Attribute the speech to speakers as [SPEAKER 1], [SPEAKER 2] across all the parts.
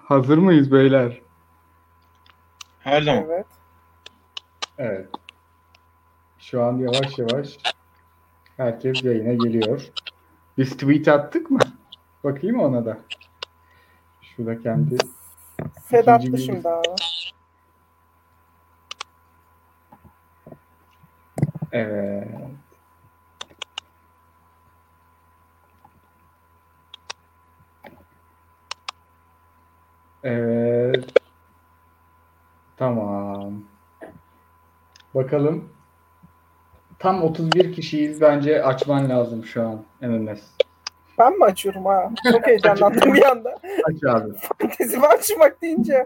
[SPEAKER 1] Hazır mıyız beyler?
[SPEAKER 2] Her zaman.
[SPEAKER 3] Evet.
[SPEAKER 1] Evet. Şu an yavaş yavaş herkes yayına geliyor. Biz tweet attık mı? Bakayım ona da. Şurada kendi
[SPEAKER 3] Fed
[SPEAKER 1] İkinci
[SPEAKER 3] attı
[SPEAKER 1] bir-
[SPEAKER 3] şimdi abi.
[SPEAKER 1] Evet. Evet. Tamam. Bakalım. Tam 31 kişiyiz. Bence açman lazım şu an MMS.
[SPEAKER 3] Ben mi açıyorum ha? Çok heyecanlandım bir anda.
[SPEAKER 1] Aç abi.
[SPEAKER 3] Fantezimi açmak deyince.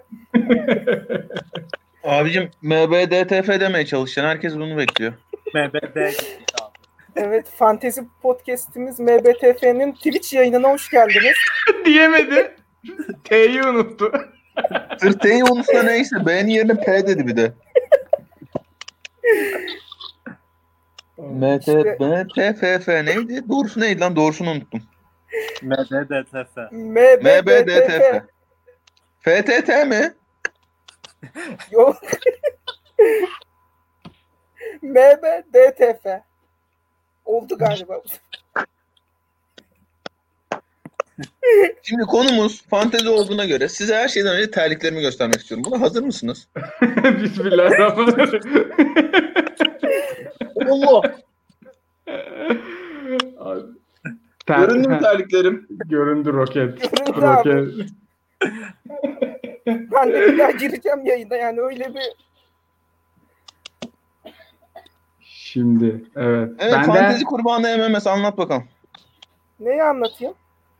[SPEAKER 2] Abicim MBDTF demeye çalışacaksın. Herkes bunu bekliyor.
[SPEAKER 4] MBD.
[SPEAKER 3] Evet, Fantezi Podcast'imiz MBTF'nin Twitch yayınına hoş geldiniz.
[SPEAKER 1] Diyemedi. T'yi unuttu.
[SPEAKER 2] Tırteyi unutsa neyse. B'nin yerine P dedi bir de. MTFF neydi? Doğrusu neydi lan? Doğrusunu unuttum.
[SPEAKER 4] MBDTF.
[SPEAKER 2] MBDTF. FTT mi?
[SPEAKER 3] Yok. MBDTF. Oldu galiba.
[SPEAKER 2] Şimdi konumuz fantezi olduğuna göre size her şeyden önce terliklerimi göstermek istiyorum. Buna hazır mısınız?
[SPEAKER 1] Bismillahirrahmanirrahim.
[SPEAKER 2] Allah!
[SPEAKER 1] Abi,
[SPEAKER 2] Göründü mü terliklerim?
[SPEAKER 1] Göründü roket.
[SPEAKER 3] Göründü abi.
[SPEAKER 1] Roket.
[SPEAKER 3] Ben de bir daha gireceğim yayına, yani öyle bir...
[SPEAKER 1] Şimdi evet.
[SPEAKER 2] Evet,
[SPEAKER 1] Benden
[SPEAKER 2] fantezi kurbanı MMS anlat bakalım.
[SPEAKER 3] Neyi anlatayım?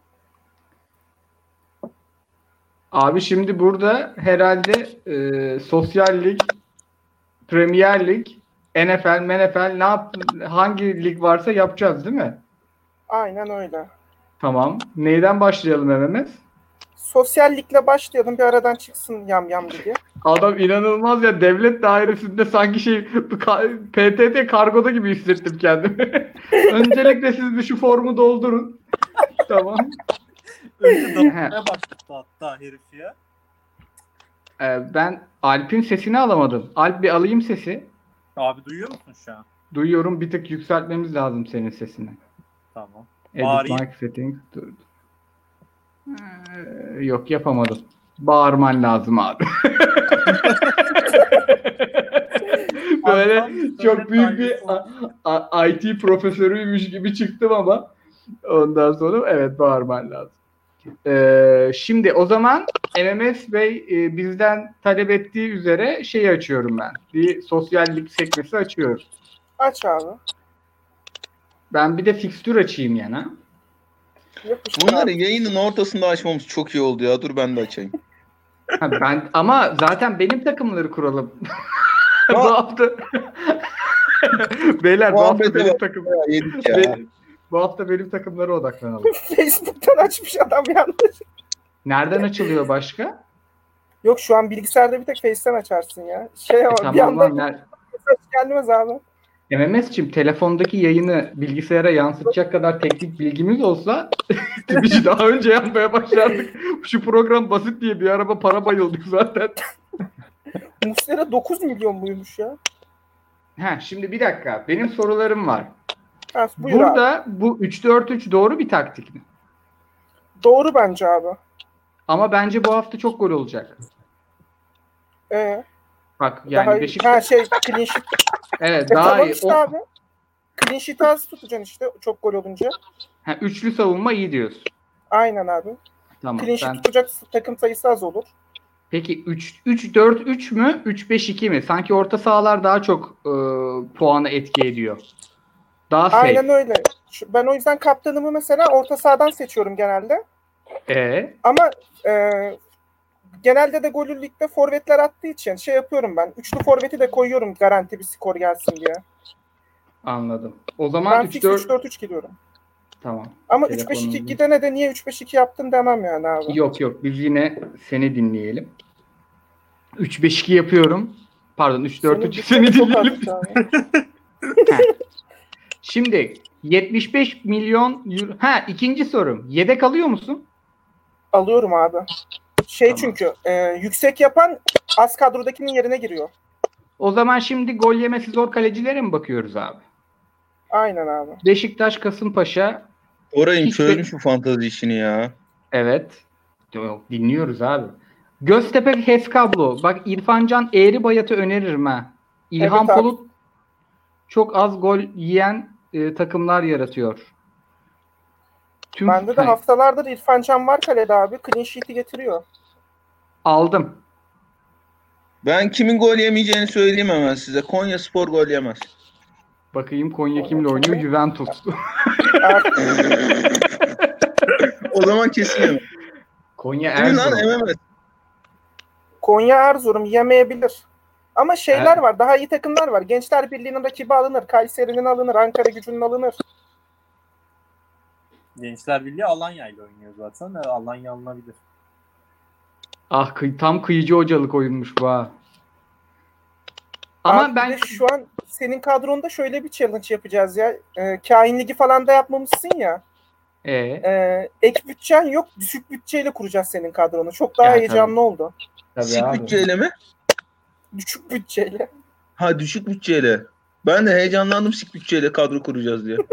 [SPEAKER 1] abi şimdi burada herhalde Sosyal Lig, Premier Lig, NFL, hangi lig varsa yapacağız değil mi?
[SPEAKER 3] Aynen öyle.
[SPEAKER 1] Tamam. Neyden başlayalım MMS?
[SPEAKER 3] Sosyallikle başlayalım, bir aradan çıksın yam gibi.
[SPEAKER 1] Adam inanılmaz ya, devlet dairesinde sanki PTT kargoda gibi hissettim kendimi. Öncelikle siz bir şu formu doldurun. Tamam.
[SPEAKER 4] Önce doldurmaya başladı hatta herif ya.
[SPEAKER 1] Ben Alp'in sesini alamadım. Alp, bir alayım sesi.
[SPEAKER 4] Abi duyuyor musun şu an?
[SPEAKER 1] Duyuyorum, bir tık yükseltmemiz lazım senin sesini.
[SPEAKER 4] Tamam.
[SPEAKER 1] Edit
[SPEAKER 4] Bağırayım.
[SPEAKER 1] mic settings. Dur. Yok, yapamadım. Bağırman lazım abi. Böyle
[SPEAKER 4] Abi,
[SPEAKER 1] çok büyük bir
[SPEAKER 4] tanesi
[SPEAKER 1] IT profesörüymüş gibi çıktım ama ondan sonra evet, bağırman lazım. Şimdi o zaman MMS Bey bizden talep ettiği üzere şeyi açıyorum ben. Bir sosyallik sekmesi açıyorum.
[SPEAKER 3] Aç abi.
[SPEAKER 1] Ben bir de fikstür açayım yana.
[SPEAKER 3] Yapıştır
[SPEAKER 2] Bunları
[SPEAKER 3] abi.
[SPEAKER 2] yayının ortasında açmamız çok iyi oldu ya. Dur ben de açayım.
[SPEAKER 1] Ama zaten benim takımları kuralım. Bu hafta beyler, bu hafta
[SPEAKER 2] Muhabbete
[SPEAKER 1] benim
[SPEAKER 2] bak
[SPEAKER 1] takım.
[SPEAKER 2] ya, yedik ya.
[SPEAKER 1] Bu hafta benim takımlara odaklanalım.
[SPEAKER 3] Facebook'tan açmış adam yanlış.
[SPEAKER 1] Nereden açılıyor başka?
[SPEAKER 3] Yok, şu an bilgisayarda bir tek Face'ten açarsın ya. Bir
[SPEAKER 1] Tamam
[SPEAKER 3] anda
[SPEAKER 1] lan.
[SPEAKER 3] gelmez abi.
[SPEAKER 1] MMS'cim, telefondaki yayını bilgisayara yansıtacak kadar teknik bilgimiz olsa Twitch'i daha önce yapmaya başlardık. Şu program basit diye bir araba para bayıldık zaten.
[SPEAKER 3] Muslera 9 milyon muymuş ya?
[SPEAKER 1] Şimdi bir dakika. Benim sorularım var.
[SPEAKER 3] Ha, buyur abi.
[SPEAKER 1] Burada bu 3-4-3 doğru bir taktik mi?
[SPEAKER 3] Doğru bence abi.
[SPEAKER 1] Ama bence bu hafta çok gol olacak. Bak yani
[SPEAKER 3] Daha
[SPEAKER 1] Beşiktaş...
[SPEAKER 3] clean sheet.
[SPEAKER 1] Evet, daha
[SPEAKER 3] Tamam
[SPEAKER 1] iyi.
[SPEAKER 3] işte abi. Clean sheet'i az tutacaksın işte çok gol olunca.
[SPEAKER 1] Üçlü savunma iyi diyorsun.
[SPEAKER 3] Aynen abi.
[SPEAKER 1] Tamam.
[SPEAKER 3] Clean sheet tutacak takım sayısı az olur.
[SPEAKER 1] Peki 3-4-3 mü? 3-5-2 mi? Sanki orta sahalar daha çok puanı etki ediyor. Daha safe.
[SPEAKER 3] Aynen öyle. Ben o yüzden kaptanımı mesela orta sahadan seçiyorum genelde. Ama genelde de golü ligde forvetler attığı için şey yapıyorum ben. Üçlü forveti de koyuyorum garanti bir skor gelsin diye.
[SPEAKER 1] Anladım. O zaman
[SPEAKER 3] Ben fix 3-4-3 gidiyorum.
[SPEAKER 1] Tamam.
[SPEAKER 3] Ama 3-5-2'de de niye 3-5-2 yaptın demem yani abi.
[SPEAKER 1] Yok biz yine seni dinleyelim. 3-5-2 yapıyorum. Pardon, 3-4-3 seni dinleyelim. Şimdi 75 milyon euro. İkinci sorum. Yedek alıyor musun?
[SPEAKER 3] Alıyorum abi. Şey
[SPEAKER 1] Tamam.
[SPEAKER 3] çünkü yüksek yapan az kadrodakinin yerine giriyor.
[SPEAKER 1] O zaman şimdi gol yemesi zor kalecilere mi bakıyoruz abi?
[SPEAKER 3] Aynen abi.
[SPEAKER 1] Beşiktaş, Kasımpaşa.
[SPEAKER 2] Orayım
[SPEAKER 1] Hiç
[SPEAKER 2] çözmüş bu fantezi işini ya.
[SPEAKER 1] Evet. Yok, dinliyoruz abi. Göztepe, Heskablo. Bak İrfan Can Eğri Bayat'ı öneririm ha. İlhan
[SPEAKER 3] Evet abi.
[SPEAKER 1] Polut çok az gol yiyen takımlar yaratıyor.
[SPEAKER 3] Bende de haftalardır İrfan Can var kalede abi. Clean sheet'i getiriyor.
[SPEAKER 1] Aldım.
[SPEAKER 2] Ben kimin gol yemeyeceğini söyleyeyim hemen size. Konyaspor gol yemez.
[SPEAKER 1] Bakayım Konya
[SPEAKER 3] Konya
[SPEAKER 1] kimle oynuyor?
[SPEAKER 3] kimi?
[SPEAKER 1] Juventus.
[SPEAKER 2] O zaman kesin yemez.
[SPEAKER 1] Konya
[SPEAKER 2] Kimin lan
[SPEAKER 1] Erzurum.
[SPEAKER 2] MMS?
[SPEAKER 3] Konya Erzurum yemeyebilir. Ama şeyler var. Daha iyi takımlar var. Gençler Birliği'nin rakibi alınır. Kayseri'nin alınır. Ankara Gücü'nün alınır.
[SPEAKER 4] Gençler Birliği Alanya ile oynuyor zaten. Alanya alınabilir.
[SPEAKER 1] Ah tam kıyıcı hocalık oyunmuş bu ha. Ama
[SPEAKER 3] Abi
[SPEAKER 1] ben
[SPEAKER 3] bir de şu an senin kadronda şöyle bir challenge yapacağız ya. Kain Ligi falan da yapmamışsın ya. Ek bütçen yok. Düşük bütçeyle kuracağız senin kadronu. Çok daha
[SPEAKER 1] Ya,
[SPEAKER 3] heyecanlı
[SPEAKER 1] tabii.
[SPEAKER 3] oldu.
[SPEAKER 1] Tabii
[SPEAKER 2] Sik
[SPEAKER 1] abi.
[SPEAKER 2] bütçeyle mi?
[SPEAKER 3] Düşük bütçeyle.
[SPEAKER 2] Ha düşük bütçeyle. Ben de heyecanlandım sik bütçeyle kadro kuracağız diye.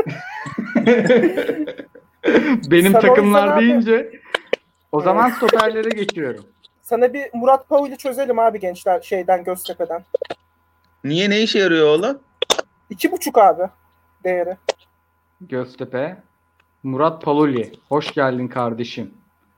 [SPEAKER 1] Benim
[SPEAKER 3] Sen o
[SPEAKER 1] takımlar
[SPEAKER 3] yüzden abi-
[SPEAKER 1] deyince o zaman stoperlere geçiyorum.
[SPEAKER 3] Sana bir Murat Paul'u çözelim abi gençler Göztepe'den.
[SPEAKER 2] Niye ne işe yarıyor oğlan?
[SPEAKER 3] 2,5 abi değeri.
[SPEAKER 1] Göztepe. Murat Paloli. Hoş geldin kardeşim.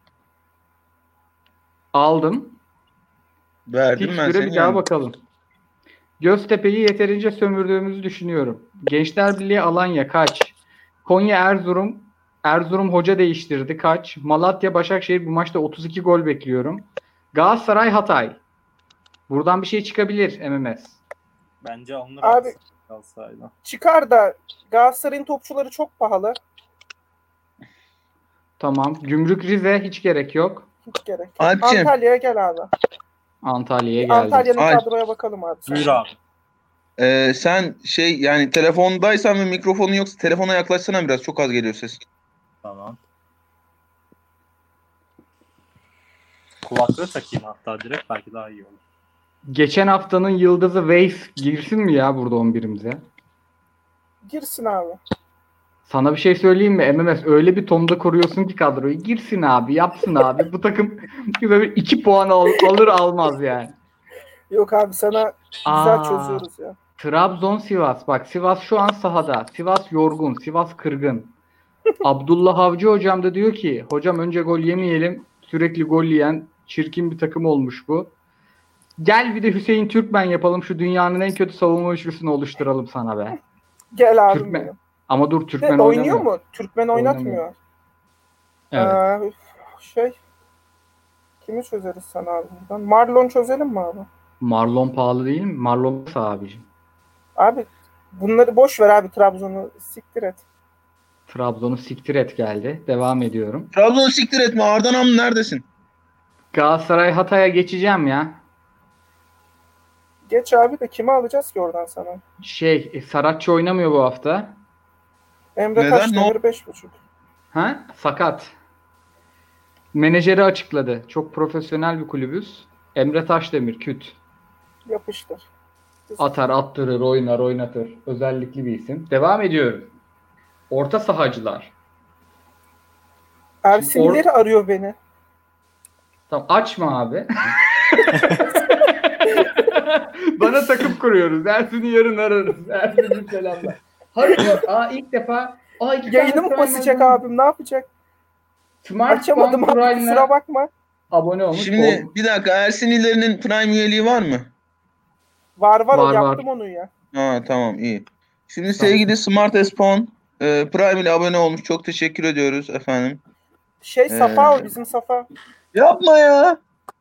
[SPEAKER 1] Aldım.
[SPEAKER 2] Verdim ben
[SPEAKER 1] Fikstüre
[SPEAKER 2] seni.
[SPEAKER 1] bir daha
[SPEAKER 2] yani.
[SPEAKER 1] bakalım. Göztepe'yi yeterince sömürdüğümüzü düşünüyorum. Gençler Birliği Alanya kaç? Konya Erzurum. Erzurum hoca değiştirdi kaç? Malatya Başakşehir bu maçta 32 gol bekliyorum. Galatasaray Hatay. Buradan bir şey çıkabilir MMS.
[SPEAKER 4] Bence alınır
[SPEAKER 3] Abi-
[SPEAKER 4] Galatasaray'dan.
[SPEAKER 3] Çıkar da Galatasaray'ın topçuları çok pahalı.
[SPEAKER 1] Tamam. Gümrük Rize hiç gerek yok.
[SPEAKER 3] Hiç gerek yok.
[SPEAKER 2] Alpçim.
[SPEAKER 3] Antalya'ya gel abi.
[SPEAKER 1] Antalya'ya geldim.
[SPEAKER 3] Antalya'nın
[SPEAKER 2] Alp.
[SPEAKER 3] kadroya bakalım abi.
[SPEAKER 4] Buyur abi.
[SPEAKER 2] Sen yani telefondaysan ve mikrofonun yoksa telefona yaklaşsana biraz. Çok az geliyor ses.
[SPEAKER 4] Tamam. Kulaklığı takayım hatta direkt belki daha iyi olur.
[SPEAKER 1] Geçen haftanın yıldızı Waze girsin mi ya burada 11'imize?
[SPEAKER 3] Girsin abi.
[SPEAKER 1] Sana bir şey söyleyeyim mi MMS? Öyle bir tonda kuruyorsun ki kadroyu. Girsin abi, yapsın abi. Bu takım böyle 2 puan alır almaz yani.
[SPEAKER 3] Yok abi sana güzel
[SPEAKER 1] Aa.
[SPEAKER 3] çözüyoruz ya.
[SPEAKER 1] Trabzon Sivas. Bak Sivas şu an sahada. Sivas yorgun. Sivas kırgın. Abdullah Avcı hocam da diyor ki hocam önce gol yemeyelim. Sürekli gol yiyen çirkin bir takım olmuş bu. Gel bir de Hüseyin Türkmen yapalım. Şu dünyanın en kötü savunma üçlüsünü oluşturalım sana be.
[SPEAKER 3] Gel abi.
[SPEAKER 1] Türkmen.
[SPEAKER 3] benim.
[SPEAKER 1] Ama dur
[SPEAKER 3] De,
[SPEAKER 1] Türkmen
[SPEAKER 3] oynuyor
[SPEAKER 1] oynamıyor.
[SPEAKER 3] mu? Türkmen oynatmıyor.
[SPEAKER 1] Evet.
[SPEAKER 3] Kimi çözeriz sana abi buradan? Marlon çözelim mi abi?
[SPEAKER 1] Marlon pahalı değil mi? Marlon sağ abicim.
[SPEAKER 3] Abi bunları boş ver abi, Trabzon'u siktir et.
[SPEAKER 1] Trabzon'u siktir et geldi. Devam ediyorum.
[SPEAKER 2] Trabzon'u siktir etme. Ardanam neredesin?
[SPEAKER 1] Galatasaray Hatay'a geçeceğim ya.
[SPEAKER 3] Geç abi de kimi alacağız ki oradan sana?
[SPEAKER 1] Saratçı oynamıyor bu hafta.
[SPEAKER 3] Emre
[SPEAKER 2] Neden?
[SPEAKER 3] Taşdemir 5,5.
[SPEAKER 1] Ha? Sakat. Menajeri açıkladı. Çok profesyonel bir kulübüz. Emre Taşdemir küt.
[SPEAKER 3] Yapıştır.
[SPEAKER 1] Atar, attırır, oynar, oynatır. Özellikli bir isim. Devam ediyorum. Orta sahacılar.
[SPEAKER 3] Ersinleri arıyor beni.
[SPEAKER 1] Tamam açma abi. Bana takım kuruyoruz. Ersin'i yarın ararız. Ersin'in selamlar. Hadi ilk defa.
[SPEAKER 3] Yayını mı basacak abim, ne yapacak? Açamadım abi, kusura bakma.
[SPEAKER 1] Abone olmuş.
[SPEAKER 2] Şimdi bir dakika Ersin İleri'nin Prime üyeliği var mı?
[SPEAKER 3] Var yaptım onu ya.
[SPEAKER 2] Ha tamam iyi. Şimdi sevgili Smart Espon Prime ile abone olmuş. Çok teşekkür ediyoruz efendim.
[SPEAKER 3] Safa o bizim Safa.
[SPEAKER 2] Yapma ya.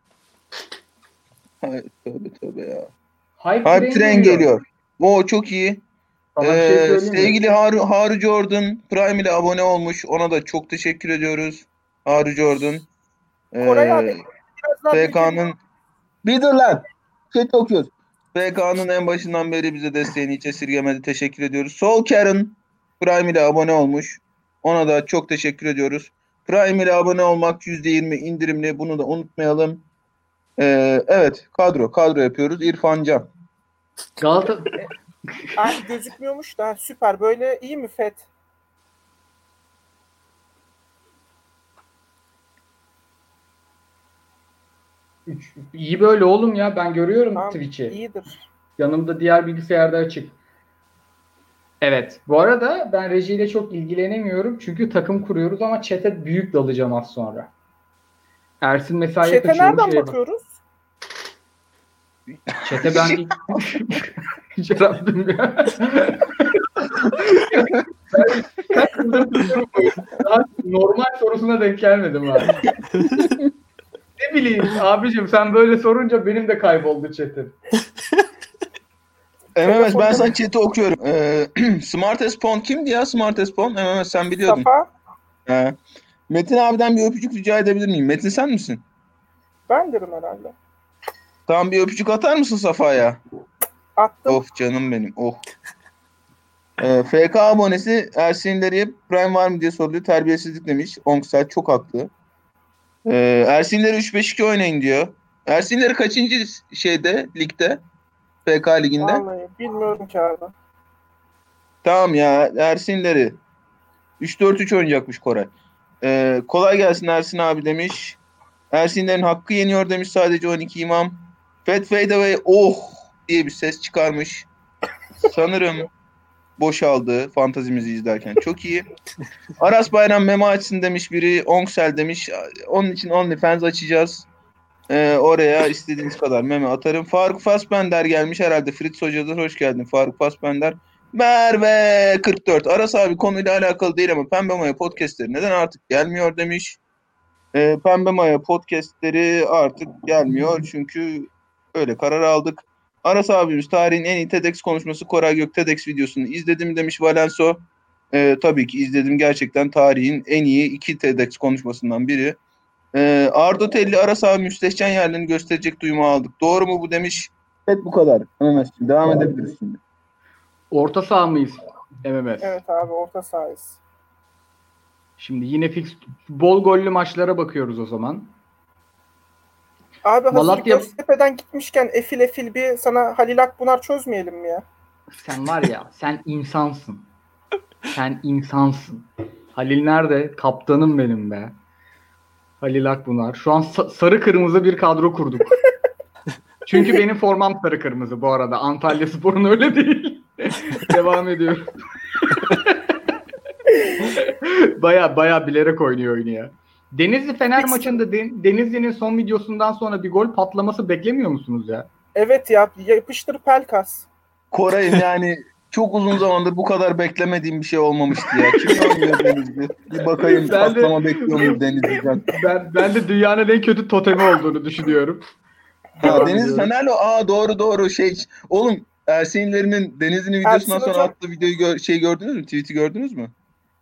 [SPEAKER 2] Hayır, tövbe ya. Hype tren geliyor. O çok iyi. Sevgili Haru Jordan Prime ile abone olmuş. Ona da çok teşekkür ediyoruz. Haru Jordan.
[SPEAKER 3] Koray abi.
[SPEAKER 2] PK'nın bir dur lan. Chat okuyoruz. PK'nın en başından beri bize desteğini hiç esirgemedi. Teşekkür ediyoruz. Sol Karen Prime ile abone olmuş. Ona da çok teşekkür ediyoruz. Prime ile abone olmak %20 indirimli. Bunu da unutmayalım. Evet, kadro yapıyoruz. İrfan Can.
[SPEAKER 1] Galatasaray
[SPEAKER 3] Gözükmüyormuş da süper. Böyle iyi mi Feth?
[SPEAKER 1] iyi böyle oğlum ya. Ben görüyorum
[SPEAKER 3] Tamam,
[SPEAKER 1] Twitch'i.
[SPEAKER 3] iyidir.
[SPEAKER 1] Yanımda diğer bilgisayarda açık. Evet. Bu arada ben rejiyle çok ilgilenemiyorum. Çünkü takım kuruyoruz ama chat'e büyük dalacağım az sonra. Ersin mesaiye
[SPEAKER 3] Chat'e
[SPEAKER 1] kaçıyormuş.
[SPEAKER 3] nereden bakıyoruz?
[SPEAKER 1] Chat'e ben ilk... Rabbim ya. Daha normal sorusuna denk gelmedim abi. Ne bileyim abicim, sen böyle sorunca benim de kayboldu chat'im.
[SPEAKER 2] MMS, ben sana chat'i okuyorum. Smart Espon kimdi ya? Smart Espon. MMS, sen biliyordun.
[SPEAKER 3] Safa.
[SPEAKER 2] Metin abiden bir öpücük rica edebilir miyim? Metin, sen misin?
[SPEAKER 3] Ben derim herhalde.
[SPEAKER 2] Tamam, bir öpücük atar mısın Safa'ya?
[SPEAKER 3] Attım.
[SPEAKER 2] Of canım benim. Oh. FK abonesi Ersin İleri'ye Prime var mı diye soruyor. Terbiyesizlik demiş. Onksel çok haklı. Ersin İleri 3-5-2 oynayın diyor. Ersin İleri kaçıncı ligde? FK liginde.
[SPEAKER 3] Vallahi bilmiyorum ki abi.
[SPEAKER 2] Tamam ya, Ersin İleri 3-4-3 oynayacakmış Koray. Kolay gelsin Ersin abi demiş. Ersin İleri'nin hakkı yeniyor demiş sadece 12 imam. Fat Fade Away oh diye bir ses çıkarmış. Sanırım boşaldı fantazimizi izlerken. Çok iyi. Aras Bayram meme açsın demiş biri. Onksel demiş. Onun için OnlyFans açacağız. Oraya istediğiniz kadar meme atarım. Faruk Fassbender gelmiş herhalde. Fritz Hoca'dır. Hoş geldin Faruk Fassbender. Merve 44. Aras abi konuyla alakalı değil ama Pembe Maya podcastleri neden artık gelmiyor demiş. Pembe Maya podcastleri artık gelmiyor çünkü öyle karar aldık. Aras abimiz tarihin en iyi TEDx konuşması Koray Gök TEDx videosunu izledim demiş Valenso. Tabii ki izledim, gerçekten tarihin en iyi 2 TEDx konuşmasından biri. Ardo Telli Aras abi müstehcen yerlerini gösterecek duyumu aldık. Doğru mu bu demiş. Evet, bu kadar. MMS'cim devam edebiliriz şimdi.
[SPEAKER 1] Orta saha mıyız MMS?
[SPEAKER 3] Evet abi, orta sahayız.
[SPEAKER 1] Şimdi yine bol gollü maçlara bakıyoruz o zaman.
[SPEAKER 3] Abi hazır
[SPEAKER 1] Malatya...
[SPEAKER 3] Göztepe'den gitmişken efil bir sana Halil Akbunar çözmeyelim mi ya?
[SPEAKER 1] Sen var ya, sen insansın. Sen insansın. Halil nerede? Kaptanım benim be. Halil Akbunar. Şu an sarı kırmızı bir kadro kurduk. Çünkü benim formam sarı kırmızı bu arada. Antalyaspor'un öyle değil. Devam ediyorum. Baya bilerek oynuyor oyunu ya. Denizli Fener maçında Denizli'nin son videosundan sonra bir gol patlaması beklemiyor musunuz ya?
[SPEAKER 3] Evet ya, yapıştır Pelkas.
[SPEAKER 2] Koray'ım yani çok uzun zamandır bu kadar beklemediğim bir şey olmamıştı ya. Kim oynuyor Denizli? Bir bakayım, patlama bekliyor muyum Denizli'den?
[SPEAKER 1] Ben de dünyanın en kötü totemi olduğunu düşünüyorum.
[SPEAKER 2] Denizli Fener'le doğru oğlum, Ersin'lerinin Denizli'nin videosundan sonra attığı videoyu gördünüz mü? Tweet'i gördünüz mü?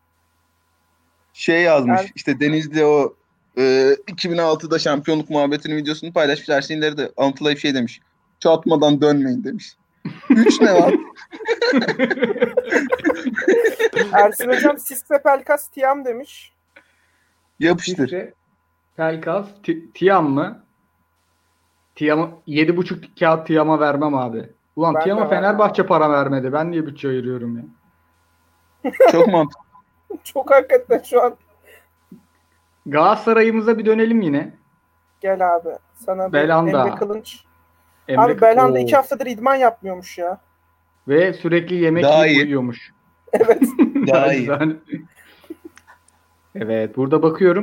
[SPEAKER 2] Yazmış işte Denizli o 2006'da şampiyonluk muhabbetinin videosunu paylaşmış. Ersin'leri de alıntılayıp demiş. Çatmadan dönmeyin demiş. 3 ne var?
[SPEAKER 3] Ersin hocam Sisse Pelkas Tiam demiş.
[SPEAKER 2] Yapıştır.
[SPEAKER 1] Sisse Pelkas Tiam mı? Tiam'ı 7,5 kağıt Tiam'a vermem abi. Ulan ben Tiam'a Fenerbahçe para vermedi. Ben niye bütçe ayırıyorum ya?
[SPEAKER 2] Çok mantıklı.
[SPEAKER 3] Çok hakikaten şu an.
[SPEAKER 1] Galatasaray'ımıza bir dönelim yine.
[SPEAKER 3] Gel abi. Sana
[SPEAKER 1] Belhanda.
[SPEAKER 3] Emre Kılınç. Abi Belhanda 2 haftadır idman yapmıyormuş ya.
[SPEAKER 1] Ve sürekli yemek yiyip uyuyormuş.
[SPEAKER 3] Evet.
[SPEAKER 2] Daha iyi.
[SPEAKER 1] Evet, burada bakıyorum.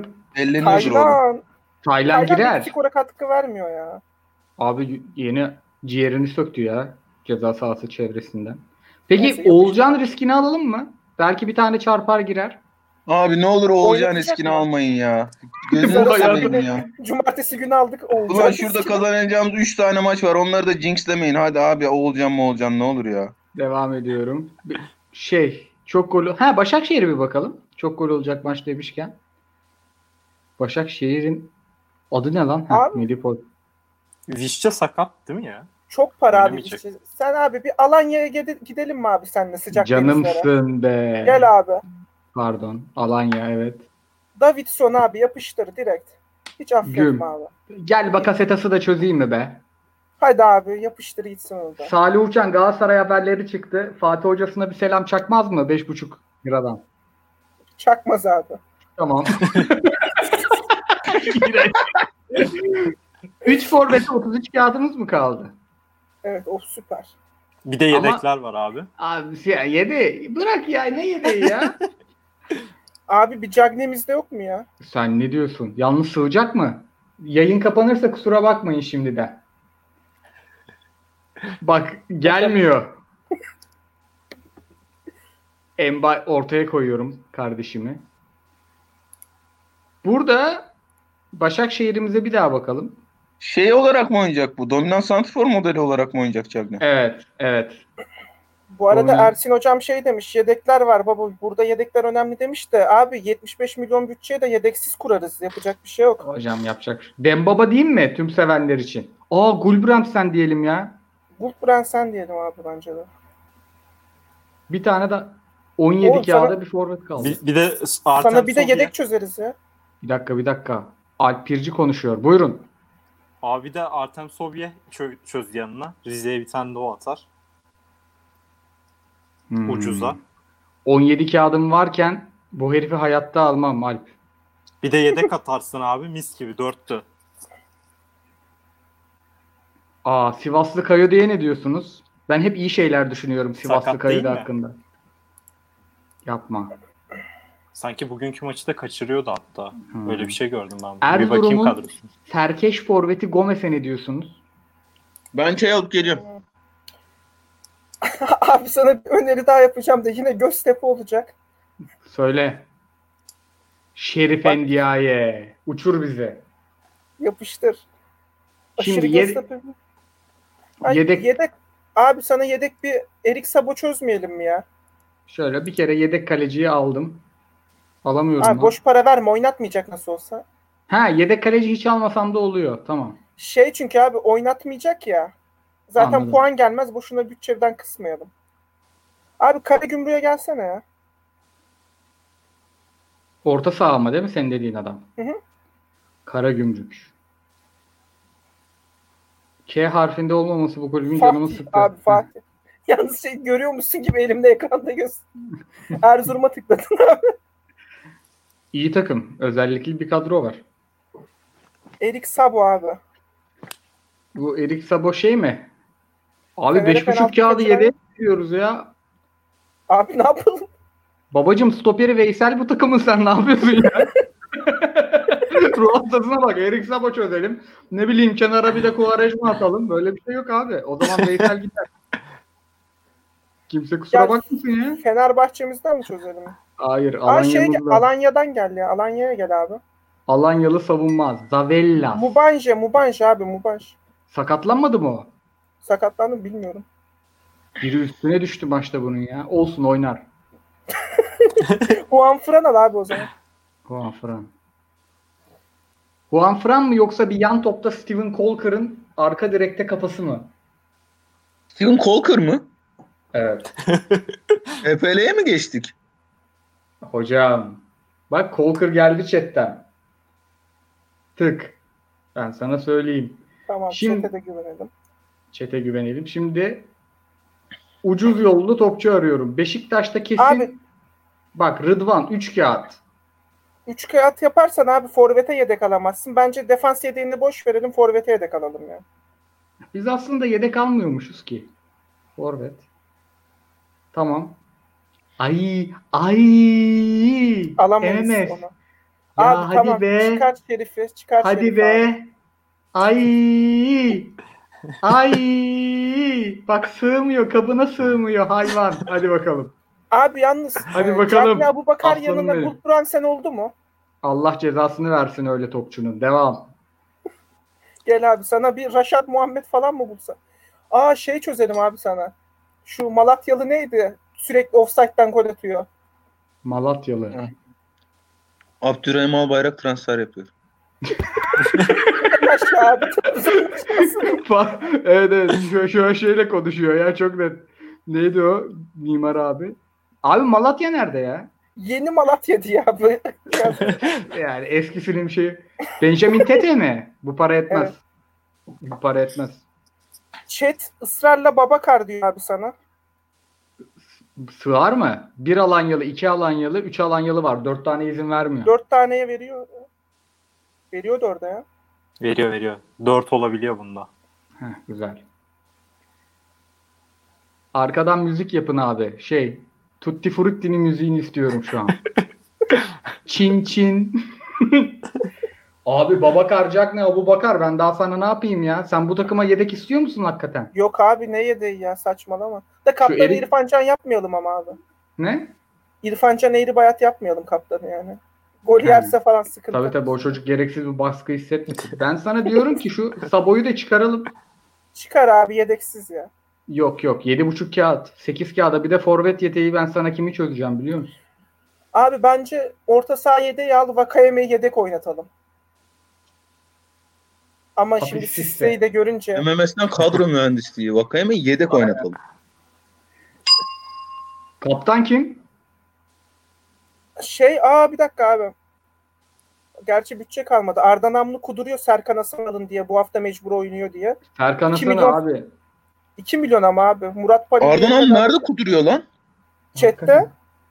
[SPEAKER 1] Taylan girer.
[SPEAKER 3] Skora katkı vermiyor ya.
[SPEAKER 1] Abi yeni ciğerini söktü ya ceza sahası çevresinden. Peki Oğulcan riskini alalım mı? Belki bir tane çarpar girer.
[SPEAKER 2] Abi ne olur Oğulcan riskini almayın ya. Gözünü seveyim ya.
[SPEAKER 3] Cumartesi günü aldık Oğulcan.
[SPEAKER 2] Ulan şurada kazanacağımız 3 tane maç var. Onları da jinxlemeyin. Hadi abi Oğulcan ne olur ya.
[SPEAKER 1] Devam ediyorum. Çok gol. Başakşehir'e bir bakalım. Çok gol olacak maç demişken. Başakşehir'in adı ne lan? Melipol.
[SPEAKER 4] Vişça sakat değil mi ya?
[SPEAKER 3] Çok para abi. Sen abi bir Alanya'ya gidelim mi abi seninle sıcak denizlere?
[SPEAKER 1] Canımsın be.
[SPEAKER 3] Gel abi.
[SPEAKER 1] Pardon. Alanya evet.
[SPEAKER 3] Davidson abi yapıştır direkt. Hiç affetme abi.
[SPEAKER 1] Gel Bakasetas'ı da çözeyim mi be?
[SPEAKER 3] Hadi abi yapıştır gitsin orada.
[SPEAKER 1] Salih Uçan Galatasaray haberleri çıktı. Fatih hocasına bir selam çakmaz mı? 5,5 liradan.
[SPEAKER 3] Çakmaz abi.
[SPEAKER 1] Tamam. 3 forvete 33 kağıdımız mı kaldı?
[SPEAKER 3] Evet süper.
[SPEAKER 4] Bir de yedekler var abi.
[SPEAKER 1] Abi ya yedi. Bırak ya ne yedeği ya?
[SPEAKER 3] Abi bir Cagney'imizde yok mu ya?
[SPEAKER 1] Sen ne diyorsun? Yalnız sığacak mı? Yayın kapanırsa kusura bakmayın şimdiden. Bak gelmiyor. Ortaya koyuyorum kardeşimi. Burada Başakşehir'imize bir daha bakalım.
[SPEAKER 2] Şey olarak mı oynayacak bu? Dominant santrfor modeli olarak mı oynayacak Cagney?
[SPEAKER 1] Evet.
[SPEAKER 3] Bu arada Ersin hocam şey demiş, yedekler var baba. Burada yedekler önemli demiş de abi 75 milyon bütçeye de yedeksiz kurarız. Yapacak bir şey yok.
[SPEAKER 1] Hocam yapacak. Dembaba diyeyim mi tüm sevenler için? Gulbrandsen diyelim ya.
[SPEAKER 3] Gulbrandsen diyelim abi bence de.
[SPEAKER 1] Bir tane de 17 kağıda bir forvet kaldı.
[SPEAKER 4] Bir de Artem
[SPEAKER 3] sana bir de
[SPEAKER 4] Sobye.
[SPEAKER 3] yedek çözeriz ya.
[SPEAKER 1] Bir dakika. Alp Pirci konuşuyor. Buyurun.
[SPEAKER 4] Abi de Artem Sobye çöz yanına. Rize'ye bir tane de o atar. Ucuza.
[SPEAKER 1] 17 kağıdım varken bu herifi hayatta almam Alp.
[SPEAKER 4] Bir de yedek atarsın abi mis gibi 4'tü.
[SPEAKER 1] Sivaslı Kayode'ye ne diyorsunuz? Ben hep iyi şeyler düşünüyorum Sivaslı
[SPEAKER 4] Sakat
[SPEAKER 1] Kayode
[SPEAKER 4] değil mi?
[SPEAKER 1] hakkında. Yapma.
[SPEAKER 4] Sanki bugünkü maçı da kaçırıyordu hatta. Öyle bir şey gördüm ben. Bir
[SPEAKER 1] Erzurum'un
[SPEAKER 4] bakayım kadrosuna.
[SPEAKER 1] Serkeş forveti Gomez'e ne diyorsunuz?
[SPEAKER 2] Ben çay alıp geliyorum.
[SPEAKER 3] Abi sana bir öneri daha yapacağım da yine Göztepe olacak.
[SPEAKER 1] Söyle. Şerif Endiaye. Uçur bizi.
[SPEAKER 3] Yapıştır.
[SPEAKER 1] Şimdi
[SPEAKER 3] Aşırı Göztepe. Yedek. Abi sana yedek bir Erik Sabo çözmeyelim mi ya?
[SPEAKER 1] Şöyle bir kere yedek kaleciyi aldım. Alamıyorum.
[SPEAKER 3] Abi boş para verme, oynatmayacak nasıl olsa.
[SPEAKER 1] Yedek kaleci hiç almasam da oluyor. Tamam.
[SPEAKER 3] Çünkü abi oynatmayacak ya. Zaten
[SPEAKER 1] Anladım.
[SPEAKER 3] puan gelmez. Boşuna bütçeden kısmayalım. Abi Karagümrük'e gelsene ya.
[SPEAKER 1] Orta saha mı değil mi senin dediğin adam?
[SPEAKER 3] Hı.
[SPEAKER 1] Karagümrük. K harfinde olmaması bu kulübün canımı
[SPEAKER 3] Fatih
[SPEAKER 1] sıktı.
[SPEAKER 3] abi Fatih. Yalnız görüyor musun gibi elimde ekranda Erzurum'a tıkladın abi.
[SPEAKER 1] İyi takım. Özellikle bir kadro var.
[SPEAKER 3] Erik Sabo abi.
[SPEAKER 1] Bu Erik Sabo şey mi? Abi
[SPEAKER 3] Fener'e
[SPEAKER 1] 5,5
[SPEAKER 3] penaltı
[SPEAKER 1] kağıdı
[SPEAKER 3] kaçıran-
[SPEAKER 1] yedeğe diyoruz ya.
[SPEAKER 3] Abi ne yapalım?
[SPEAKER 1] Babacım stoperi Veysel bu takımın sen ne yapıyorsun ya? Ruh hastasına bak. Erik Sabo çözelim. Ne bileyim kenara bir de Quaresma atalım. Böyle bir şey yok abi. O zaman Veysel gider. Kimse kusura bakmasın ya.
[SPEAKER 3] Fenerbahçe'mizden mi çözelim?
[SPEAKER 1] Hayır.
[SPEAKER 3] Alanya'dan gel ya. Alanya'ya gel abi.
[SPEAKER 1] Alanyalı savunmaz. Zavellas.
[SPEAKER 3] Mubanje abi Mubanje.
[SPEAKER 1] Sakatlanmadı mı o?
[SPEAKER 3] Sakatlandı mı bilmiyorum.
[SPEAKER 1] Biri üstüne düştü maçta bunun ya. Olsun oynar.
[SPEAKER 3] Juan Fran al abi o zaman.
[SPEAKER 1] Juan Fran. Juan Fran mı yoksa bir yan topta Steven Colker'ın arka direkte kafası mı?
[SPEAKER 2] Steven Colker mı?
[SPEAKER 1] Evet.
[SPEAKER 2] EPL'ye mi geçtik?
[SPEAKER 1] Hocam. Bak Colker geldi chatten. Tık. Ben sana söyleyeyim.
[SPEAKER 3] Tamam. Chat'e güvenelim.
[SPEAKER 1] Chat'e güvenelim. Şimdi ucuz yollu topçu arıyorum. Beşiktaş'ta kesin.
[SPEAKER 3] Abi.
[SPEAKER 1] Bak Rıdvan 3 kağıt.
[SPEAKER 3] 3 kağıt yaparsan abi forvete yedek alamazsın. Bence defans yedeğini boş verelim. Forvete yedek alalım ya.
[SPEAKER 1] Biz aslında yedek almıyormuşuz ki. Forvet. Tamam. Ay.
[SPEAKER 3] Alamayız
[SPEAKER 1] MMS.
[SPEAKER 3] onu.
[SPEAKER 1] Ya
[SPEAKER 3] abi
[SPEAKER 1] hadi
[SPEAKER 3] tamam.
[SPEAKER 1] be.
[SPEAKER 3] Çıkar Şerif'i.
[SPEAKER 1] Hadi
[SPEAKER 3] Şerif
[SPEAKER 1] be.
[SPEAKER 3] abi.
[SPEAKER 1] Ay. Bak sığmıyor. Kabına sığmıyor hayvan. Hadi bakalım.
[SPEAKER 3] Abi yalnız.
[SPEAKER 1] Hadi bakalım.
[SPEAKER 3] Cagney Abubakar
[SPEAKER 1] Aslanım
[SPEAKER 3] yanına
[SPEAKER 1] benim.
[SPEAKER 3] Gulbrandsen oldu mu?
[SPEAKER 1] Allah cezasını versin öyle topçunun. Devam.
[SPEAKER 3] Gel abi sana bir Raşat Muhammed falan mı bulsa? Çözelim abi sana. Şu Malatyalı neydi? Sürekli offside'den gol atıyor.
[SPEAKER 1] Malatyalı.
[SPEAKER 2] Abdurrahim Albayrak transfer yapıyor.
[SPEAKER 3] Aşağı abi.
[SPEAKER 1] Evet. Şu şeyle konuşuyor ya çok net. Neydi o? Mimar abi. Abi Malatya nerede ya?
[SPEAKER 3] Yeni Malatya diye abi.
[SPEAKER 1] Yani eski film şey. Benjamin Tete mi? Bu para etmez.
[SPEAKER 3] Evet.
[SPEAKER 1] Bu para etmez.
[SPEAKER 3] Chat ısrarla Babakar diyor abi sana.
[SPEAKER 1] Sığar mı? 1 Alanyalı, 2 Alanyalı, 3 Alanyalı var. 4 tane izin vermiyor.
[SPEAKER 3] 4 taneye veriyor. Veriyordu orada ya.
[SPEAKER 4] Veriyor. 4 olabiliyor bunda.
[SPEAKER 1] Heh, güzel. Arkadan müzik yapın abi. Tutti Frutti'nin müziğini istiyorum şu an. Çin Çin. Abi Babakar Jack ne Abubakar, ben daha sana ne yapayım ya? Sen bu takıma yedek istiyor musun hakikaten?
[SPEAKER 3] Yok abi ne yedeği ya, saçmalama. Da kaptanı İrfan Can yapmayalım ama abi.
[SPEAKER 1] Ne?
[SPEAKER 3] İrfan Can eğri bayat yapmayalım kaptanı yani. Gol yerse falan sıkıntı.
[SPEAKER 1] Tabii o çocuk gereksiz bir baskı hissetmesin. Ben sana diyorum ki şu Sabo'yu da çıkaralım.
[SPEAKER 3] Çıkar abi, yedeksiz ya.
[SPEAKER 1] Yok 7,5 kağıt. 8 kağıda bir de forvet yeteği, ben sana kimi çözeceğim biliyor musun?
[SPEAKER 3] Abi bence orta saha yedeği al, Vakayeme'yi yedek oynatalım. Ama
[SPEAKER 1] Hafif
[SPEAKER 3] şimdi
[SPEAKER 1] sisse.
[SPEAKER 3] Sisse'yi de görünce.
[SPEAKER 2] MMS'den kadro mühendisliği. Vakayeme'yi yedek oynatalım.
[SPEAKER 1] Kaptan kim?
[SPEAKER 3] Bir dakika abi. Gerçi bütçe kalmadı. Arda Namlı kuduruyor Serkan Hasan alın diye. Bu hafta mecbur oynuyor diye.
[SPEAKER 1] Serkan
[SPEAKER 3] 2
[SPEAKER 1] Hasan
[SPEAKER 3] milyon
[SPEAKER 1] abi.
[SPEAKER 3] 2 milyon ama abi. Murat Pali.
[SPEAKER 2] Arda Namlı nerede kuduruyor lan?
[SPEAKER 3] Chat'te.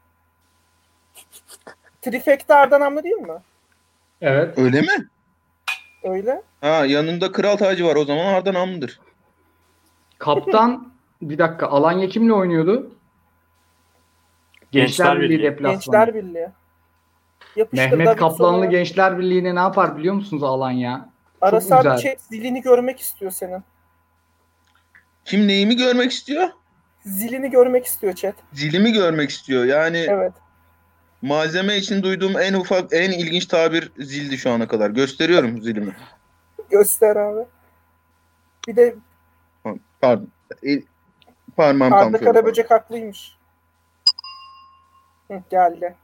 [SPEAKER 3] Trifecta Arda Namlı değil mi?
[SPEAKER 1] Evet.
[SPEAKER 2] Öyle mi?
[SPEAKER 3] Öyle.
[SPEAKER 2] Ha, yanında kral tacı var, o zaman Arda Namlı'dır.
[SPEAKER 1] Kaptan bir dakika, Alanya kimle oynuyordu? Gençler Birliği deplasmanı.
[SPEAKER 3] Gençler Birliği. Yapıştır
[SPEAKER 1] Mehmet
[SPEAKER 3] David
[SPEAKER 1] Kaplanlı
[SPEAKER 3] Son'a.
[SPEAKER 1] Gençler Birliği'ne ne yapar biliyor musunuz Alanya?
[SPEAKER 3] Arası abi chat zilini görmek istiyor senin.
[SPEAKER 2] Kim neyimi görmek istiyor?
[SPEAKER 3] Zilini görmek istiyor chat.
[SPEAKER 2] Zilimi görmek istiyor. Yani
[SPEAKER 3] Evet.
[SPEAKER 2] malzeme için duyduğum en ilginç tabir zildi şu ana kadar. Gösteriyorum zilimi.
[SPEAKER 3] Göster abi. Bir de
[SPEAKER 2] Pardon. Parmağım
[SPEAKER 3] Arda
[SPEAKER 2] tam şöyle.
[SPEAKER 3] Karaböcek haklıymış. Geldi.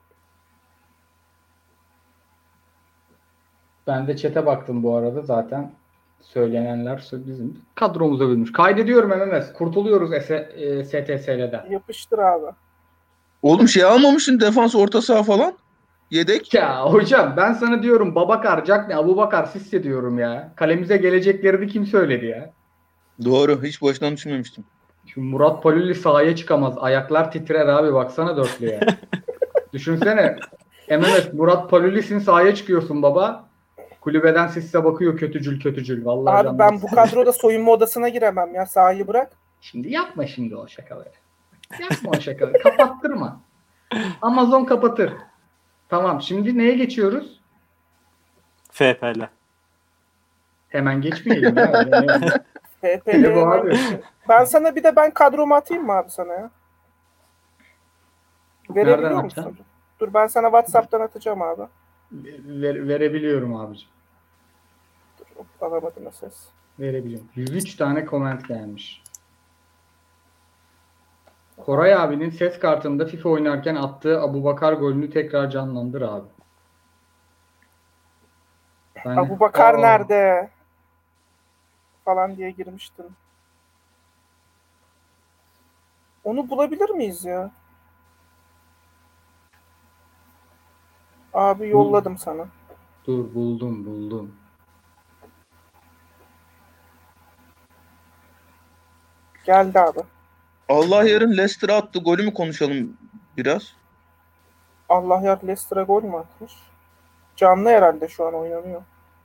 [SPEAKER 1] Ben de chat'e baktım bu arada, zaten söylenenler bizim kadromuza bölünmüş. Kaydediyorum MMS. Kurtuluyoruz STS'den.
[SPEAKER 3] Yapıştır abi.
[SPEAKER 2] Oğlum almamışsın, defans orta saha falan. Yedek.
[SPEAKER 1] Ya hocam ben sana diyorum Babakar, Jack ne Abubakar Sisse diyorum ya. Kalemize geleceklerini kim söyledi ya?
[SPEAKER 2] Doğru. Hiç boşuna düşünmemiştim.
[SPEAKER 1] Şimdi Murat Paluli sahaya çıkamaz. Ayaklar titrer abi, baksana dörtlüye. Düşünsene. MMS Murat Paluli'sin, sahaya çıkıyorsun baba. Kulübeden Sisse bakıyor kötücül. Vallahi
[SPEAKER 3] Abi ben bu kadroda soyunma odasına giremem ya. Sahayı bırak.
[SPEAKER 1] Şimdi yapma o şakaları. Yapma o şakaları. Kapattırma. Amazon kapatır. Tamam, şimdi neye geçiyoruz?
[SPEAKER 4] FPL.
[SPEAKER 1] Hemen geçmeyelim ya.
[SPEAKER 3] FPL
[SPEAKER 1] Bu abi.
[SPEAKER 3] Ben sana ben kadromu atayım mı abi sana ya? Verebiliyor musun? Dur ben sana WhatsApp'tan atacağım abi.
[SPEAKER 1] Verebiliyorum abicim.
[SPEAKER 3] Dur, alamadım ses.
[SPEAKER 1] Verebiliyorum. 103 tane comment gelmiş. Koray abinin ses kartında FIFA oynarken attığı Abubakar golünü tekrar canlandır abi.
[SPEAKER 3] Abubakar nerede? Falan diye girmiştim. Onu bulabilir miyiz ya? Abi yolladım sana.
[SPEAKER 1] Dur buldum.
[SPEAKER 3] Geldi abi.
[SPEAKER 2] Allah yarın Leicester attı. Golü mü konuşalım biraz?
[SPEAKER 3] Allah yar Leicester'a gol mü atmış? Canlı herhalde şu an oynanıyor.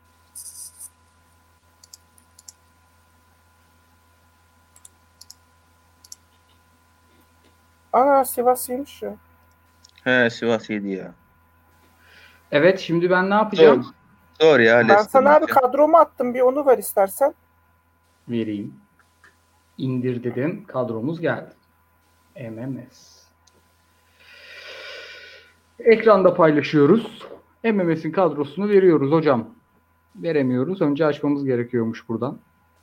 [SPEAKER 3] Ana Sivas yemiş ya.
[SPEAKER 2] He, Sivas yedi ya.
[SPEAKER 1] Evet, şimdi ben ne yapacağım?
[SPEAKER 2] Zor ya Leicester.
[SPEAKER 3] Ben sana abi kadromu attım, bir onu ver istersen.
[SPEAKER 1] Vereyim. İndir dedim. Kadromuz geldi. MMS. Ekranda paylaşıyoruz. MMS'in kadrosunu veriyoruz hocam. Veremiyoruz. Önce açmamız gerekiyormuş buradan.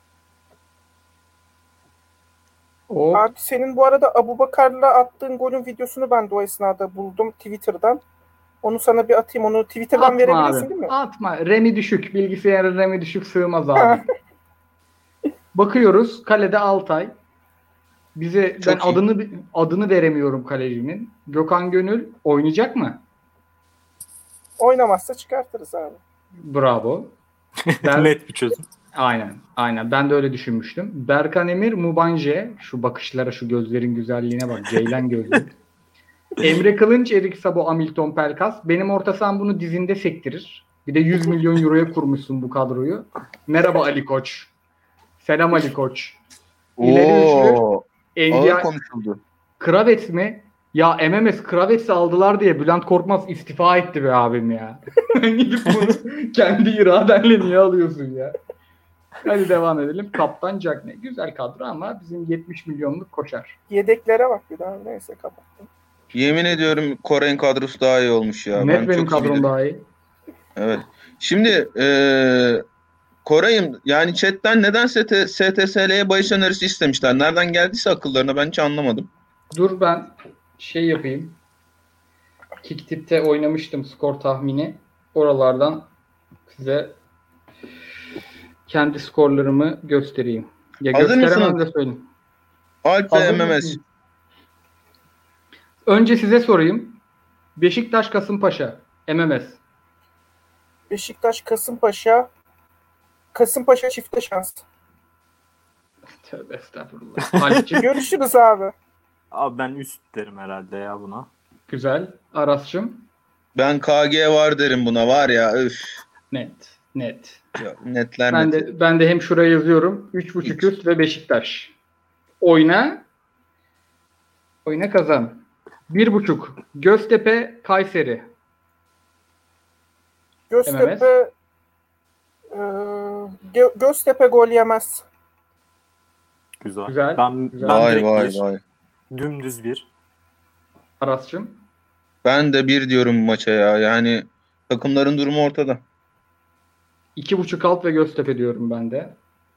[SPEAKER 3] Abi senin bu arada Abubakar'la attığın golün videosunu ben de o esnada buldum Twitter'dan. Onu sana bir atayım. Onu Twitter'dan
[SPEAKER 1] atma
[SPEAKER 3] verebilirsin
[SPEAKER 1] abi.
[SPEAKER 3] değil mi?
[SPEAKER 1] Atma. RAM'i düşük. Bilgisayarın RAM'i düşük, sığmaz abi. Bakıyoruz. Kalede Altay. Ben
[SPEAKER 2] Çok iyi.
[SPEAKER 1] adını veremiyorum kalecinin. Gökhan Gönül oynayacak mı?
[SPEAKER 3] Oynamazsa çıkartırız abi.
[SPEAKER 1] Bravo.
[SPEAKER 4] Net bir çözüm.
[SPEAKER 1] Aynen. Ben de öyle düşünmüştüm. Berkan Emir, Mubanje. Şu bakışlara, şu gözlerin güzelliğine bak. Ceylan gözlü. Emre Kılınç, Erik Sabo, Hamilton Pelkas. Benim orta saham bunu dizinde sektirir. Bir de 100 milyon euroya kurmuşsun bu kadroyu. Merhaba Ali Koç. Selam Ali Koç. İleri üçlü.
[SPEAKER 2] Ağır konuşuldu.
[SPEAKER 1] Kravets mi? Ya MMS Kravets'i aldılar diye Bülent Korkmaz istifa etti be abim ya. Gidip bunu kendi iradenle niye alıyorsun ya? Hadi devam edelim. Kaptan Jack ne? Güzel kadro ama bizim 70 milyonluk koşar.
[SPEAKER 3] Yedeklere bak bir daha. Neyse kapattım.
[SPEAKER 2] Yemin ediyorum Koray'ın kadrosu daha iyi olmuş ya.
[SPEAKER 1] Net benim kadrom daha iyi.
[SPEAKER 2] Evet. Şimdi Koray'ım yani chatten neden STSL'ye bahis önerisi istemişler? Nereden geldiyse akıllarına ben hiç anlamadım.
[SPEAKER 1] Dur ben yapayım. Kicktip'te oynamıştım skor tahmini. Oralardan size kendi skorlarımı göstereyim. Ya
[SPEAKER 2] hazır
[SPEAKER 1] gösteremem
[SPEAKER 2] mısınız?
[SPEAKER 1] de söyleyeyim.
[SPEAKER 2] Alp ve MMS.
[SPEAKER 1] Önce size sorayım. Beşiktaş Kasımpaşa. MMS.
[SPEAKER 3] Beşiktaş Kasımpaşa. Kasımpaşa çifte şans.
[SPEAKER 1] Tövbe estağfurullah.
[SPEAKER 3] Görüşürüz abi.
[SPEAKER 4] Abi ben üst derim herhalde ya buna.
[SPEAKER 1] Güzel. Aras'cığım.
[SPEAKER 2] Ben KG var derim buna var ya. Üf.
[SPEAKER 1] Net.
[SPEAKER 2] Ya, netler
[SPEAKER 1] Ben de hem şuraya yazıyorum. 3.5 üst ve Beşiktaş. Oyna kazan. 1.5 Göztepe Kayseri.
[SPEAKER 3] Göztepe Göztepe gol yemez.
[SPEAKER 4] Güzel.
[SPEAKER 2] Vay.
[SPEAKER 4] Dümdüz bir.
[SPEAKER 1] Aras'cığım.
[SPEAKER 2] Ben de 1 diyorum maça ya. Yani takımların durumu ortada.
[SPEAKER 1] 2.5 alt ve Göztepe diyorum ben de.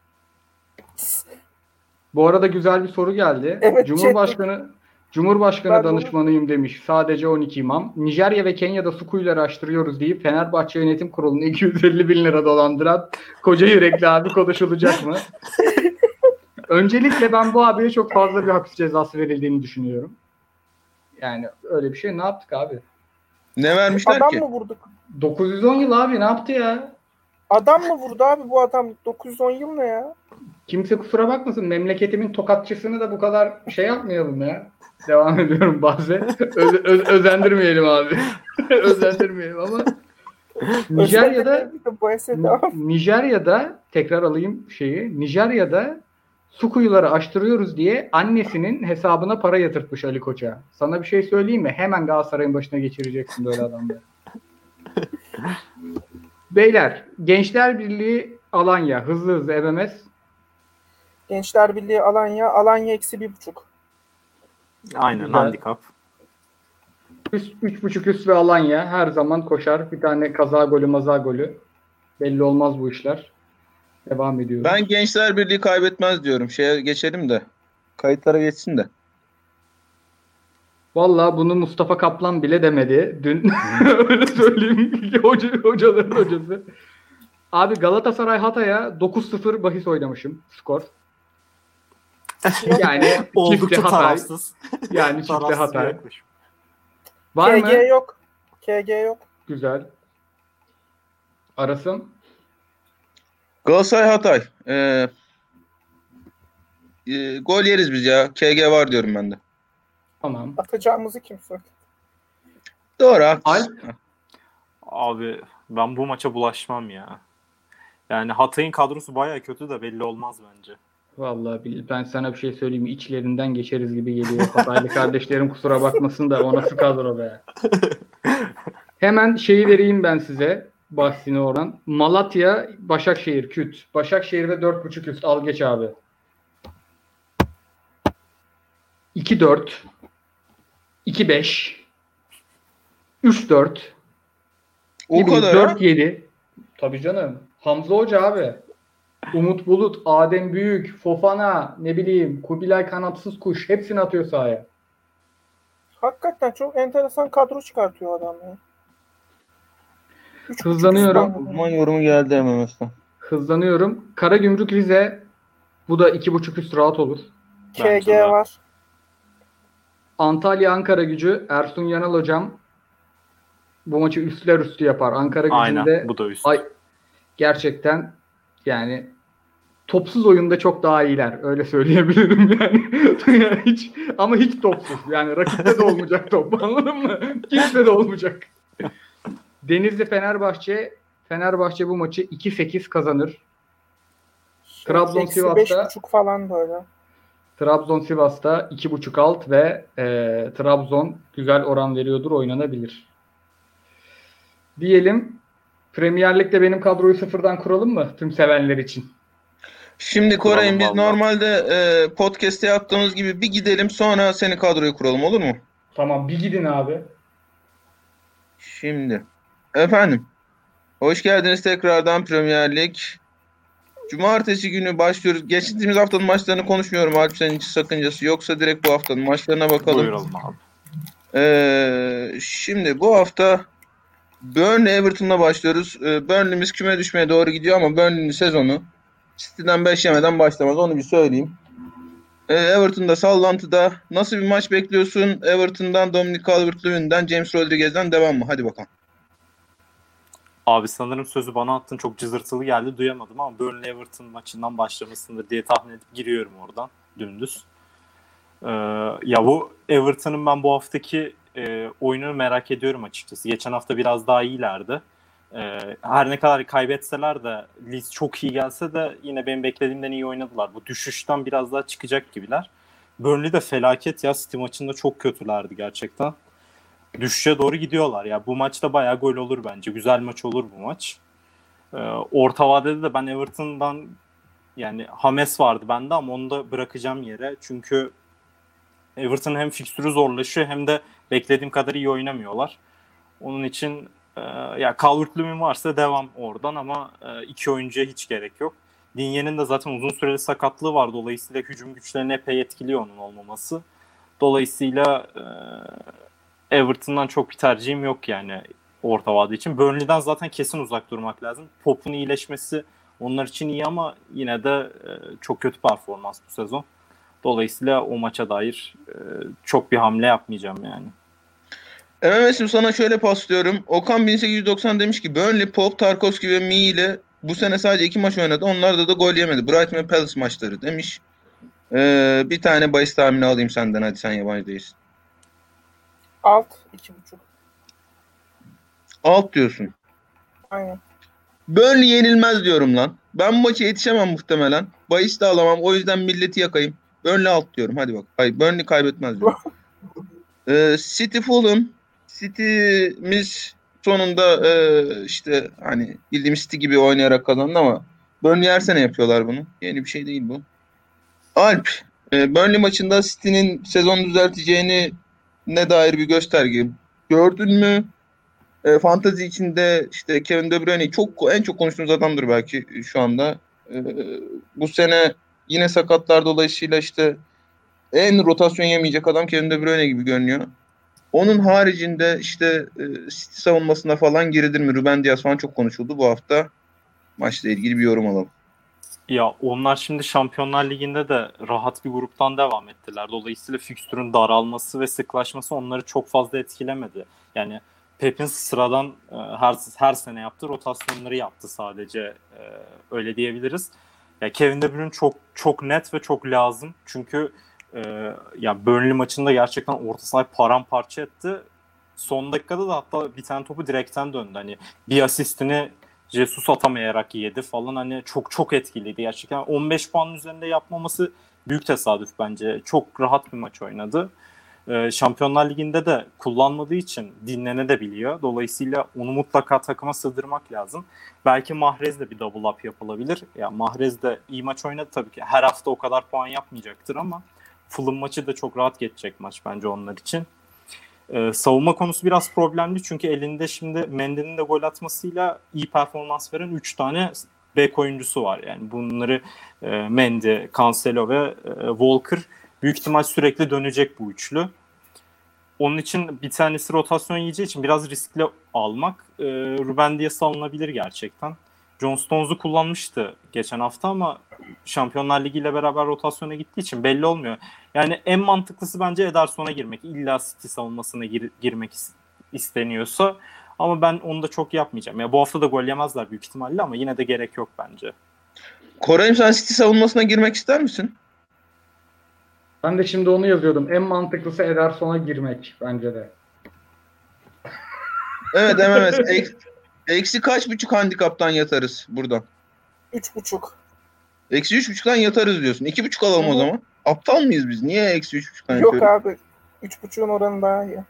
[SPEAKER 1] Bu arada güzel bir soru geldi.
[SPEAKER 3] Evet,
[SPEAKER 1] Cumhurbaşkanı danışmanıyım demiş. Sadece 12 imam. Nijerya ve Kenya'da su kuyuları araştırıyoruz deyip Fenerbahçe Yönetim Kurulu'nu 250 bin lira dolandıran koca yürekli abi konuşulacak mı? Öncelikle ben bu abiye çok fazla bir hapis cezası verildiğini düşünüyorum. Yani öyle bir şey. Ne yaptık abi?
[SPEAKER 2] Ne vermişler
[SPEAKER 3] Adam
[SPEAKER 2] ki?
[SPEAKER 3] mı vurduk?
[SPEAKER 1] 910 yıl abi ne yaptı ya?
[SPEAKER 3] Adam mı vurdu abi bu adam? 910 yıl ne ya?
[SPEAKER 1] Kimse kusura bakmasın. Memleketimin tokatçısını da bu kadar yapmayalım ya. Devam ediyorum bazen. Özendirmeyelim abi. Özendirmeyelim ama Nijerya'da tekrar alayım şeyi. Nijerya'da su kuyuları açtırıyoruz diye annesinin hesabına para yatırtmış Ali Koç'a. Sana bir şey söyleyeyim mi? Hemen Galatasaray'ın başına geçireceksin böyle adamları. Beyler, Gençler Birliği Alanya. Hızlı MMS.
[SPEAKER 3] Gençler Birliği Alanya eksi 1.5.
[SPEAKER 4] Aynen
[SPEAKER 1] Güzel.
[SPEAKER 4] handikap.
[SPEAKER 1] 3.5 üst ve Alanya her zaman koşar. Bir tane kaza golü maza golü. Belli olmaz bu işler. Devam ediyoruz.
[SPEAKER 2] Ben Gençler Birliği kaybetmez diyorum. Geçelim de. Kayıtlara geçsin de.
[SPEAKER 1] Vallahi bunu Mustafa Kaplan bile demedi. Dün öyle söyleyeyim. Hocaların hocası. Abi Galatasaray Hatay'a 9-0 bahis oynamışım. Skor. Yani
[SPEAKER 4] oldukça tarafsız.
[SPEAKER 1] Yani çifte Hatay.
[SPEAKER 3] Var KG mı? Yok. KG yok.
[SPEAKER 1] Güzel. Arasın.
[SPEAKER 2] Galatasaray Hatay. Gol yeriz biz ya. KG var diyorum ben de.
[SPEAKER 1] Tamam.
[SPEAKER 3] Atacağımızı kim söyledi?
[SPEAKER 2] Doğru haklısın.
[SPEAKER 4] Abi ben bu maça bulaşmam ya. Yani Hatay'ın kadrosu bayağı kötü de belli olmaz bence.
[SPEAKER 1] Vallahi ben sana bir şey söyleyeyim mi? İçlerinden geçeriz gibi geliyor. Hataylı kardeşlerim kusura bakmasın da o nasıl kadro be. Hemen vereyim ben size. Bahsini oradan. Malatya, Başakşehir, Küt. Başakşehir ve 4.5 üst. Al geç abi. 2-4 2-5 3-4
[SPEAKER 2] O kadar
[SPEAKER 1] 4-7 Tabii canım. Hamza Hoca abi. Umut Bulut, Adem Büyük, Fofana, Kubilay Kanatsız Kuş hepsini atıyor sahaya.
[SPEAKER 3] Hakikaten çok enteresan kadro çıkartıyor adam ya.
[SPEAKER 1] Hızlanıyorum.
[SPEAKER 2] Uzman yorumu geldi hemen.
[SPEAKER 1] Hızlanıyorum. Karagümrük Rize bu da 2.5 üst rahat olur.
[SPEAKER 3] KG var.
[SPEAKER 1] Antalya Ankara Gücü, Ersun Yanal hocam bu maçı üstler üstü yapar. Ankara Gücü'nde
[SPEAKER 4] aynen, bu da üst.
[SPEAKER 1] Gerçekten yani topsuz oyunda çok daha iyiler. Öyle söyleyebilirim yani. hiç topsuz. Yani rakipte de olmayacak top. Anladın mı? Kimse de olmayacak. Denizli Fenerbahçe bu maçı 2-8 kazanır. Trabzon Sivas'ta
[SPEAKER 3] 5.5 falan böyle.
[SPEAKER 1] Trabzon Sivas'ta 2.5 alt ve Trabzon güzel oran veriyordur, oynanabilir. Diyelim Premier Lig'de benim kadroyu sıfırdan kuralım mı tüm sevenler için?
[SPEAKER 2] Şimdi Koray'ım biz normalde podcast'te yaptığımız gibi bir gidelim sonra senin kadroyu kuralım, olur mu?
[SPEAKER 1] Tamam, bir gidin abi.
[SPEAKER 2] Şimdi efendim hoş geldiniz tekrardan Premier Lig. Cumartesi günü başlıyoruz. Geçtiğimiz haftanın maçlarını konuşmuyorum. Alp, senin için sakıncası yoksa direkt bu haftanın maçlarına bakalım.
[SPEAKER 4] Buyuralım abi.
[SPEAKER 2] Şimdi bu hafta Burnley Everton'la başlıyoruz. Burnley'miz küme düşmeye doğru gidiyor ama Burnley'nin sezonu City'den 5 yemeden başlamaz. Onu bir söyleyeyim. Everton'da sallantıda. Nasıl bir maç bekliyorsun? Everton'dan, Dominic Calvert-Lewin'den, James Rodriguez'den devam mı? Hadi bakalım.
[SPEAKER 4] Abi sanırım sözü bana attın, çok cızırtılı geldi, duyamadım ama Burnley Everton maçından başlamasındır diye tahmin edip giriyorum oradan dümdüz. Ya bu Everton'ın ben bu haftaki oyununu merak ediyorum açıkçası. Geçen hafta biraz daha iyilerdi. Her ne kadar kaybetseler de Leeds çok iyi gelse de yine benim beklediğimden iyi oynadılar. Bu düşüşten biraz daha çıkacak gibiler. Burnley de felaket ya. City maçında çok kötülerdi gerçekten. Düşüşe doğru gidiyorlar. Ya bu maçta bayağı gol olur bence. Güzel maç olur bu maç. Orta vadede de ben Everton'dan, yani James vardı bende ama onu da bırakacağım yere. Çünkü Everton hem fikstürü zorlaşıyor hem de beklediğim kadar iyi oynamıyorlar. Onun için ya Calvert-Lewin varsa devam oradan ama iki oyuncuya hiç gerek yok. Dinye'nin de zaten uzun süreli sakatlığı var. Dolayısıyla hücum güçlerini epey etkiliyor onun olmaması. Dolayısıyla Everton'dan çok bir tercihim yok yani orta vade için. Burnley'den zaten kesin uzak durmak lazım. Pop'un iyileşmesi onlar için iyi ama yine de çok kötü performans bu sezon. Dolayısıyla o maça dair çok bir hamle yapmayacağım yani.
[SPEAKER 2] MMS'im sana şöyle paslıyorum. Okan 1890 demiş ki Burnley, Pope, Tarkowski ve Mee ile bu sene sadece 2 maç oynadı. Onlarda da gol yemedi. Brighton ve Palace maçları demiş. Bir tane bahis tahmini alayım senden. Hadi, sen yabancı değilsin.
[SPEAKER 3] Alt 2.5.
[SPEAKER 2] Alt diyorsun.
[SPEAKER 3] Aynen.
[SPEAKER 2] Burnley yenilmez diyorum lan. Ben bu maça yetişemem muhtemelen. Bahis de alamam. O yüzden milleti yakayım. Burnley alt diyorum. Hadi bak. Hayır, Burnley kaybetmez diyorum. City Fulham. City'miz sonunda işte hani bildiğimiz City gibi oynayarak kazandı ama Burnley her sene yapıyorlar bunu. Yeni bir şey değil bu. Alp, Burnley maçında City'nin sezonu düzelteceğini ne dair bir gösterge gördün mü? Fantezi içinde işte Kevin De Bruyne en çok konuştuğumuz adamdır belki şu anda. Bu sene yine sakatlar dolayısıyla işte en rotasyon yemeyecek adam Kevin De Bruyne gibi görünüyor. Onun haricinde işte City savunmasına falan girilir mi? Ruben Dias falan çok konuşuldu bu hafta. Maçla ilgili bir yorum alalım.
[SPEAKER 4] Ya onlar şimdi Şampiyonlar Ligi'nde de rahat bir gruptan devam ettiler. Dolayısıyla fikstürün daralması ve sıklaşması onları çok fazla etkilemedi. Yani Pep'in sıradan her sene yaptığı rotasyonları yaptı sadece. Öyle diyebiliriz. Ya Kevin De Bruyne çok net ve çok lazım. Çünkü ya Burnley maçında gerçekten orta sahayı paramparça etti. Son dakikada da hatta bir tane topu direkten döndü. Hani bir asistini Jesus atamayarak yedi falan, hani çok etkiliydi gerçekten. 15 puanın üzerinde yapmaması büyük tesadüf bence. Çok rahat bir maç oynadı. Şampiyonlar Ligi'nde de kullanmadığı için dinlenebiliyor. Dolayısıyla onu mutlaka takıma sığdırmak lazım. Belki Mahrez'le bir double up yapılabilir. Ya Mahrez de iyi maç oynadı tabii ki. Her hafta o kadar puan yapmayacaktır ama Fulham maçı da çok rahat geçecek maç bence onlar için. Savunma konusu biraz problemli çünkü elinde şimdi Mendy'nin de gol atmasıyla iyi performans veren 3 tane bek oyuncusu var. Yani bunları Mendy, Cancelo ve Walker büyük ihtimal sürekli dönecek bu üçlü. Onun için bir tanesi rotasyon yiyeceği için biraz riskli almak. Ruben Dias alınabilir gerçekten. John Stones'u kullanmıştı geçen hafta ama Şampiyonlar Ligi ile beraber rotasyona gittiği için belli olmuyor. Yani en mantıklısı bence Ederson'a girmek. İlla City savunmasına girmek isteniyorsa. Ama ben onu da çok yapmayacağım. Ya bu hafta da gol yemezler büyük ihtimalle ama yine de gerek yok bence.
[SPEAKER 2] Koray'ım, sen City savunmasına girmek ister misin?
[SPEAKER 1] Ben de şimdi onu yazıyordum. En mantıklısı Ederson'a girmek bence de.
[SPEAKER 2] Evet, MMS. Eksi kaç buçuk handikaptan yatarız buradan?
[SPEAKER 3] 3.5.
[SPEAKER 2] Eksi 3.5'tan yatarız diyorsun. 2.5 alalım o zaman. Aptal mıyız biz? Niye eksi 3.5'tan
[SPEAKER 3] Yok
[SPEAKER 2] yatıyoruz?
[SPEAKER 3] abi. 3.5'un oranı daha iyi.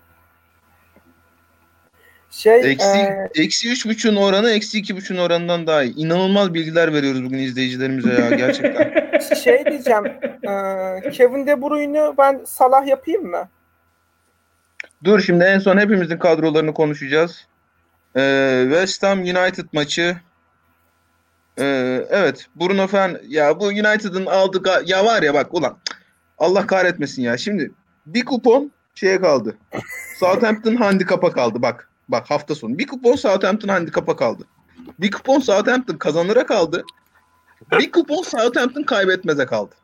[SPEAKER 2] Eksi 3.5'un oranı eksi 2.5'un oranından daha iyi. İnanılmaz bilgiler veriyoruz bugün izleyicilerimize ya, gerçekten.
[SPEAKER 3] Diyeceğim. Kevin De Bruyne'ü ben Salah yapayım mı?
[SPEAKER 2] Dur, şimdi en son hepimizin kadrolarını konuşacağız. West Ham United maçı. Evet, Bruno Fernandes. Ya bu United'ın aldığı ya var ya, bak ulan. Allah kahretmesin ya. Şimdi bir kupon şeye kaldı. Southampton handikapa kaldı bak. Bak, hafta sonu. Bir kupon Southampton handikapa kaldı. Bir kupon Southampton kazanıra kaldı. Bir kupon Southampton kaybetmeze kaldı.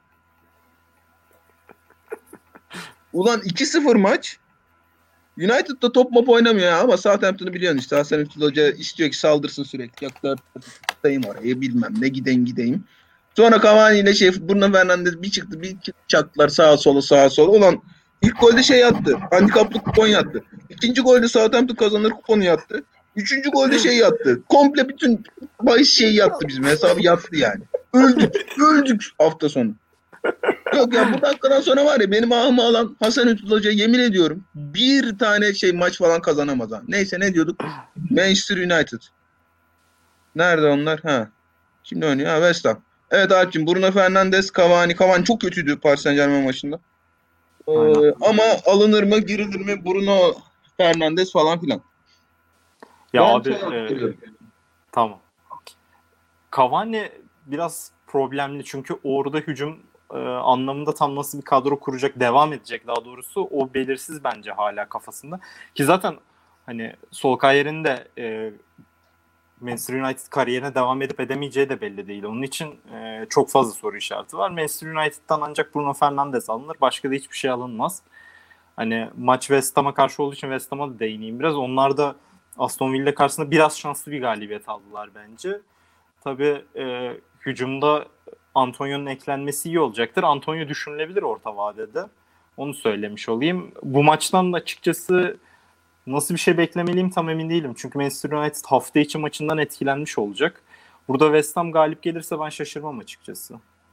[SPEAKER 2] Ulan 2-0 maç. United'da top mop oynamıyor ama Southampton'ı biliyorsun işte. Hasan Ünlü Hoca istiyor ki saldırsın sürekli. Yok, 4 tutayım oraya, bilmem ne, gideyim. Sonra Cavani ile Bruno Fernandes bir çıktı, bir çaktılar sağa sola. Ulan ilk golde yattı. Handikaplı kupon yattı. İkinci golde Southampton kazanır kuponu yattı. Üçüncü golde yattı. Komple bütün bahis yattı bizim. Hesabı yattı yani. Öldük hafta sonu. Yok ya, bu dakikadan sonra var ya, benim ahımı alan Hasan Ünlü Hoca, yemin ediyorum bir tane maç falan kazanamaz ha. Neyse, ne diyorduk? Manchester United. Nerede onlar? Ha. Şimdi oynuyor. West Ham. Evet Alp'cim, Bruno Fernandes, Cavani çok kötüydü Paris Saint-Germain maçında. Ama alınır mı, girilir mi Bruno Fernandes falan filan.
[SPEAKER 4] Ya ben abi tamam. Cavani biraz problemli çünkü orada hücum anlamında tam nasıl bir kadro kuracak, devam edecek daha doğrusu, o belirsiz bence hala kafasında. Ki zaten hani Solskjaer'in de Manchester United kariyerine devam edip edemeyeceği de belli değil. Onun için çok fazla soru işareti var. Manchester United'dan ancak Bruno Fernandes alınır. Başka da hiçbir şey alınmaz. Hani maç West Ham'a karşı olduğu için West Ham'a da değineyim biraz. Onlar da Aston Villa karşısında biraz şanslı bir galibiyet aldılar bence. Tabii hücumda Antonio'nun eklenmesi iyi olacaktır. Antonio düşünülebilir orta vadede. Onu söylemiş olayım. Bu maçtan da açıkçası nasıl bir şey beklemeliyim tam emin değilim. Çünkü Manchester United hafta içi maçından etkilenmiş olacak. Burada West Ham galip gelirse ben şaşırmam açıkçası.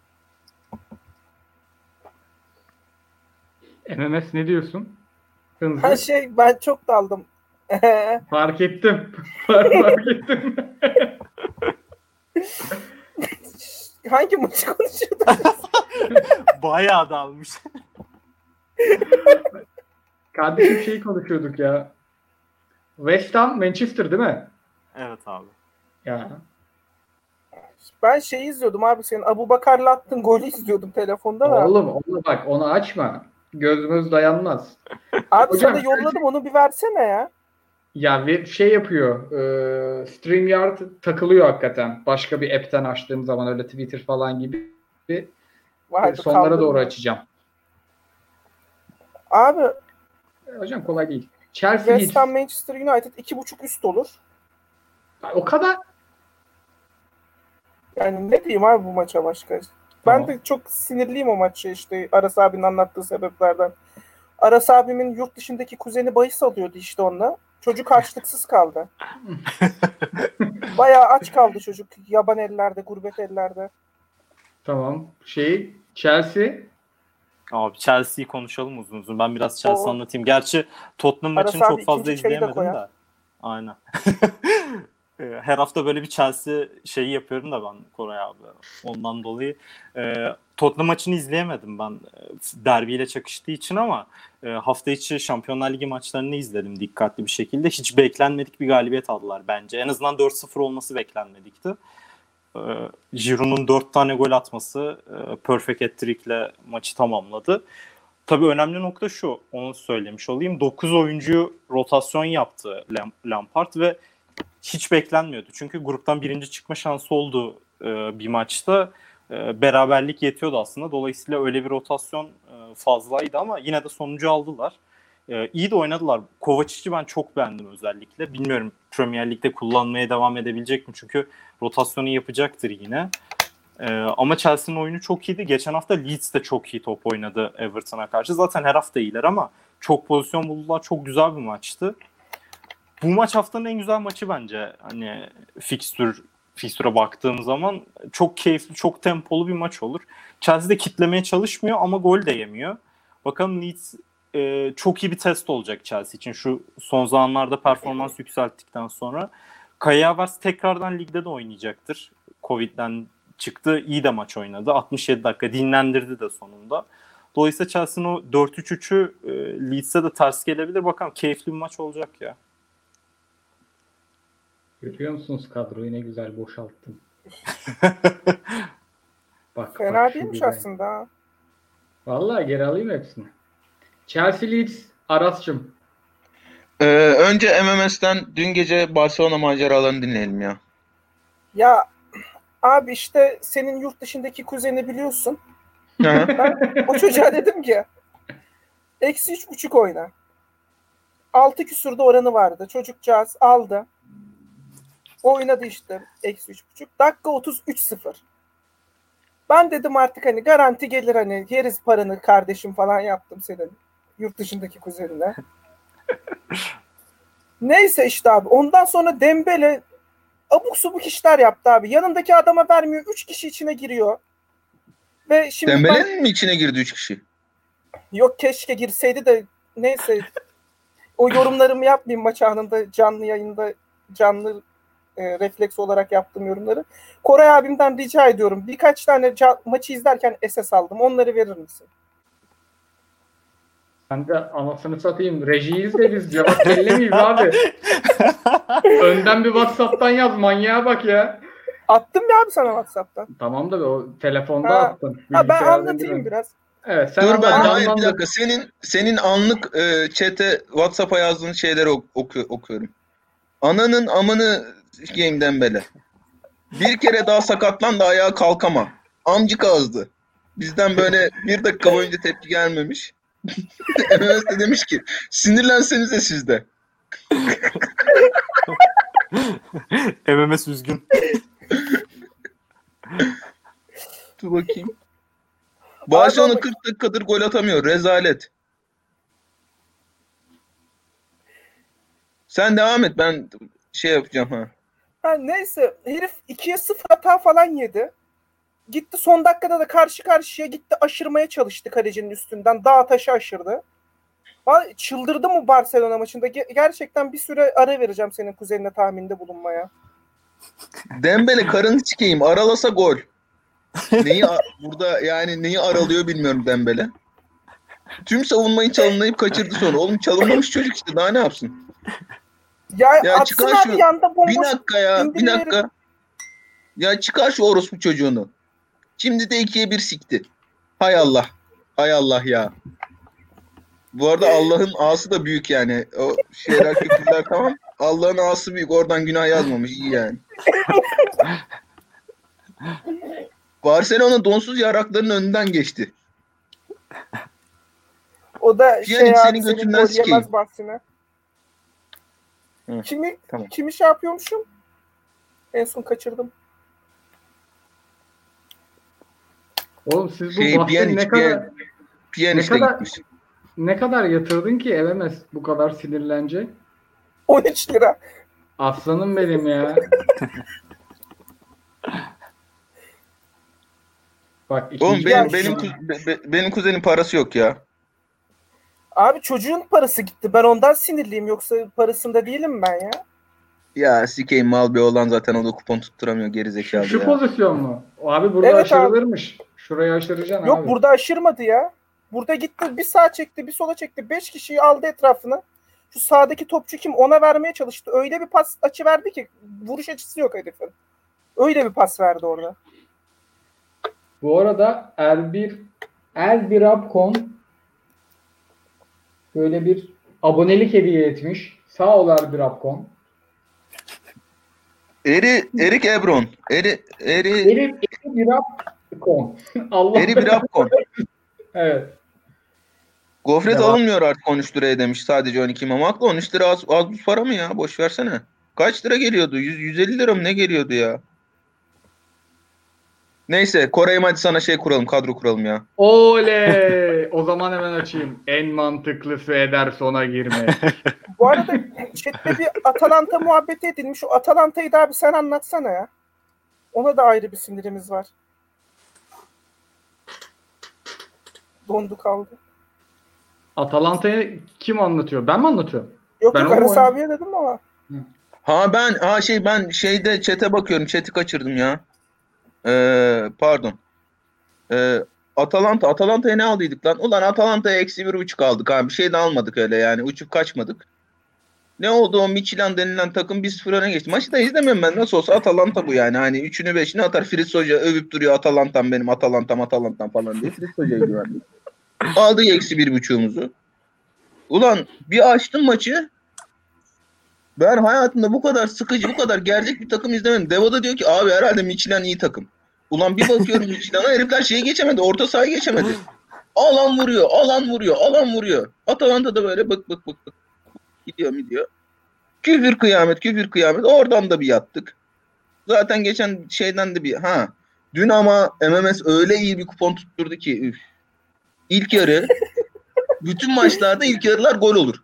[SPEAKER 1] MMS ne diyorsun?
[SPEAKER 3] Ben çok daldım.
[SPEAKER 1] Fark ettim. Fark ettim.
[SPEAKER 3] Hangi maçı konuşuyorduk?
[SPEAKER 4] Bayağı dalmış.
[SPEAKER 1] Kardeşim konuşuyorduk ya. West Ham Manchester değil mi?
[SPEAKER 4] Evet abi.
[SPEAKER 1] Ya.
[SPEAKER 3] Ben izliyordum abi, senin Abubakar'la attığın golü izliyordum telefonda da.
[SPEAKER 1] Oğlum bak, onu açma. Gözümüz dayanmaz.
[SPEAKER 3] Abi hocam, sana yolladım, onu bir versene ya. Ya
[SPEAKER 1] yapıyor. StreamYard takılıyor hakikaten. Başka bir app'ten açtığım zaman, öyle Twitter falan gibi. Sonlara doğru açacağım. Abi. Hocam kolay değil. Chelsea
[SPEAKER 3] West Ham Manchester United 2.5 üst olur.
[SPEAKER 1] O kadar.
[SPEAKER 3] Yani ne diyeyim abi bu maça başka? Ben de çok sinirliyim o maçı işte, Aras abinin anlattığı sebeplerden. Aras abimin yurt dışındaki kuzeni bahis alıyordu işte onunla. Çocuk harçlıksız kaldı. Bayağı aç kaldı çocuk. Yaban ellerde, gurbet ellerde.
[SPEAKER 1] Tamam. Chelsea.
[SPEAKER 4] Abi Chelsea'yi konuşalım uzun uzun. Ben biraz Chelsea anlatayım. Gerçi Tottenham maçını çok fazla izleyemedim de. Aynen. Her hafta böyle bir Chelsea yapıyorum da ben Koray abi. Ondan dolayı Tottenham maçını izleyemedim ben derbiyle çakıştığı için ama hafta içi Şampiyonlar Ligi maçlarını izledim dikkatli bir şekilde. Hiç beklenmedik bir galibiyet aldılar bence. En azından 4-0 olması beklenmedikti. Giroud'un 4 tane gol atması perfect hat-trick'le maçı tamamladı. Tabii önemli nokta şu, onu söylemiş olayım. 9 oyuncu rotasyon yaptı Lampard ve hiç beklenmiyordu. Çünkü gruptan birinci çıkma şansı oldu bir maçta. Beraberlik yetiyordu aslında. Dolayısıyla öyle bir rotasyon fazlaydı ama yine de sonucu aldılar. İyi de oynadılar. Kovacic'i ben çok beğendim özellikle. Bilmiyorum Premier Lig'de kullanmaya devam edebilecek mi? Çünkü rotasyonu yapacaktır yine. Ama Chelsea'nin oyunu çok iyiydi. Geçen hafta Leeds de çok iyi top oynadı Everton'a karşı. Zaten her hafta iyiler ama çok pozisyon buldular. Çok güzel bir maçtı. Bu maç haftanın en güzel maçı bence. Hani fikstüre baktığım zaman çok keyifli, çok tempolu bir maç olur. Chelsea de kitlemeye çalışmıyor ama gol de yemiyor. Bakalım Leeds çok iyi bir test olacak Chelsea için. Şu son zamanlarda performans yükselttikten sonra. Kai Havertz tekrardan ligde de oynayacaktır. Covid'den çıktı. İyi de maç oynadı. 67 dakika dinlendirdi de sonunda. Dolayısıyla Chelsea'nin o 4-3-3'ü Leeds'e de ters gelebilir. Bakalım keyifli bir maç olacak ya.
[SPEAKER 1] Görüyor musunuz kadroyu ne güzel boşalttım.
[SPEAKER 3] Fena değilmiş aslında.
[SPEAKER 1] Vallahi geri alayım hepsini. Chelsea Leeds Aras'cığım.
[SPEAKER 2] Önce MMS'ten dün gece Barcelona maceralarını dinleyelim ya.
[SPEAKER 3] Ya abi işte senin yurt dışındaki kuzeni biliyorsun. Ben o çocuğa dedim ki -3.5 oyna. 6 küsurda oranı vardı. Çocukcağız aldı. Oynadı işte -3.5. Dakika 33-0. Ben dedim artık hani garanti gelir hani yeriz paranı kardeşim falan yaptım senin yurt dışındaki kuzenine. Neyse işte abi ondan sonra Dembele abuk subuk işler yaptı abi. Yanındaki adama vermiyor. 3 kişi içine giriyor. Ve şimdi
[SPEAKER 2] Dembele'nin mi içine girdi 3 kişi?
[SPEAKER 3] Yok keşke girseydi de neyse. O yorumlarımı yapmayayım maç anında canlı yayında canlı refleks olarak yaptığım yorumları. Koray abimden rica ediyorum. Birkaç tane maçı izlerken SS aldım. Onları verir misin?
[SPEAKER 1] Ben de anasını satayım. Rejiyiz de biz cevap bellemeyiz abi. Önden bir WhatsApp'tan yaz. Manyağa bak ya.
[SPEAKER 3] Attım ya abi sana WhatsApp'tan.
[SPEAKER 1] Tamam da o telefonda attın.
[SPEAKER 3] Ben anlatayım biraz.
[SPEAKER 1] Evet, sen
[SPEAKER 2] dur hayır
[SPEAKER 1] bir
[SPEAKER 2] dakika. Senin anlık chat'e WhatsApp'a yazdığın şeyleri okuyorum. Ananın amını game Dembele. Bir kere daha sakatlan da ayağa kalkama. Amcık ağızdı. Bizden böyle 1 dakika boyunca tepki gelmemiş. MMS de demiş ki sinirlensenize siz de.
[SPEAKER 4] MMS üzgün.
[SPEAKER 2] Dur bakayım. Barcelona 40 dakikadır gol atamıyor. Rezalet. Sen devam et. Ben şey yapacağım
[SPEAKER 3] Neyse herif 2'ye 0 hata falan yedi. Gitti son dakikada da karşı karşıya gitti aşırmaya çalıştı kalecinin üstünden. Dağ taşı aşırdı. Çıldırdı mı Barcelona maçında? Gerçekten bir süre ara vereceğim senin kuzenine tahminde bulunmaya.
[SPEAKER 2] Dembele karını çıkayım. Aralasa gol. Burada yani neyi aralıyor bilmiyorum Dembele. Tüm savunmayı çalımlayıp kaçırdı sonra. Oğlum çalımlamış çocuk işte. Daha ne yapsın?
[SPEAKER 3] Ya çıkar abi şu yanda bomboş.
[SPEAKER 2] Bir dakika. Ya çıkar şu orospu çocuğunu. Şimdi de 2'ye 1 sikti. Hay Allah. Hay Allah ya. Bu arada Allah'ın ağası da büyük yani. O şeyler küfürler tamam. Allah'ın ağası büyük. Oradan günah yazmamış. İyi yani. Barcelona donsuz yarakların önünden geçti.
[SPEAKER 3] O da
[SPEAKER 2] senin götünden sikeyim.
[SPEAKER 3] Kimi şey yapıyormuşum? En son kaçırdım.
[SPEAKER 1] Oğlum siz bu bahsi ne kadar yatırdın ki MMS bu kadar sinirlenecek?
[SPEAKER 3] 13 lira.
[SPEAKER 1] Aslanım benim ya. Bak,
[SPEAKER 2] oğlum benim kuzenin parası yok ya.
[SPEAKER 3] Abi çocuğun parası gitti. Ben ondan sinirliyim. Yoksa parasında değilim ben ya.
[SPEAKER 2] Ya sikeyim mal bir olan zaten o da kupon tutturamıyor gerizekalı
[SPEAKER 1] Şu
[SPEAKER 2] ya.
[SPEAKER 1] pozisyon mu? Abi burada
[SPEAKER 3] evet
[SPEAKER 1] aşırılırmış. Abi. Şurayı aşıracaksın
[SPEAKER 3] Yok,
[SPEAKER 1] abi.
[SPEAKER 3] Yok burada aşırmadı ya. Burada gitti bir sağa çekti bir sola çekti. 5 kişiyi aldı etrafına. Şu sağdaki topçu kim ona vermeye çalıştı. Öyle bir pas açı verdi ki vuruş açısı yok herifin. Öyle bir pas verdi orada.
[SPEAKER 1] Bu arada Elbirab.com böyle bir abonelik hediye etmiş. Sağ ol Elbirab.com.
[SPEAKER 2] Erik Ebron.
[SPEAKER 1] Herif Birapkon. Allah.
[SPEAKER 2] Eri Birapkon.
[SPEAKER 1] Evet.
[SPEAKER 2] Gofret
[SPEAKER 1] Devam.
[SPEAKER 2] alınmıyor artık 13 liraya demiş sadece 12 mamakla. 13 lira az buz para mı ya? Boş versene. Kaç lira geliyordu? 150 lira mı ne geliyordu ya? Neyse Koray'ım hadi sana şey kuralım, kadro kuralım ya.
[SPEAKER 1] Oley! O zaman hemen açayım. En mantıklısı Ederson'a girmek.
[SPEAKER 3] Bu arada chatte bir Atalanta muhabbeti edilmiş. O Atalanta'yı da abi sen anlatsana ya. Ona da ayrı bir sinirimiz var. Dondu kaldı.
[SPEAKER 1] Atalanta'yı kim anlatıyor? Ben mi anlatıyorum?
[SPEAKER 3] Yok
[SPEAKER 1] Ben
[SPEAKER 3] yok
[SPEAKER 1] onu
[SPEAKER 3] Aras
[SPEAKER 1] mu-
[SPEAKER 3] abiye dedim ama.
[SPEAKER 2] Ben şeyde chat'e bakıyorum. Chat'i kaçırdım ya. Pardon. Atalanta'ya ne aldıydık lan? Ulan Atalanta'ya -1,5 aldık abi. Bir şey de almadık öyle yani. Uçup kaçmadık. Ne oldu o Michelin denilen takım 1-0 öne geçti. Maçı da izlemiyorum ben. Nasıl olsa Atalanta bu yani. Hani 3'ünü 5'ini atar. Fritz Hoca övüp duruyor. Atalantam benim. Atalantam falan diye. Fritz Hoca'ya güvendik. Aldık -1,5'umuzu. Ulan bir açtım maçı. Ben hayatımda bu kadar sıkıcı, bu kadar gerçek bir takım izlemedim. Devo da diyor ki abi herhalde Michelin iyi takım. Ulan bir bakıyorum Michelin'a herifler şeyi geçemedi. Orta sahayı geçemedi. Alan vuruyor. Atalanta da böyle bık. Gidiyor. Küfür kıyamet. Oradan da bir yattık. Zaten geçen şeyden de dün ama MMS öyle iyi bir kupon tutturdu ki üf. İlk yarı bütün maçlarda ilk yarılar gol olur.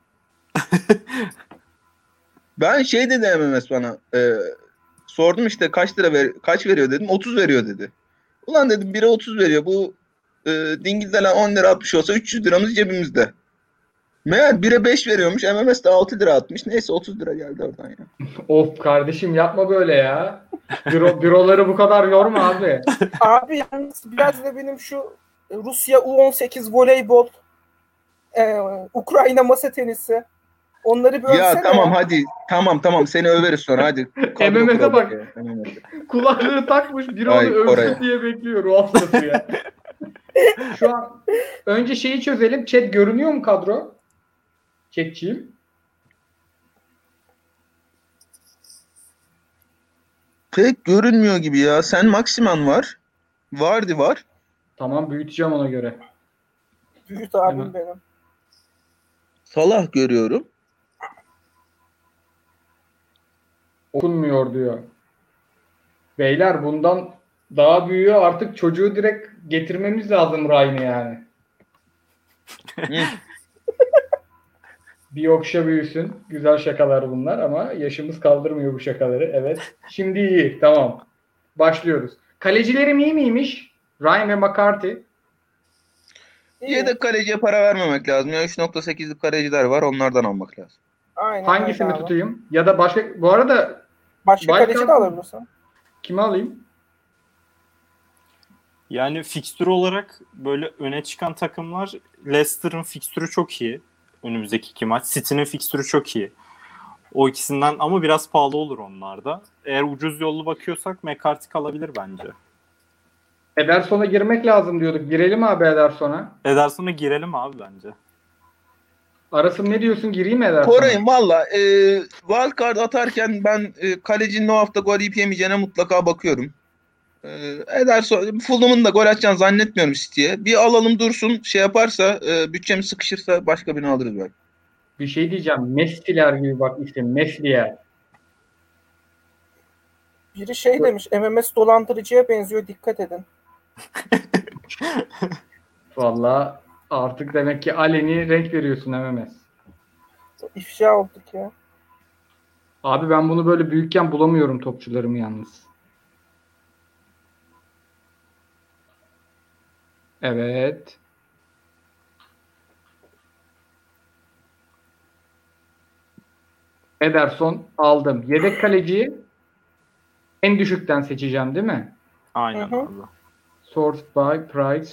[SPEAKER 2] Ben şey dedi MMS bana sordum işte kaç veriyor dedim. 30 veriyor dedi. Ulan dedim biri 30 veriyor. Bu dingilden 10 lira atmış olsa 300 liramız cebimizde. Meğer 1'e 5 veriyormuş. MMS de 6 lira atmış. Neyse 30 lira geldi oradan ya.
[SPEAKER 1] Of kardeşim yapma böyle ya. Büroları bu kadar yorma abi.
[SPEAKER 3] Abi yalnız biraz da benim şu Rusya U18 voleybol, Ukrayna masa tenisi onları bir
[SPEAKER 2] Ya
[SPEAKER 3] övsene
[SPEAKER 2] tamam
[SPEAKER 3] ya.
[SPEAKER 2] hadi. Tamam seni överiz sonra hadi. Kadro
[SPEAKER 1] MMS'e
[SPEAKER 2] kuralım
[SPEAKER 1] bak.
[SPEAKER 2] ya, MMS'e.
[SPEAKER 1] Kulaklığı takmış biri onu
[SPEAKER 2] Ay,
[SPEAKER 1] övsün
[SPEAKER 2] Koray.
[SPEAKER 1] diye bekliyor ruh hastası ya. Şu an önce şeyi çözelim. Chat görünüyor mu kadro? Chatçiyim.
[SPEAKER 2] Pek görünmüyor gibi ya. Sen Maximan var. Vardy var.
[SPEAKER 1] Tamam büyüteceğim ona göre.
[SPEAKER 3] Büyük abim
[SPEAKER 1] Hemen.
[SPEAKER 3] benim.
[SPEAKER 2] Salah görüyorum.
[SPEAKER 1] Okunmuyor diyor. Beyler bundan daha büyüyor artık çocuğu direkt getirmemiz lazım Ryan'ı yani. Bir yokşa büyüsün. Güzel şakalar bunlar ama yaşımız kaldırmıyor bu şakaları. Evet. Şimdi iyi. Tamam. Başlıyoruz. Kalecilerim iyi miymiş? Ryan ve McCarthy.
[SPEAKER 3] İyi.
[SPEAKER 2] Yedek kaleciye para vermemek lazım. Ya 3.8'lik kaleciler var. Onlardan almak lazım.
[SPEAKER 3] Aynen
[SPEAKER 1] Hangisini
[SPEAKER 3] öyle abi.
[SPEAKER 1] tutayım? Ya da başka... Bu arada
[SPEAKER 3] Başka
[SPEAKER 1] Wildcard-
[SPEAKER 3] kaleci de alabilirsin.
[SPEAKER 1] kimi alayım?
[SPEAKER 4] Yani fikstür olarak böyle öne çıkan takımlar Leicester'ın fikstürü çok iyi. Önümüzdeki 2 maç. City'nin fikstürü çok iyi. O ikisinden ama biraz pahalı olur onlarda. Eğer ucuz yollu bakıyorsak McCarthy kalabilir bence.
[SPEAKER 1] Ederson'a girmek lazım diyorduk. Girelim abi Ederson'a.
[SPEAKER 4] Ederson'a girelim abi bence.
[SPEAKER 1] Arasın ne diyorsun? Gireyim mi Ederson'a?
[SPEAKER 2] Koray'ım valla wildcard atarken ben kalecinin o hafta gol yiyip yemeyeceğine mutlaka bakıyorum. Ederson, Fulham'ın da gol atacağını zannetmiyorum City'ye. Bir alalım dursun şey yaparsa bütçemiz sıkışırsa başka birini alırız belki.
[SPEAKER 1] Bir şey diyeceğim. Messi'ler gibi bak isim. Messi'ler.
[SPEAKER 3] Biri şey demiş MMS dolandırıcıya benziyor dikkat edin.
[SPEAKER 1] Vallahi artık demek ki aleni renk veriyorsun MMS.
[SPEAKER 3] İfşa olduk ya.
[SPEAKER 1] Abi ben bunu böyle büyükken bulamıyorum topçularımı yalnız. Evet. Ederson aldım. Yedek kaleciyi en düşükten seçeceğim değil mi?
[SPEAKER 4] Aynen
[SPEAKER 3] Hı hı.
[SPEAKER 4] abi.
[SPEAKER 1] Sort by price.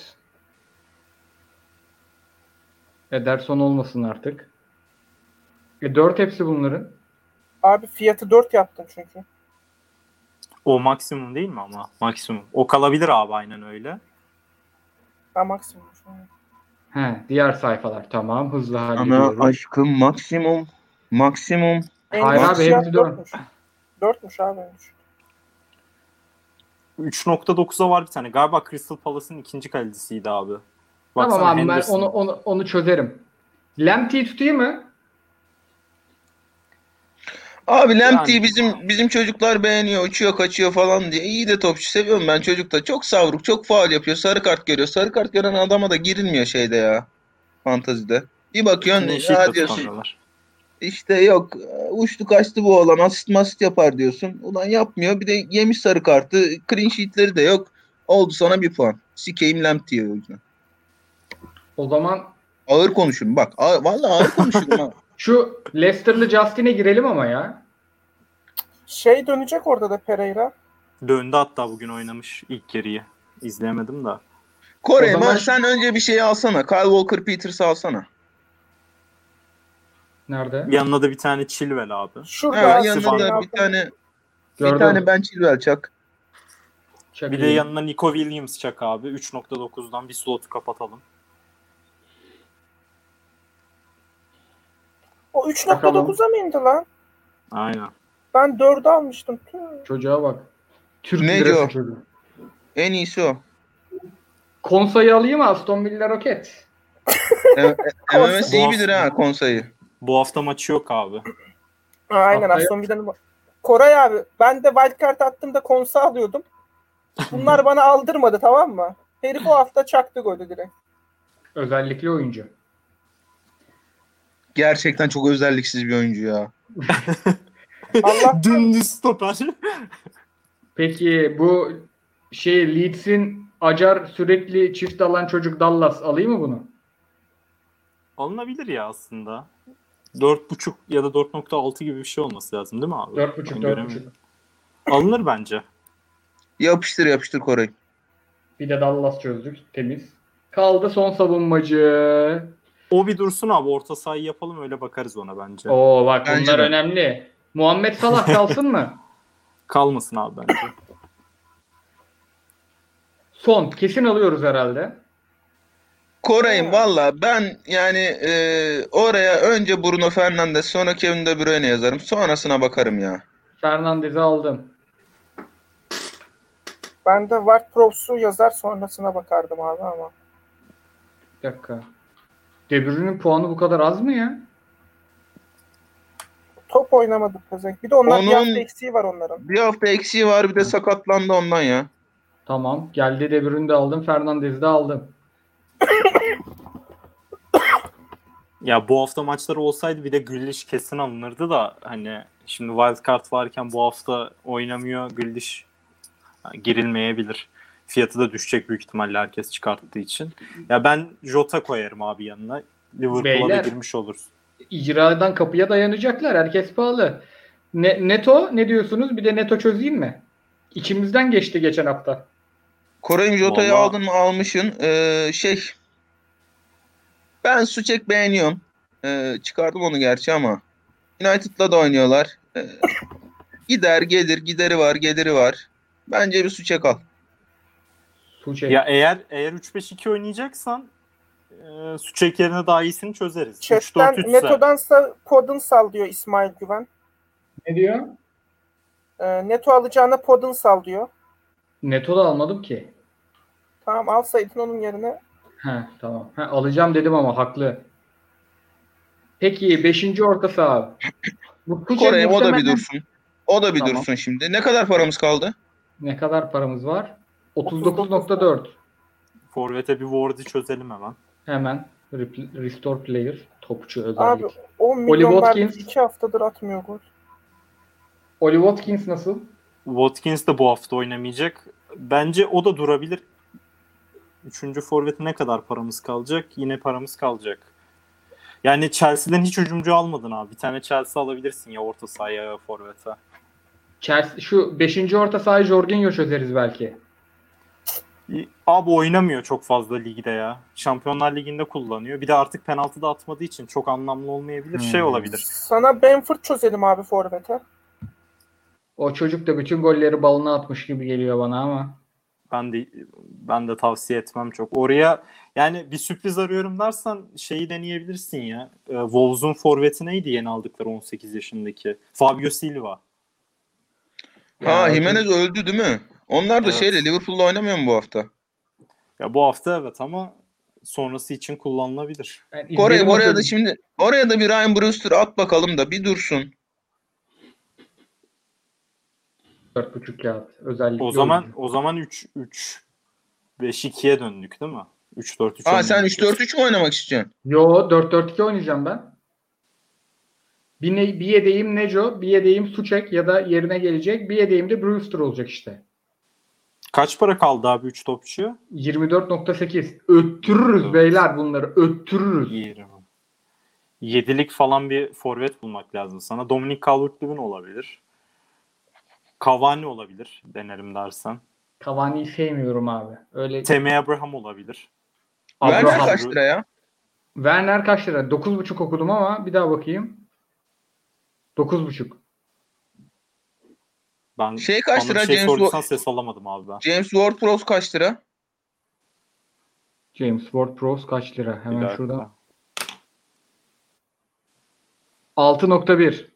[SPEAKER 1] Ederson olmasın artık. 4 hepsi bunların.
[SPEAKER 3] Abi fiyatı 4 yaptım çünkü.
[SPEAKER 4] O maksimum değil mi ama? Maksimum. O kalabilir abi aynen öyle.
[SPEAKER 3] Ha maksimum.
[SPEAKER 1] He, diğer sayfalar tamam hızlı
[SPEAKER 2] Ana
[SPEAKER 1] hallediyoruz.
[SPEAKER 2] aşkım maksimum.
[SPEAKER 3] En
[SPEAKER 1] Hayır
[SPEAKER 3] düşük
[SPEAKER 1] abi,
[SPEAKER 3] fiyat
[SPEAKER 1] hepsi 4.
[SPEAKER 3] 4'müş. 4'müş abi.
[SPEAKER 4] 3.9'a var bir tane. Galiba Crystal Palace'ın ikinci kalecisiydi abi.
[SPEAKER 1] Tamam abi ben
[SPEAKER 4] Henderson.
[SPEAKER 1] onu çözerim. Lamptey'i tutayım mı?
[SPEAKER 2] Abi Lamptey'i
[SPEAKER 4] Yani-
[SPEAKER 2] bizim çocuklar beğeniyor, uçuyor, kaçıyor falan diye. İyi de topçu, seviyorum ben çocukta. Çok savruk, çok faul yapıyor, sarı kart görüyor. Sarı kart gören adama da girilmiyor şeyde ya. Fantazide. Bir bakıyorsun
[SPEAKER 4] Clean
[SPEAKER 2] ya
[SPEAKER 4] sheet de
[SPEAKER 2] diyorsun.
[SPEAKER 4] tutamıyorlar.
[SPEAKER 2] İşte yok uçtu kaçtı bu oğlan, asist masist yapar diyorsun. Ulan yapmıyor, bir de yemiş sarı kartı, clean sheet'leri de yok. Oldu sana bir puan. Sikeyim Lamptey'i o yüzden.
[SPEAKER 1] O zaman
[SPEAKER 2] Ağır konuşurum bak. Vallahi ağır konuşurum ha.
[SPEAKER 1] şu Leicester'lı Justin'e girelim ama ya.
[SPEAKER 3] Şey dönecek orada da Pereira.
[SPEAKER 4] Döndü hatta bugün oynamış ilk yarıyı. İzleyemedim de.
[SPEAKER 2] Kore
[SPEAKER 1] O zaman-
[SPEAKER 2] sen önce bir şey alsana. Kyle Walker-Petters'ı alsana.
[SPEAKER 1] Nerede?
[SPEAKER 4] Yanına da bir tane Chilwell abi.
[SPEAKER 3] Şurada
[SPEAKER 2] Ha,
[SPEAKER 3] abi,
[SPEAKER 2] yanında
[SPEAKER 3] şeyin
[SPEAKER 2] da bir
[SPEAKER 3] altında.
[SPEAKER 2] tane
[SPEAKER 1] Gördüm.
[SPEAKER 2] Ben Chilwell çak.
[SPEAKER 1] Çok
[SPEAKER 4] Bir de
[SPEAKER 1] iyi.
[SPEAKER 4] yanına Nico Williams çak abi. 3.9'dan bir slotu kapatalım.
[SPEAKER 3] O 3.9'a mı indi lan?
[SPEAKER 4] Aynen.
[SPEAKER 3] Ben 4'ü almıştım. Tüh.
[SPEAKER 1] Çocuğa bak. Türk
[SPEAKER 2] Nece
[SPEAKER 1] lirası
[SPEAKER 2] o?
[SPEAKER 1] çocuğu.
[SPEAKER 2] En iyisi o.
[SPEAKER 1] Konsa'yı alayım mı? Aston Villa Roket.
[SPEAKER 2] MMS iyi
[SPEAKER 4] Bu
[SPEAKER 2] bilir
[SPEAKER 4] hafta-
[SPEAKER 2] ha Konsa'yı.
[SPEAKER 4] Bu hafta maçı yok abi.
[SPEAKER 3] Aynen
[SPEAKER 1] Haftaya-
[SPEAKER 3] Aston Villa'nın. Koray abi ben de wildcard attığımda Konsa alıyordum. Bunlar bana aldırmadı, tamam mı? Herif o hafta çaktı golü direkt.
[SPEAKER 1] Özellikle oyuncu.
[SPEAKER 2] Gerçekten çok özelliksiz bir oyuncu ya.
[SPEAKER 3] Allah
[SPEAKER 4] Dümdüz stoper.
[SPEAKER 1] Peki bu Leeds'in acar sürekli çift alan çocuk Dallas alayım mı bunu?
[SPEAKER 4] Alınabilir ya aslında. 4.5 ya da 4.6 gibi bir şey olması lazım değil mi abi?
[SPEAKER 1] 4.5
[SPEAKER 4] Ben
[SPEAKER 1] 4.5.
[SPEAKER 4] göremiyorum. Alınır bence.
[SPEAKER 2] Yapıştır Koray.
[SPEAKER 1] Bir de Dallas çözdük. Temiz. Kaldı son savunmacı.
[SPEAKER 4] O bir dursun abi. Orta sahayı yapalım öyle bakarız ona bence.
[SPEAKER 1] Oo bak
[SPEAKER 2] Bence
[SPEAKER 1] bunlar
[SPEAKER 2] de.
[SPEAKER 1] önemli. Muhammed Salah kalsın mı?
[SPEAKER 4] Kalmasın abi bence.
[SPEAKER 1] Son. Kesin alıyoruz herhalde.
[SPEAKER 2] Koray'ım valla ben yani oraya önce Bruno Fernandes sonra Kevin De Bruyne yazarım. Sonrasına bakarım ya.
[SPEAKER 1] Fernandez'i aldım.
[SPEAKER 3] ben de Ward-Prowse'u yazar sonrasına bakardım abi ama.
[SPEAKER 1] Bir dakika. De Bruyne'nin puanı bu kadar az mı ya?
[SPEAKER 3] Top oynamadı Pezek. Bir de onlar bir
[SPEAKER 2] Onun-
[SPEAKER 3] hafta eksiği var onların.
[SPEAKER 2] Bir hafta eksiği var, bir de sakatlandı ondan ya.
[SPEAKER 1] Tamam. Geldi De Bruyne'i de aldım. Fernandez'i de aldım.
[SPEAKER 4] Ya bu hafta maçları olsaydı bir de Grealish kesin alınırdı da hani şimdi wildcard varken bu hafta oynamıyor Grealish girilmeyebilir. Fiyatı da düşecek büyük ihtimalle herkes çıkarttığı için. Ya ben Jota koyarım abi yanına. Liverpool'a da
[SPEAKER 1] Beyler.
[SPEAKER 4] girmiş oluruz.
[SPEAKER 1] İcradan kapıya dayanacaklar. Herkes pahalı. Neto ne diyorsunuz? Bir de Neto çözeyim mi? İçimizden geçti geçen hafta.
[SPEAKER 2] Koray'ım Jota'yı
[SPEAKER 4] Vallahi-
[SPEAKER 2] aldın mı almışsın. Ben Suçek beğeniyorum. Çıkardım onu gerçi ama. United'la da oynuyorlar. Gider gelir, gideri var, geliri var. Bence bir Suçek al.
[SPEAKER 1] Tuğçe.
[SPEAKER 4] Ya eğer 3-5-2 oynayacaksan Suçek yerine daha iyisini çözeriz.
[SPEAKER 3] Chatten
[SPEAKER 4] 3-4-3
[SPEAKER 3] Neto'dansa Podence sal diyor İsmail Güven.
[SPEAKER 1] Ne diyor?
[SPEAKER 3] Neto alacağına Podence sal diyor.
[SPEAKER 1] Neto da almadım ki.
[SPEAKER 3] Tamam alsaydın onun yerine.
[SPEAKER 1] Tamam. Alacağım dedim ama haklı. Peki 5. orta saha. Bu Tuğçe
[SPEAKER 2] Koray'ım o da bir
[SPEAKER 1] muhtemelen-
[SPEAKER 2] dursun. O da bir
[SPEAKER 1] Tamam.
[SPEAKER 2] dursun şimdi. Ne kadar paramız kaldı?
[SPEAKER 1] Ne kadar paramız var? 39.4.
[SPEAKER 4] Forvet'e bir Ward'ı çözelim hemen.
[SPEAKER 1] Hemen Restore Player. Topçu özellik.
[SPEAKER 3] Abi 10
[SPEAKER 1] Oli
[SPEAKER 3] milyon verdik
[SPEAKER 1] Watkins.
[SPEAKER 3] 2 haftadır atmıyor gol.
[SPEAKER 1] Oli Watkins nasıl?
[SPEAKER 4] Watkins de bu hafta oynamayacak. Bence o da durabilir. 3. forvete ne kadar paramız kalacak? Yine paramız kalacak. Yani Chelsea'den hiç hücumcu almadın abi. Bir tane Chelsea alabilirsin ya orta sahaya forvete.
[SPEAKER 1] Chelsea, şu 5. orta sahayı Jorginho çözeriz belki.
[SPEAKER 4] Abi oynamıyor çok fazla ligde ya. Şampiyonlar Ligi'nde kullanıyor. Bir de artık penaltı da atmadığı için çok anlamlı olmayabilir. Şey olabilir.
[SPEAKER 3] Sana Benford çözelim abi forvete.
[SPEAKER 1] O çocuk da bütün golleri balına atmış gibi geliyor bana ama.
[SPEAKER 4] Ben de tavsiye etmem çok. Oraya yani bir sürpriz arıyorum dersen şeyi deneyebilirsin ya. Wolves'un forveti neydi yeni aldıkları 18 yaşındaki? Fabio Silva.
[SPEAKER 2] Jimenez öldü değil mi? Onlar da
[SPEAKER 4] Evet.
[SPEAKER 2] Liverpool'la oynamıyor mu bu hafta?
[SPEAKER 4] Ya bu hafta evet ama sonrası için kullanılabilir.
[SPEAKER 1] Yani
[SPEAKER 2] Oraya da bir Ryan Brewster at bakalım da bir dursun.
[SPEAKER 1] 4.5 kağıt. Özellikle
[SPEAKER 4] O zaman 3-5-2'ye döndük değil mi? 3-4-3
[SPEAKER 2] Sen
[SPEAKER 4] oynamak
[SPEAKER 2] 3-4-3 mü oynamak istiyorsun?
[SPEAKER 1] Yo, 4-4-2 oynayacağım ben. Bir yedeğim Neco, bir yedeğim Suçek ya da yerine gelecek. Bir yedeğim de Brewster olacak işte.
[SPEAKER 4] Kaç para kaldı abi 3 topçuya?
[SPEAKER 1] 24.8. Öttürürüz beyler bunları. Öttürürüz.
[SPEAKER 4] 7'lik falan bir forvet bulmak lazım sana. Dominic Calvert-Lewin olabilir. Cavani olabilir denerim dersen.
[SPEAKER 1] Cavani'yi sevmiyorum abi. Öyle
[SPEAKER 4] Tammy Abraham olabilir.
[SPEAKER 2] Werner kaç lira ya?
[SPEAKER 1] Werner kaç lira? 9.5 okudum ama bir daha bakayım. 9.5.
[SPEAKER 4] Ben
[SPEAKER 2] kaç lira?
[SPEAKER 4] bir şey sorduysan ses alamadım abi ben.
[SPEAKER 2] James Ward-Prowse kaç lira?
[SPEAKER 1] James Ward-Prowse kaç lira? Hemen şuradan. 6.1.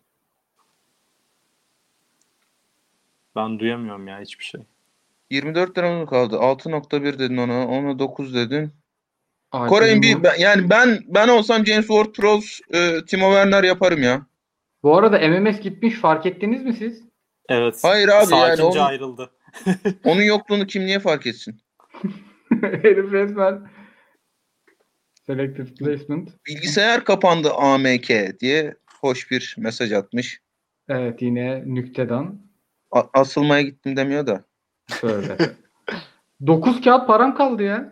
[SPEAKER 4] Ben duyamıyorum ya hiçbir şey.
[SPEAKER 2] 24 lira mı kaldı? 6.1 dedin ona. Ona 9 dedin.
[SPEAKER 1] Koray'ın
[SPEAKER 2] ben olsam James Ward-Prowse, Timo Werner yaparım ya.
[SPEAKER 1] Bu arada MMS gitmiş, fark ettiniz mi siz?
[SPEAKER 4] Evet.
[SPEAKER 2] Hayır abi
[SPEAKER 4] Sakince ayrıldı.
[SPEAKER 2] Onun yokluğunu kim niye fark etsin?
[SPEAKER 1] Herif resmen selective placement.
[SPEAKER 2] Bilgisayar kapandı AMK diye hoş bir mesaj atmış.
[SPEAKER 1] Evet, yine nüktedan.
[SPEAKER 2] Asılmaya gittim demiyor da.
[SPEAKER 1] Öyle. 9 kağıt param kaldı ya.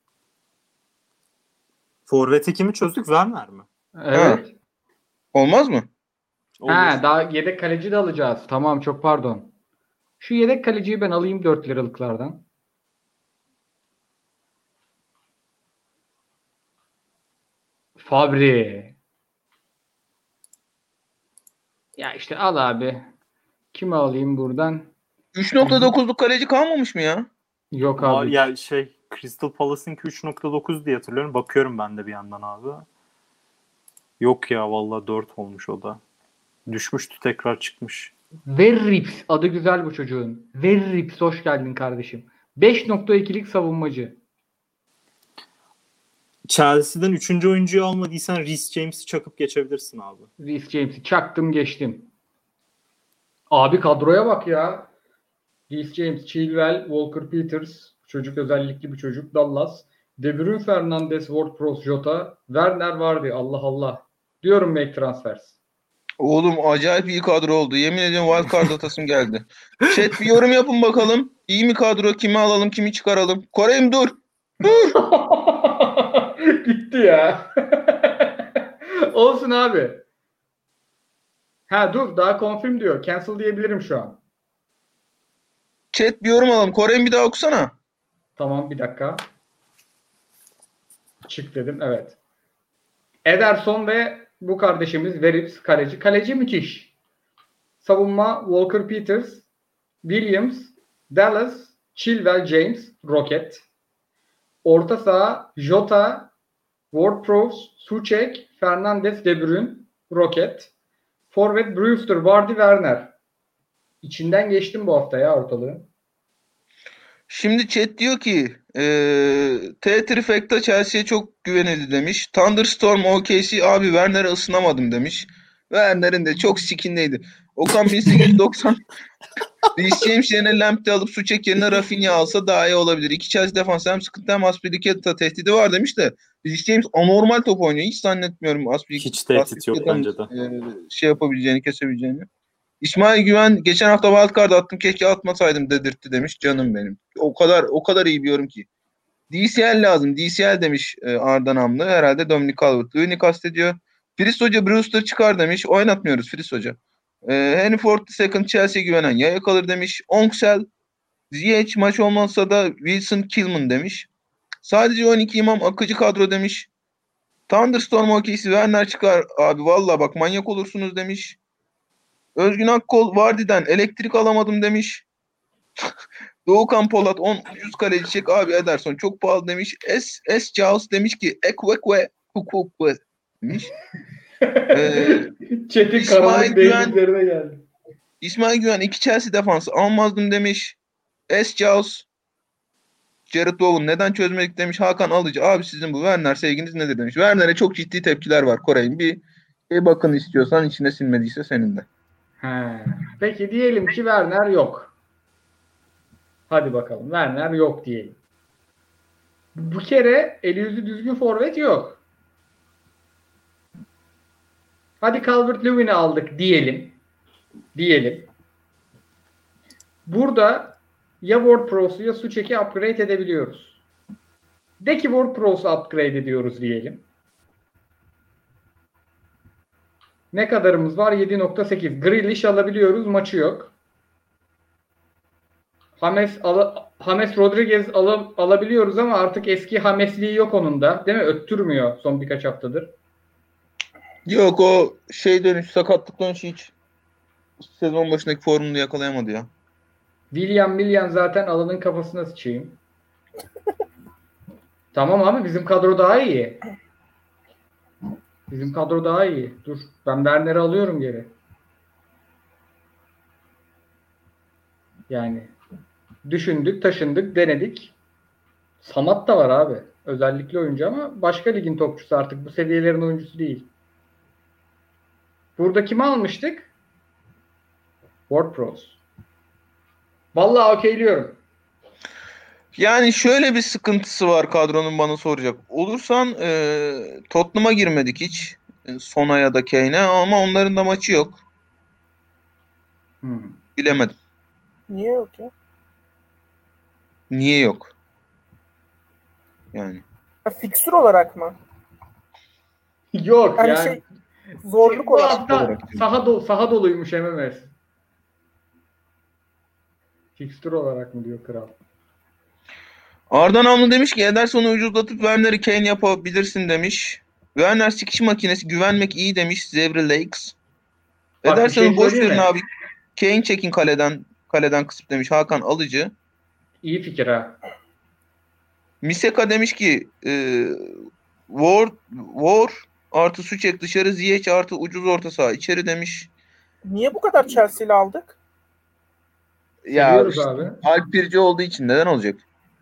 [SPEAKER 4] Forvet'i kimi çözdük? Werner mi?
[SPEAKER 1] Evet.
[SPEAKER 2] Olmaz mı?
[SPEAKER 4] Olur.
[SPEAKER 1] Daha yedek kaleci de alacağız. Tamam, çok pardon. Şu yedek kaleciyi ben alayım 4 liralıklardan. Fabri. Ya işte al abi. Kimi alayım buradan?
[SPEAKER 2] 3.9'luk kaleci kalmamış mı ya?
[SPEAKER 1] Yok abi.
[SPEAKER 4] Ya Crystal Palace'ınki 3.9 diye hatırlıyorum. Bakıyorum ben de bir yandan abi. Yok ya vallahi 4 olmuş o da. Düşmüştü tekrar çıkmış.
[SPEAKER 1] Verrips adı güzel bu çocuğun. Verrips, hoş geldin kardeşim. 5.2'lik savunmacı.
[SPEAKER 4] Chelsea'den 3. oyuncuyu almadıysan Reece James'i çakıp geçebilirsin abi.
[SPEAKER 1] Reece James'i çaktım geçtim. Abi kadroya bak ya. Reece James, Chilwell, Walker Peters. Çocuk özellikli bir çocuk. Dallas. De Bruyne, Fernandes, Ward-Prowse, Jota. Werner vardı. Allah Allah. Diyorum make transfers.
[SPEAKER 2] Oğlum acayip iyi kadro oldu. Yemin ediyorum wildcard atasım geldi. Chat bir yorum yapın bakalım. İyi mi kadro? Kimi alalım? Kimi çıkaralım? Koray'ım dur. Dur.
[SPEAKER 1] Gitti ya. Olsun abi. Dur daha confirm diyor. Cancel diyebilirim şu an.
[SPEAKER 2] Chat bir yorum alalım. Koray'ım bir daha okusana.
[SPEAKER 1] Tamam, bir dakika. Çık dedim, evet. Ederson ve bu kardeşimiz Verips kaleci. Kaleci müthiş. Savunma Walker Peters, Williams, Dallas, Chilwell, James, Rocket. Orta saha Jota, Ward-Prowse, Soucek, Fernandes, De Bruyne, Rocket. Forvet Brewster, Vardy, Werner. İçinden geçtim bu hafta ya ortalığı.
[SPEAKER 2] Şimdi chat diyor ki T-Trifecta Chelsea'ye çok güvenildi demiş. Thunderstorm OKC abi Werner'e ısınamadım demiş. Werner'in de çok sikindeydi. Okan 1890 Reece James yerine Lamptey alıp Soucek yerine Rafinha alsa daha iyi olabilir. İki Chelsea defansı hem sıkıntı hem Aspilicueta tehdidi var demiş de Reece James anormal top oynuyor. Hiç zannetmiyorum
[SPEAKER 4] Hiç tehdit yok bence de.
[SPEAKER 2] Şey yapabileceğini, kesebileceğini. İsmail Güven geçen hafta wildcard attım keşke atmasaydım dedirtti demiş. Canım benim. O kadar iyi bir yorum ki. DCL lazım. DCL demiş Arda Namlı. Herhalde Dominic Calvert-Lewin'i kastediyor. Fritz Hoca Brewster çıkar demiş. Oynatmıyoruz Fritz Hoca. Henry Ford II Chelsea'ye güvenen yaya kalır demiş. Onksel Ziyech maç olmazsa da Wilson Killman demiş. Sadece 12 imam akıcı kadro demiş. Thunderstorm OK'si Werner çıkar abi valla bak manyak olursunuz demiş. Özgün Akkol Vardy'den elektrik alamadım demiş. Doğukan Polat 10 ucuz kaleci çek abi Ederson çok pahalı demiş. S. Charles demiş ki ekvekve demiş.
[SPEAKER 1] Çetin
[SPEAKER 2] İsmail
[SPEAKER 1] karanlık
[SPEAKER 2] Güven
[SPEAKER 1] denizlerine geldi.
[SPEAKER 2] İsmail Güven 2 Chelsea defansı almazdım demiş. S. Jaws. Jared Bowen neden çözmedik demiş. Hakan Alıcı abi sizin bu Werner sevginiz nedir demiş. Werner'e çok ciddi tepkiler var Koray'ın. Bir bakın istiyorsan içine sinmediyse senin de.
[SPEAKER 1] He. Peki diyelim ki Werner yok. Hadi bakalım Werner yok diyelim. Bu kere eli yüzü düzgün forvet yok. Hadi Calvert-Lewin'i aldık diyelim. Burada ya WordPress'u ya Suchek'i upgrade edebiliyoruz. De ki WordPress'u upgrade ediyoruz diyelim. Ne kadarımız var? 7.8. Grealish alabiliyoruz. Maçı yok. James Rodriguez alabiliyoruz ama artık eski James'liği yok onun da. Değil mi? Öttürmüyor son birkaç haftadır.
[SPEAKER 2] Yok o sakatlık dönüşü hiç sezon başındaki formunu yakalayamadı ya.
[SPEAKER 1] William zaten alanın kafasına sıçayım. Tamam abi bizim kadro daha iyi. Dur ben Werner'i alıyorum geri. Yani düşündük, taşındık, denedik. Samat da var abi. Özellikle oyuncu ama başka ligin topçusu artık. Bu seviyelerin oyuncusu değil. Burada kimi almıştık? WordPress. Vallahi okeyliyorum.
[SPEAKER 2] Yani şöyle bir sıkıntısı var kadronun bana soracak. Olursan Tottenham'a girmedik hiç. Sona ya da Kane'e ama onların da maçı yok. Bilemedim.
[SPEAKER 3] Niye yok ya?
[SPEAKER 2] Niye yok? Yani.
[SPEAKER 3] Fikstür olarak mı?
[SPEAKER 1] Yok
[SPEAKER 3] Hani
[SPEAKER 1] yani.
[SPEAKER 3] Zorluk
[SPEAKER 1] Bu
[SPEAKER 3] olarak.
[SPEAKER 1] hafta saha doluymuş MMS. Fikstür olarak mı diyor kral?
[SPEAKER 2] Arda Namlı demiş ki Ederson'u ucuzlatıp Werner'i Kane yapabilirsin demiş. Werner sikiş makinesi güvenmek iyi demiş Zevri Lakes. Ederson'u boş verin abi. Kane çekin kaleden kısıp demiş Hakan Alıcı.
[SPEAKER 1] İyi fikir ha.
[SPEAKER 2] Miseka demiş ki War artı Suçek dışarı Ziyech artı ucuz orta saha içeri demiş.
[SPEAKER 3] Niye bu kadar Chelsea'li aldık?
[SPEAKER 1] Seviyoruz
[SPEAKER 2] işte,
[SPEAKER 1] abi.
[SPEAKER 2] Alp Pirci olduğu için neden olacak?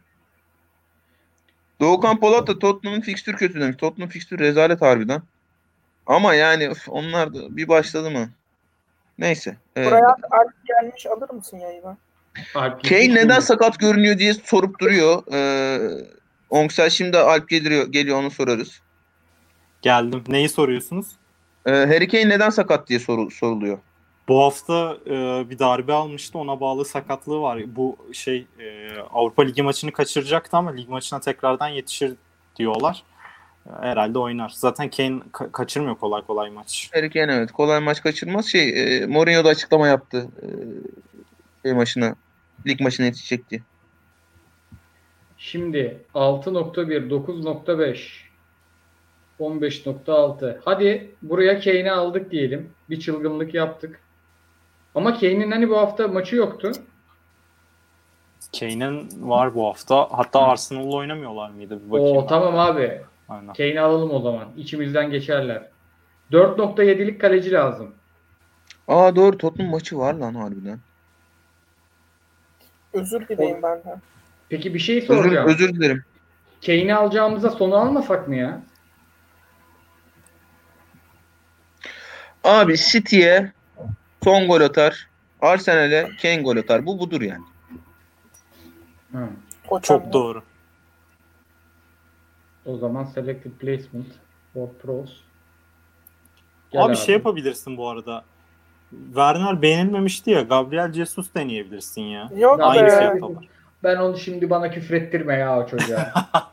[SPEAKER 2] Doğukan Polat da Tottenham'ın fikstür kötü demiş. Tottenham fikstür rezalet harbiden. Ama yani onlar da bir başladı mı? Neyse.
[SPEAKER 3] Buraya Alp gelmiş alır mısın yayına?
[SPEAKER 2] Kane neden sakat görünüyor diye sorup duruyor. Ongsel şimdi Alp geliyor onu sorarız.
[SPEAKER 4] Geldim. Neyi soruyorsunuz?
[SPEAKER 2] Harry Kane neden sakat diye soruluyor.
[SPEAKER 4] Bu hafta bir darbe almıştı. Ona bağlı sakatlığı var. Bu Avrupa Ligi maçını kaçıracaktı ama lig maçına tekrardan yetişir diyorlar. Herhalde oynar. Zaten Kane kaçırmıyor kolay kolay maç.
[SPEAKER 2] Harry Kane evet. Kolay maç kaçırmaz. Mourinho da açıklama yaptı. Lig maçına yetişecek diye.
[SPEAKER 1] Şimdi 6.1, 9.5, 15.6. Hadi buraya Kane'i aldık diyelim. Bir çılgınlık yaptık. Ama Kane'in hani bu hafta maçı yoktu.
[SPEAKER 4] Kane'in var bu hafta. Hatta Arsenal'la oynamıyorlar mıydı? Bir bakayım.
[SPEAKER 1] Tamam abi.
[SPEAKER 4] Aynen.
[SPEAKER 1] Kane'i alalım o zaman. İçimizden geçerler. 4.7'lik kaleci lazım.
[SPEAKER 2] Doğru Tottenham maçı var lan harbiden.
[SPEAKER 3] Özür dileyim benden.
[SPEAKER 1] Peki bir şey soracağım.
[SPEAKER 2] Özür dilerim.
[SPEAKER 1] Kane'i alacağımıza sonu almasak mı ya?
[SPEAKER 2] Abi City'ye son gol atar. Arsenal'e Kane gol atar. Bu budur yani.
[SPEAKER 4] Çok doğru.
[SPEAKER 1] O zaman selected placement for pros.
[SPEAKER 4] Abi şey yapabilirsin bu arada. Werner beğenilmemişti ya. Gabriel Jesus deneyebilirsin ya.
[SPEAKER 3] Yok
[SPEAKER 4] Aynı
[SPEAKER 3] be.
[SPEAKER 4] şey yapalım.
[SPEAKER 1] Ben onu şimdi bana küfrettirme ya o çocuğa.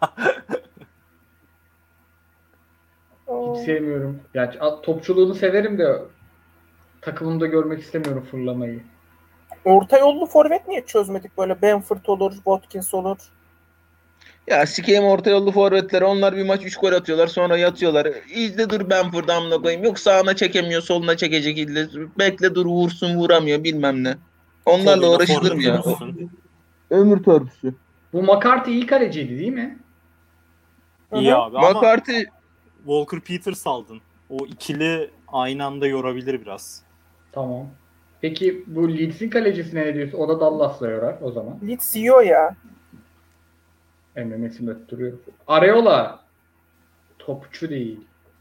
[SPEAKER 1] Hiç sevmiyorum. Yani topçuluğunu severim de takımımda görmek istemiyorum fırlamayı.
[SPEAKER 3] Orta yollu forvet niye çözmedik böyle? Benford olur, Watkins olur.
[SPEAKER 2] Ya sikeyim orta yollu forvetleri. Onlar bir maç 3 gol atıyorlar. Sonra yatıyorlar. İzle dur Benford amına koyayım. Yok sağına çekemiyor. Soluna çekecek ille. Bekle dur vursun vuramıyor bilmem ne. Onlarla uğraşılır mı ya? Ömür törpüsü.
[SPEAKER 1] Bu McCarthy iyi kaleciydi değil mi?
[SPEAKER 4] İyi abi
[SPEAKER 2] McCarthy...
[SPEAKER 4] ama Walker Peters aldın. O ikili aynı anda yorabilir biraz.
[SPEAKER 1] Tamam. Peki bu Leeds'in kalecisine ne diyorsun? O da Dallas'la yorar o zaman.
[SPEAKER 3] Leeds yiyor ya.
[SPEAKER 1] MMS'im öttürüyor. Areola topçu değil.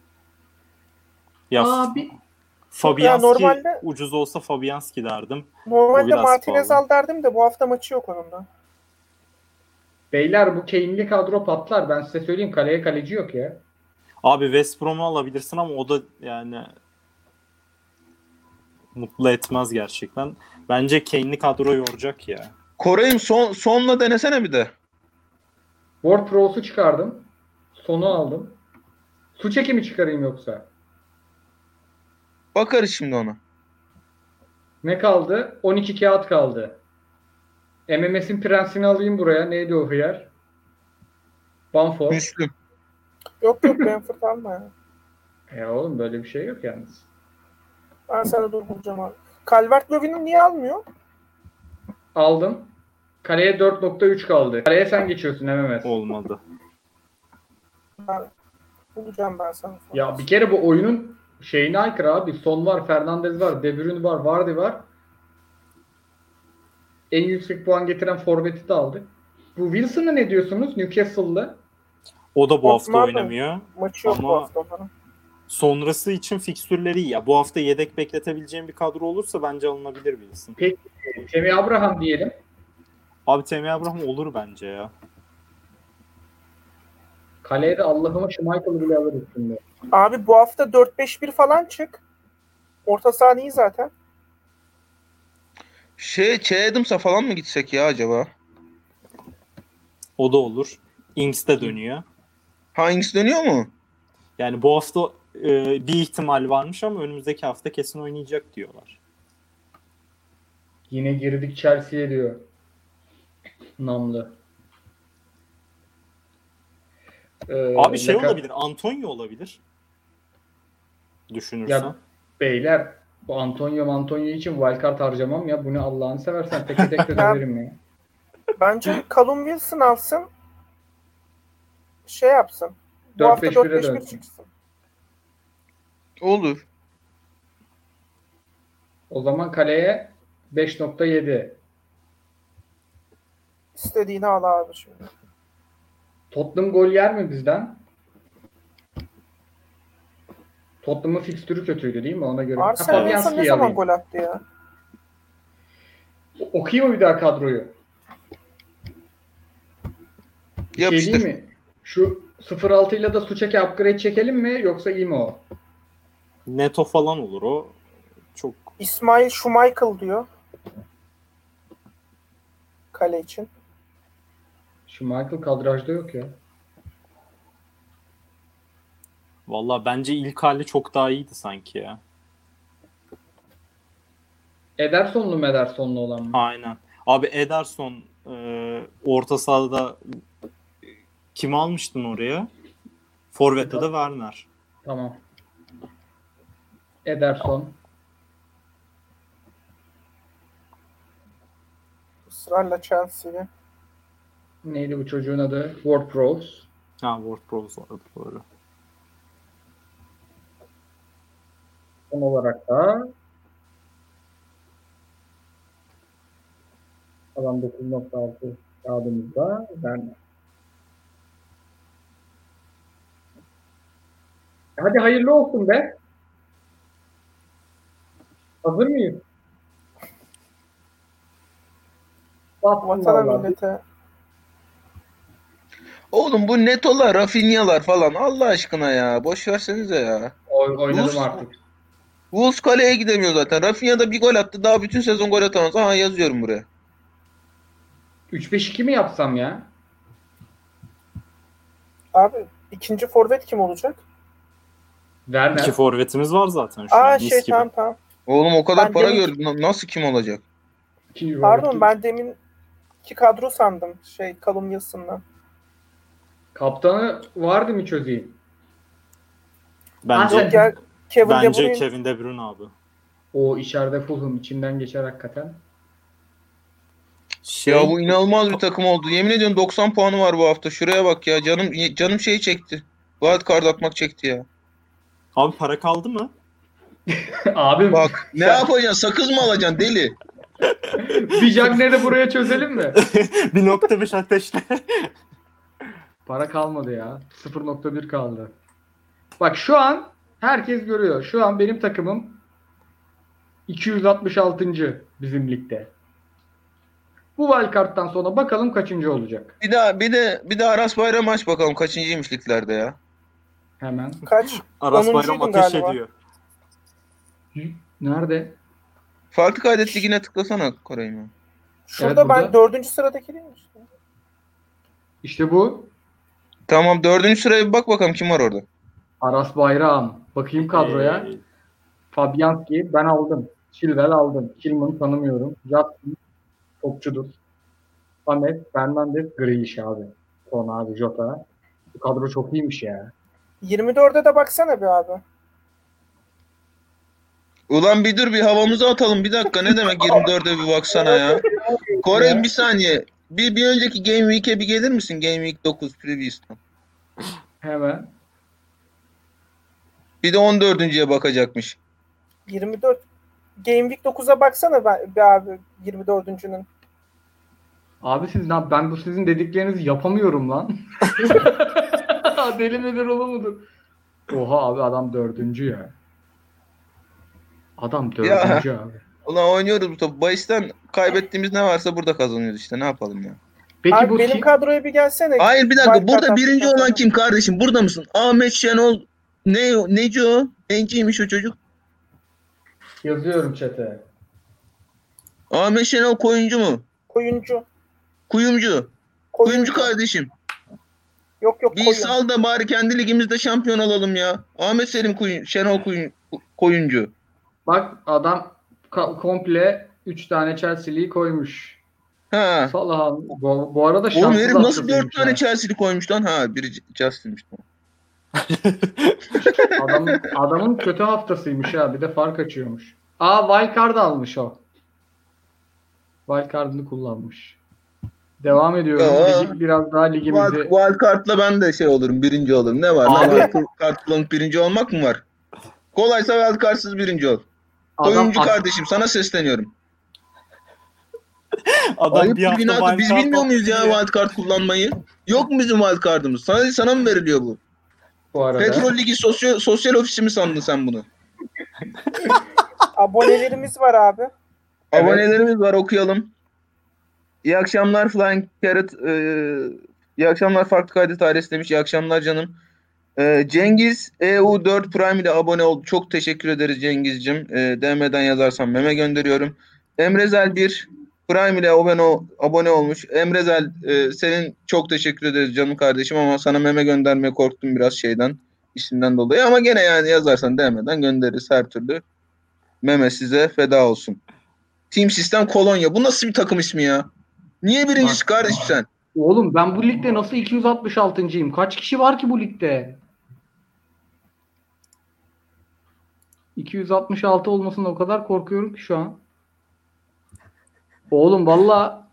[SPEAKER 4] Ya
[SPEAKER 1] Abi
[SPEAKER 4] Fabianski
[SPEAKER 3] normalde-
[SPEAKER 4] ucuz olsa Fabianski derdim. O
[SPEAKER 3] Normalde
[SPEAKER 4] biraz
[SPEAKER 3] Martinez
[SPEAKER 4] pahalı.
[SPEAKER 3] al derdim de bu hafta maçı yok onun da.
[SPEAKER 1] beyler bu Kane'li kadro patlar. Ben size söyleyeyim, kaleye kaleci yok ya.
[SPEAKER 4] Abi West Brom'u alabilirsin ama o da yani mutlu etmez gerçekten. Bence Kane'li kadro yoracak ya.
[SPEAKER 2] Koray'ım sonla denesene bir de.
[SPEAKER 1] Ward Prowse'u çıkardım. Sonu aldım. Su çekimi çıkarayım yoksa.
[SPEAKER 2] Bakarız şimdi ona.
[SPEAKER 1] Ne kaldı? 12 kağıt kaldı. MMS'in prensini alayım buraya. Neydi o hıyar? Bamford.
[SPEAKER 2] Müslüm.
[SPEAKER 3] Yok Brentford alma ya.
[SPEAKER 1] Ya oğlum böyle bir şey yok yalnız.
[SPEAKER 3] Ben sana dur bulacağım abi. Calvert-Lewin'i niye almıyor?
[SPEAKER 1] Aldım. Kaleye 4.3 kaldı. Kaleye sen geçiyorsun MMS.
[SPEAKER 4] Olmadı.
[SPEAKER 3] Bulacağım ben sana.
[SPEAKER 1] Ya bir kere bu oyunun şeyine aykırı abi. Son var, Fernandez var, De Bruyne var, Vardy var. En yüksek puan getiren forveti de aldık. Bu Wilson'a ne diyorsunuz? Newcastle'lı.
[SPEAKER 4] O da bu hafta
[SPEAKER 3] Osman da-
[SPEAKER 4] oynamıyor.
[SPEAKER 3] Maçı yok
[SPEAKER 4] Ama-
[SPEAKER 3] bu hafta falan.
[SPEAKER 4] Sonrası için fikstürleri iyi ya. Bu hafta yedek bekletebileceğim bir kadro olursa bence alınabilir bilirsin.
[SPEAKER 1] Tammy Abraham diyelim.
[SPEAKER 4] Abi Tammy Abraham olur bence ya.
[SPEAKER 1] Kaleye de Allah'ıma Schmeichel'ı bile alırız şimdi.
[SPEAKER 3] Abi bu hafta 4-5-1 falan çık. Orta sahan iyi zaten.
[SPEAKER 2] Adams'a falan mı gitsek ya acaba?
[SPEAKER 4] O da olur. Ings de dönüyor.
[SPEAKER 2] Hines dönüyor mu?
[SPEAKER 4] Yani bu hafta bir ihtimal varmış ama önümüzdeki hafta kesin oynayacak diyorlar.
[SPEAKER 1] Yine girdik Chelsea'ye diyor. Namlı.
[SPEAKER 4] Abi şey
[SPEAKER 1] ne kadar-
[SPEAKER 4] olabilir. Antonio olabilir. Düşünürsen.
[SPEAKER 1] Ya beyler bu Antonio için wildcard harcamam ya. Bu ne Allah'ını seversen tek tek de döverim ya.
[SPEAKER 3] Bence Callum Wilson alsın. Şey yapsın. Bu
[SPEAKER 1] 4-5-1'e
[SPEAKER 3] hafta 4-5-1
[SPEAKER 1] dönsün.
[SPEAKER 3] çıksın.
[SPEAKER 2] Olur.
[SPEAKER 1] O zaman kaleye 5.7.
[SPEAKER 3] İstediğini al abi şimdi.
[SPEAKER 1] Tottenham gol yer mi bizden? Tottenham'ın fikstürü kötüydü değil mi ona göre?
[SPEAKER 3] Arsene Wilson ne
[SPEAKER 1] Fabianski'yi
[SPEAKER 3] zaman
[SPEAKER 1] alayım.
[SPEAKER 3] gol attı ya?
[SPEAKER 1] Okuyayım mı bir daha kadroyu? Şey
[SPEAKER 2] Yapıştır.
[SPEAKER 1] değil mi? Şu 0.6 ile de su çeke upgrade çekelim mi yoksa iyi mi o?
[SPEAKER 4] Neto falan olur o. Çok
[SPEAKER 3] İsmail Schmeichel diyor. Kale için.
[SPEAKER 1] Şu Michael kadrajda yok ya.
[SPEAKER 4] valla bence ilk hali çok daha iyiydi sanki ya.
[SPEAKER 1] Edersonlu olan mı?
[SPEAKER 4] Aynen. Abi Ederson orta sahada kimi almıştın oraya? Forvet'te de Werner.
[SPEAKER 1] Tamam. Ederson.
[SPEAKER 3] Israrla Chelsea'ye.
[SPEAKER 1] Neydi bu çocuğun adı? Ward-Prowse.
[SPEAKER 4] Ha Ward-Prowse vardı doğru.
[SPEAKER 1] Son olarak da adam 9.6 kağıdımızda Werner. Hadi hayırlı olsun be. Hazır mıyız? Bastım
[SPEAKER 3] Vatana
[SPEAKER 1] vallahi.
[SPEAKER 3] millete.
[SPEAKER 2] Oğlum bu Neto'lar, Rafinha'lar falan Allah aşkına ya. Boş versenize ya.
[SPEAKER 1] Oynadım
[SPEAKER 2] Rus-
[SPEAKER 1] artık.
[SPEAKER 2] Wolves kaleye gidemiyor zaten. Rafinha da bir gol attı. Daha bütün sezon gol atamaz. Aha yazıyorum buraya.
[SPEAKER 1] 3-5-2 mi yapsam ya?
[SPEAKER 3] Abi ikinci forvet kim olacak?
[SPEAKER 1] Werner.
[SPEAKER 4] İki forvetimiz var zaten şu an. Mis gibi.
[SPEAKER 3] Tamam.
[SPEAKER 2] Oğlum o kadar
[SPEAKER 3] Ben
[SPEAKER 2] para
[SPEAKER 3] demin-
[SPEAKER 2] gördü. Nasıl kim olacak?
[SPEAKER 1] İkinci
[SPEAKER 3] Pardon
[SPEAKER 1] forvet.
[SPEAKER 3] ben demin iki kadro sandım. Callum Wilson'la.
[SPEAKER 1] Kaptanı vardı mı çözeyim?
[SPEAKER 4] Bence,
[SPEAKER 1] Yok
[SPEAKER 3] Yok ya Kevin De
[SPEAKER 4] bence
[SPEAKER 3] Bruyne.
[SPEAKER 4] Kevin De Bruyne abi.
[SPEAKER 1] O içeride Fulham içinden geçer hakikaten.
[SPEAKER 2] Ya bu inanılmaz bir takım oldu. Yemin ediyorum 90 puanı var bu hafta. Şuraya bak ya. Canım şey çekti. Wild card atmak çekti ya.
[SPEAKER 4] Abi para kaldı mı?
[SPEAKER 1] Abi
[SPEAKER 2] Bak ne yapacaksın? Sakız mı alacaksın deli?
[SPEAKER 1] bir Jagner'i buraya çözelim mi?
[SPEAKER 4] 1.5 ateşle.
[SPEAKER 1] Para kalmadı ya. 0.1 kaldı. Bak şu an herkes görüyor. Şu an benim takımım 266. bizim ligde. Bu wildcard'dan sonra bakalım kaçıncı olacak.
[SPEAKER 2] Bir de Aras Bayram aç bakalım kaçıncıymış liglerde ya.
[SPEAKER 1] Hemen.
[SPEAKER 3] Kaç?
[SPEAKER 4] Aras
[SPEAKER 3] 10'uncuydun
[SPEAKER 4] Bayram ateş
[SPEAKER 3] galiba.
[SPEAKER 4] ediyor.
[SPEAKER 1] Nerede?
[SPEAKER 2] Farklı kaydet ligine tıklasana Koray'ım.
[SPEAKER 3] Şurada
[SPEAKER 1] Evet, burada.
[SPEAKER 3] ben 4. sıradaki değilim işte.
[SPEAKER 1] İşte bu.
[SPEAKER 2] Tamam 4. sıraya bir bak bakalım kim var orada.
[SPEAKER 1] Aras Bayram. Bakayım kadroya.
[SPEAKER 4] Ee,
[SPEAKER 1] Fabianski ben aldım. Chilwell aldım. Kilman'ı tanımıyorum. Justin topçudur. Ahmet, Fernandes, Grealish abi. Son abi Jota. Bu kadro çok iyiymiş ya.
[SPEAKER 3] 24'e de baksana bir abi.
[SPEAKER 2] Ulan bir dur bir havamızı atalım bir dakika ne demek 24'e bir baksana ya. Koray'ım bir saniye. Bir önceki Game Week'e bir gelir misin? Game Week 9 Previous'tan.
[SPEAKER 1] Hemen.
[SPEAKER 2] Bir de 14.'ye bakacakmış.
[SPEAKER 3] 24. Game Week 9'a baksana bir abi 24'üncünün.
[SPEAKER 1] Abi ben bu sizin dediklerinizi yapamıyorum lan. Deli midir oğlum mudur? Oha abi adam 4. ya. Adam 4. abi.
[SPEAKER 2] Ulan oynuyoruz bu topu. Bahis'ten kaybettiğimiz ne varsa burada kazanıyoruz işte. Ne yapalım ya?
[SPEAKER 1] Peki
[SPEAKER 3] Abi
[SPEAKER 1] bu
[SPEAKER 3] benim kadroya bir gelsene.
[SPEAKER 2] Hayır bir dakika.
[SPEAKER 3] Wildcard
[SPEAKER 2] Burada birinci
[SPEAKER 3] attıktan
[SPEAKER 2] olan
[SPEAKER 3] sonra.
[SPEAKER 2] kim kardeşim? Burada mısın? Ahmet Şenol. Neci o? Nenciymiş o çocuk?
[SPEAKER 1] yazıyorum chat'e.
[SPEAKER 2] Ahmet Şenol koyuncu mu?
[SPEAKER 3] Koyuncu.
[SPEAKER 2] Kuyumcu. Kuyumcu kardeşim.
[SPEAKER 3] Yok
[SPEAKER 2] Bir
[SPEAKER 3] koyun.
[SPEAKER 2] sal da bari kendi ligimizde şampiyon olalım ya. Ahmet Selim Şenol Koyuncu.
[SPEAKER 1] Bak adam komple 3 tane Chelsea'liyi koymuş.
[SPEAKER 2] Ha.
[SPEAKER 1] Salahan. Bu arada
[SPEAKER 2] Oğlum
[SPEAKER 1] şanssız
[SPEAKER 2] herif nasıl
[SPEAKER 1] hastasıymış
[SPEAKER 2] 4 tane
[SPEAKER 1] ha.
[SPEAKER 2] Chelsea'li koymuş lan? Ha biri Justin'miş.
[SPEAKER 1] Adamın kötü haftasıymış ha. Bir de fark açıyormuş. Wildcard almış o. Wildcard'ını kullanmış. Devam ediyorum. Biraz daha ligimizi...
[SPEAKER 2] Wildcard'la ben de şey olurum. Birinci olurum. Ne var?
[SPEAKER 1] Abi.
[SPEAKER 2] Ne var? Kart kullanıp birinci olmak mı var? Kolaysa wildcard'sız birinci ol. Koyuncu kardeşim sana sesleniyorum.
[SPEAKER 4] Adam
[SPEAKER 2] Ayıp
[SPEAKER 4] bir hafta
[SPEAKER 2] günahdır. Biz
[SPEAKER 4] wildcard
[SPEAKER 2] bilmiyor muyuz ya
[SPEAKER 4] attı
[SPEAKER 2] wildcard kullanmayı? Yok mu bizim wildcard'ımız? Sana mı veriliyor bu?
[SPEAKER 1] Bu arada.
[SPEAKER 2] Petrol Ligi sosyal ofisi mi sandın sen bunu?
[SPEAKER 3] Abonelerimiz var abi.
[SPEAKER 1] Evet.
[SPEAKER 2] Abonelerimiz var okuyalım. İyi akşamlar Flying Carrot. İyi akşamlar farklı kaydet ailesi demiş. İyi akşamlar canım. Cengiz EU4 Prime ile abone oldu. Çok teşekkür ederiz Cengiz'cim. DM'den yazarsan meme gönderiyorum. Emrezel 1 Prime ile abone olmuş. Emrezel senin çok teşekkür ederiz canım kardeşim ama sana meme göndermeye korktum biraz şeyden. İsimden dolayı ama gene yani yazarsan DM'den göndeririz her türlü. Meme size feda olsun. Team Sistem Kolonya. Bu nasıl bir takım ismi ya? Niye birincisi kardeşim sen?
[SPEAKER 1] Oğlum ben bu ligde nasıl 266.'yım? Kaç kişi var ki bu ligde? 266 olmasına o kadar korkuyorum ki şu an. Oğlum valla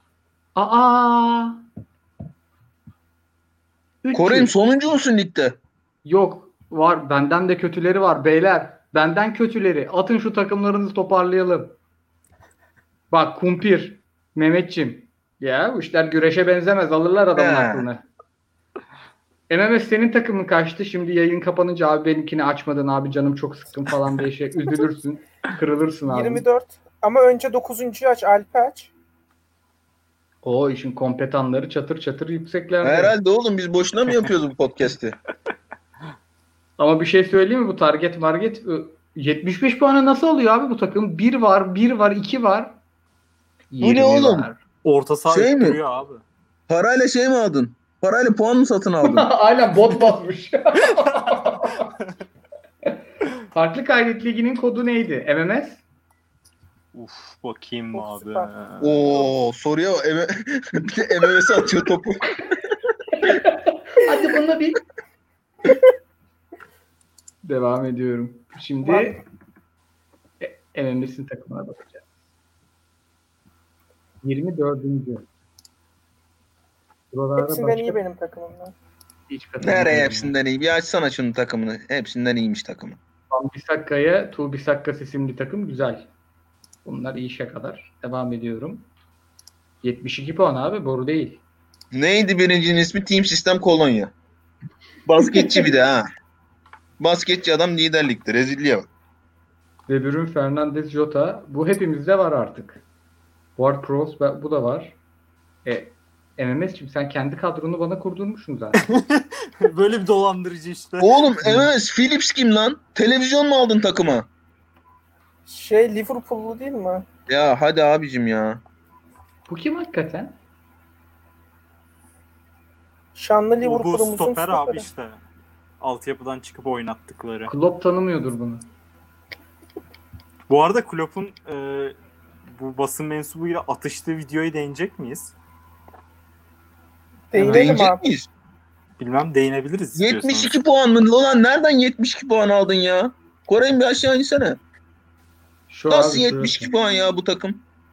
[SPEAKER 2] Koray'ım sonuncu musun ligde?
[SPEAKER 1] Yok var. Benden de kötüleri var beyler. Benden kötüleri. Atın şu takımlarınızı toparlayalım. Bak kumpir. Mehmetçim. Ya bu işler güreşe benzemez. Alırlar adamın aklını. MMS senin takımın kaçtı? Şimdi yayın kapanınca abi benimkini açmadın abi canım çok sıkkın falan diye üzülürsün. Kırılırsın abi.
[SPEAKER 3] 24. Ama önce 9'uncuyu aç. Alp'i aç.
[SPEAKER 1] O işin kompetanları çatır çatır yükseklerde.
[SPEAKER 2] Herhalde oğlum biz boşuna mı yapıyoruz bu podcast'i?
[SPEAKER 1] Ama bir şey söyleyeyim mi? Bu target 75 puanı nasıl alıyor abi bu takım? 1 var, 1 var, 2 var.
[SPEAKER 2] Bu ne oğlum?
[SPEAKER 1] Var.
[SPEAKER 4] Orta saha
[SPEAKER 2] Şey mi?
[SPEAKER 4] duruyor abi.
[SPEAKER 2] Parayla şey mi aldın? Parayla puan mı satın aldın?
[SPEAKER 1] Aynen bot basmış. Farklı kaydet liginin kodu neydi? MMS?
[SPEAKER 4] Bakayım
[SPEAKER 3] Of,
[SPEAKER 4] abi.
[SPEAKER 3] süper.
[SPEAKER 2] Oo soruya bir de MMS'e atıyor topu.
[SPEAKER 1] Hadi bunu bir. Devam ediyorum. Şimdi MMS'in takımına bakacağız. 24. Buralarda
[SPEAKER 3] Hepsinden iyi benim takımımdan.
[SPEAKER 1] hiç katılmıyorum.
[SPEAKER 2] Nereye hepsinden iyi? Bir açsana şunun takımını. Hepsinden iyiymiş takımı.
[SPEAKER 1] Wan-Bissaka'ya Tuğbisakka isimli takım güzel. Bunlar iyi şakalar. Devam ediyorum. 72 puan abi, boru değil.
[SPEAKER 2] Neydi birincinin ismi? Team System Kolonya. Basketçi bir de ha. Basketçi adam liderlikte. Rezilliğe bak.
[SPEAKER 1] De Bruyne, Fernandes, Jota. Bu hepimizde var artık. Ward-Prowse bu da var. MMS'cim sen kendi kadronu bana kurdurmuşsun zaten.
[SPEAKER 4] Böyle bir dolandırıcı işte.
[SPEAKER 2] Oğlum MMS Philips kim lan? Televizyon mu aldın takıma?
[SPEAKER 3] Liverpool'lu değil mi?
[SPEAKER 2] Ya hadi abicim ya.
[SPEAKER 1] Bu kim hakikaten?
[SPEAKER 3] Şanlı
[SPEAKER 4] Bu
[SPEAKER 3] Liverpool'umuzun
[SPEAKER 4] stoper abi
[SPEAKER 3] stoperi.
[SPEAKER 4] işte. Altyapıdan çıkıp oynattıkları.
[SPEAKER 1] Klopp tanımıyordur bunu.
[SPEAKER 4] Bu arada Klopp'un bu basın mensubuyla atıştığı videoya değinecek miyiz?
[SPEAKER 3] Değinelim
[SPEAKER 2] Değinecek
[SPEAKER 3] abi.
[SPEAKER 2] miyiz?
[SPEAKER 4] Bilmem, değinebiliriz istiyorsanız.
[SPEAKER 2] 72 puan mı? Ulan nereden 72 puan aldın ya? Koray'ın bir aşağı insene.
[SPEAKER 1] Şu
[SPEAKER 2] Nasıl
[SPEAKER 1] abi
[SPEAKER 2] 72
[SPEAKER 1] şurası.
[SPEAKER 2] puan ya bu takım?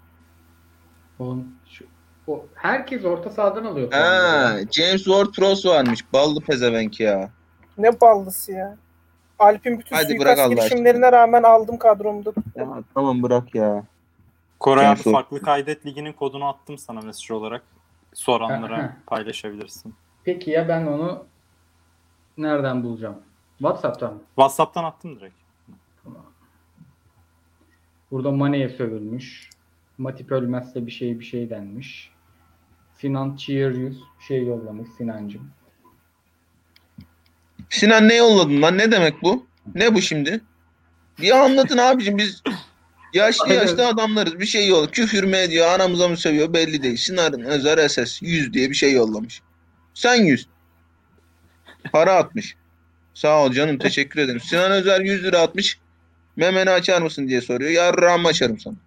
[SPEAKER 1] Herkes orta sahadan alıyor
[SPEAKER 2] Ha,
[SPEAKER 1] puanları.
[SPEAKER 2] James Ward-Prowse varmış. Ballı pezevenk ya.
[SPEAKER 3] Ne ballısı ya. Alp'in bütün
[SPEAKER 2] Hadi bırak
[SPEAKER 3] suikast
[SPEAKER 2] Allah
[SPEAKER 3] girişimlerine rağmen aldım kadromda.
[SPEAKER 2] Ya tamam bırak ya.
[SPEAKER 4] Koray abi,
[SPEAKER 2] James
[SPEAKER 4] farklı kaydet liginin kodunu attım sana mesaj olarak. Soranlara
[SPEAKER 1] Aha.
[SPEAKER 4] paylaşabilirsin.
[SPEAKER 1] Peki ya ben onu nereden bulacağım? WhatsApp'tan mı?
[SPEAKER 4] WhatsApp'tan attım direkt.
[SPEAKER 1] Tamam. Burada Mane'ye sövülmüş. Matip ölmezse bir şey denmiş. Sinan Cheerius bir şey yollamış Sinancım.
[SPEAKER 2] Sinan ne yolladın lan? Ne demek bu? Ne bu şimdi? Bir anlatın abicim, biz yaşlı
[SPEAKER 1] Aynen.
[SPEAKER 2] adamlarız. Bir şey yolladı. Küfür mü ediyor, anamıza mı sövüyor belli değil. Sinan Özer SS 100 diye bir şey yollamış. Sen 100. Para atmış. Sağ ol canım, teşekkür ederim. Sinan Özer 100 lira atmış. Memeni açar mısın diye soruyor. Yarrağımı açarım sana.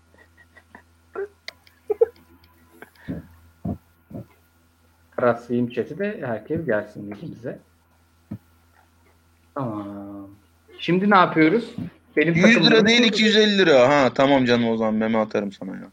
[SPEAKER 1] Rastlayayım chat'i de herkes gelsin bize. Tamam. Şimdi ne yapıyoruz? Benim
[SPEAKER 2] 100 lira
[SPEAKER 1] takımlarımı
[SPEAKER 2] değil
[SPEAKER 1] kurdum.
[SPEAKER 2] 250 lira. Ha tamam canım, o zaman meme atarım sana ya.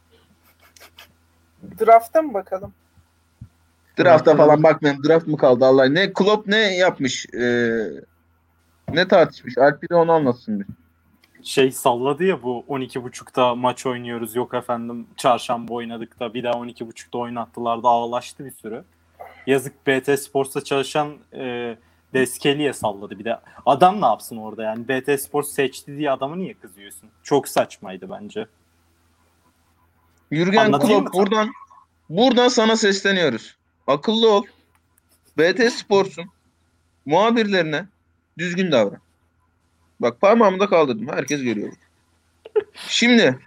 [SPEAKER 3] Draft'a mı bakalım?
[SPEAKER 2] Draft'a falan bakmayayım. Draft mı kaldı Allah. Ne Klopp ne yapmış? Ne tartışmış? Alp de onu anlatsın bir.
[SPEAKER 4] Salladı ya, bu 12.30'da maç oynuyoruz. Yok efendim çarşamba oynadık da bir daha 12.30'da oynattılar da ağlaştı bir sürü. Yazık BT Sports'ta çalışan Deskeli'ye salladı bir de. Adam ne yapsın orada yani? BT Sports seçti diye adamı niye kızıyorsun? Çok saçmaydı bence.
[SPEAKER 2] Jürgen
[SPEAKER 4] Anlatayım
[SPEAKER 2] Klopp,
[SPEAKER 4] mı?
[SPEAKER 2] buradan sana sesleniyoruz. Akıllı ol. BT Sports'un muhabirlerine düzgün davran. Bak parmağımı da kaldırdım. Herkes görüyor. Şimdi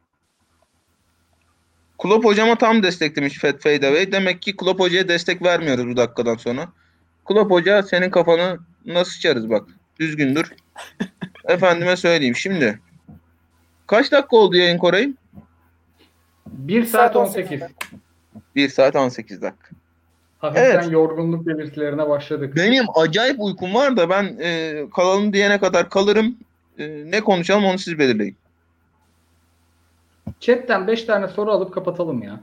[SPEAKER 2] Klopp hocama tam desteklemiş Fat Fadeaway. Demek ki Klopp hocaya destek vermiyoruz bu dakikadan sonra. Klopp hoca senin kafanı nasıl sıçarız bak. Düzgün dur. Efendime söyleyeyim. Şimdi kaç dakika oldu yayın Koray?
[SPEAKER 1] 1 saat 18.
[SPEAKER 2] 1 saat 18 dakika.
[SPEAKER 1] Hafiften
[SPEAKER 2] Evet.
[SPEAKER 1] yorgunluk belirtilerine başladık.
[SPEAKER 2] Benim acayip uykum var da ben kalalım diyene kadar kalırım. Ne konuşalım onu siz belirleyin.
[SPEAKER 1] Chat'ten 5 tane soru alıp kapatalım ya.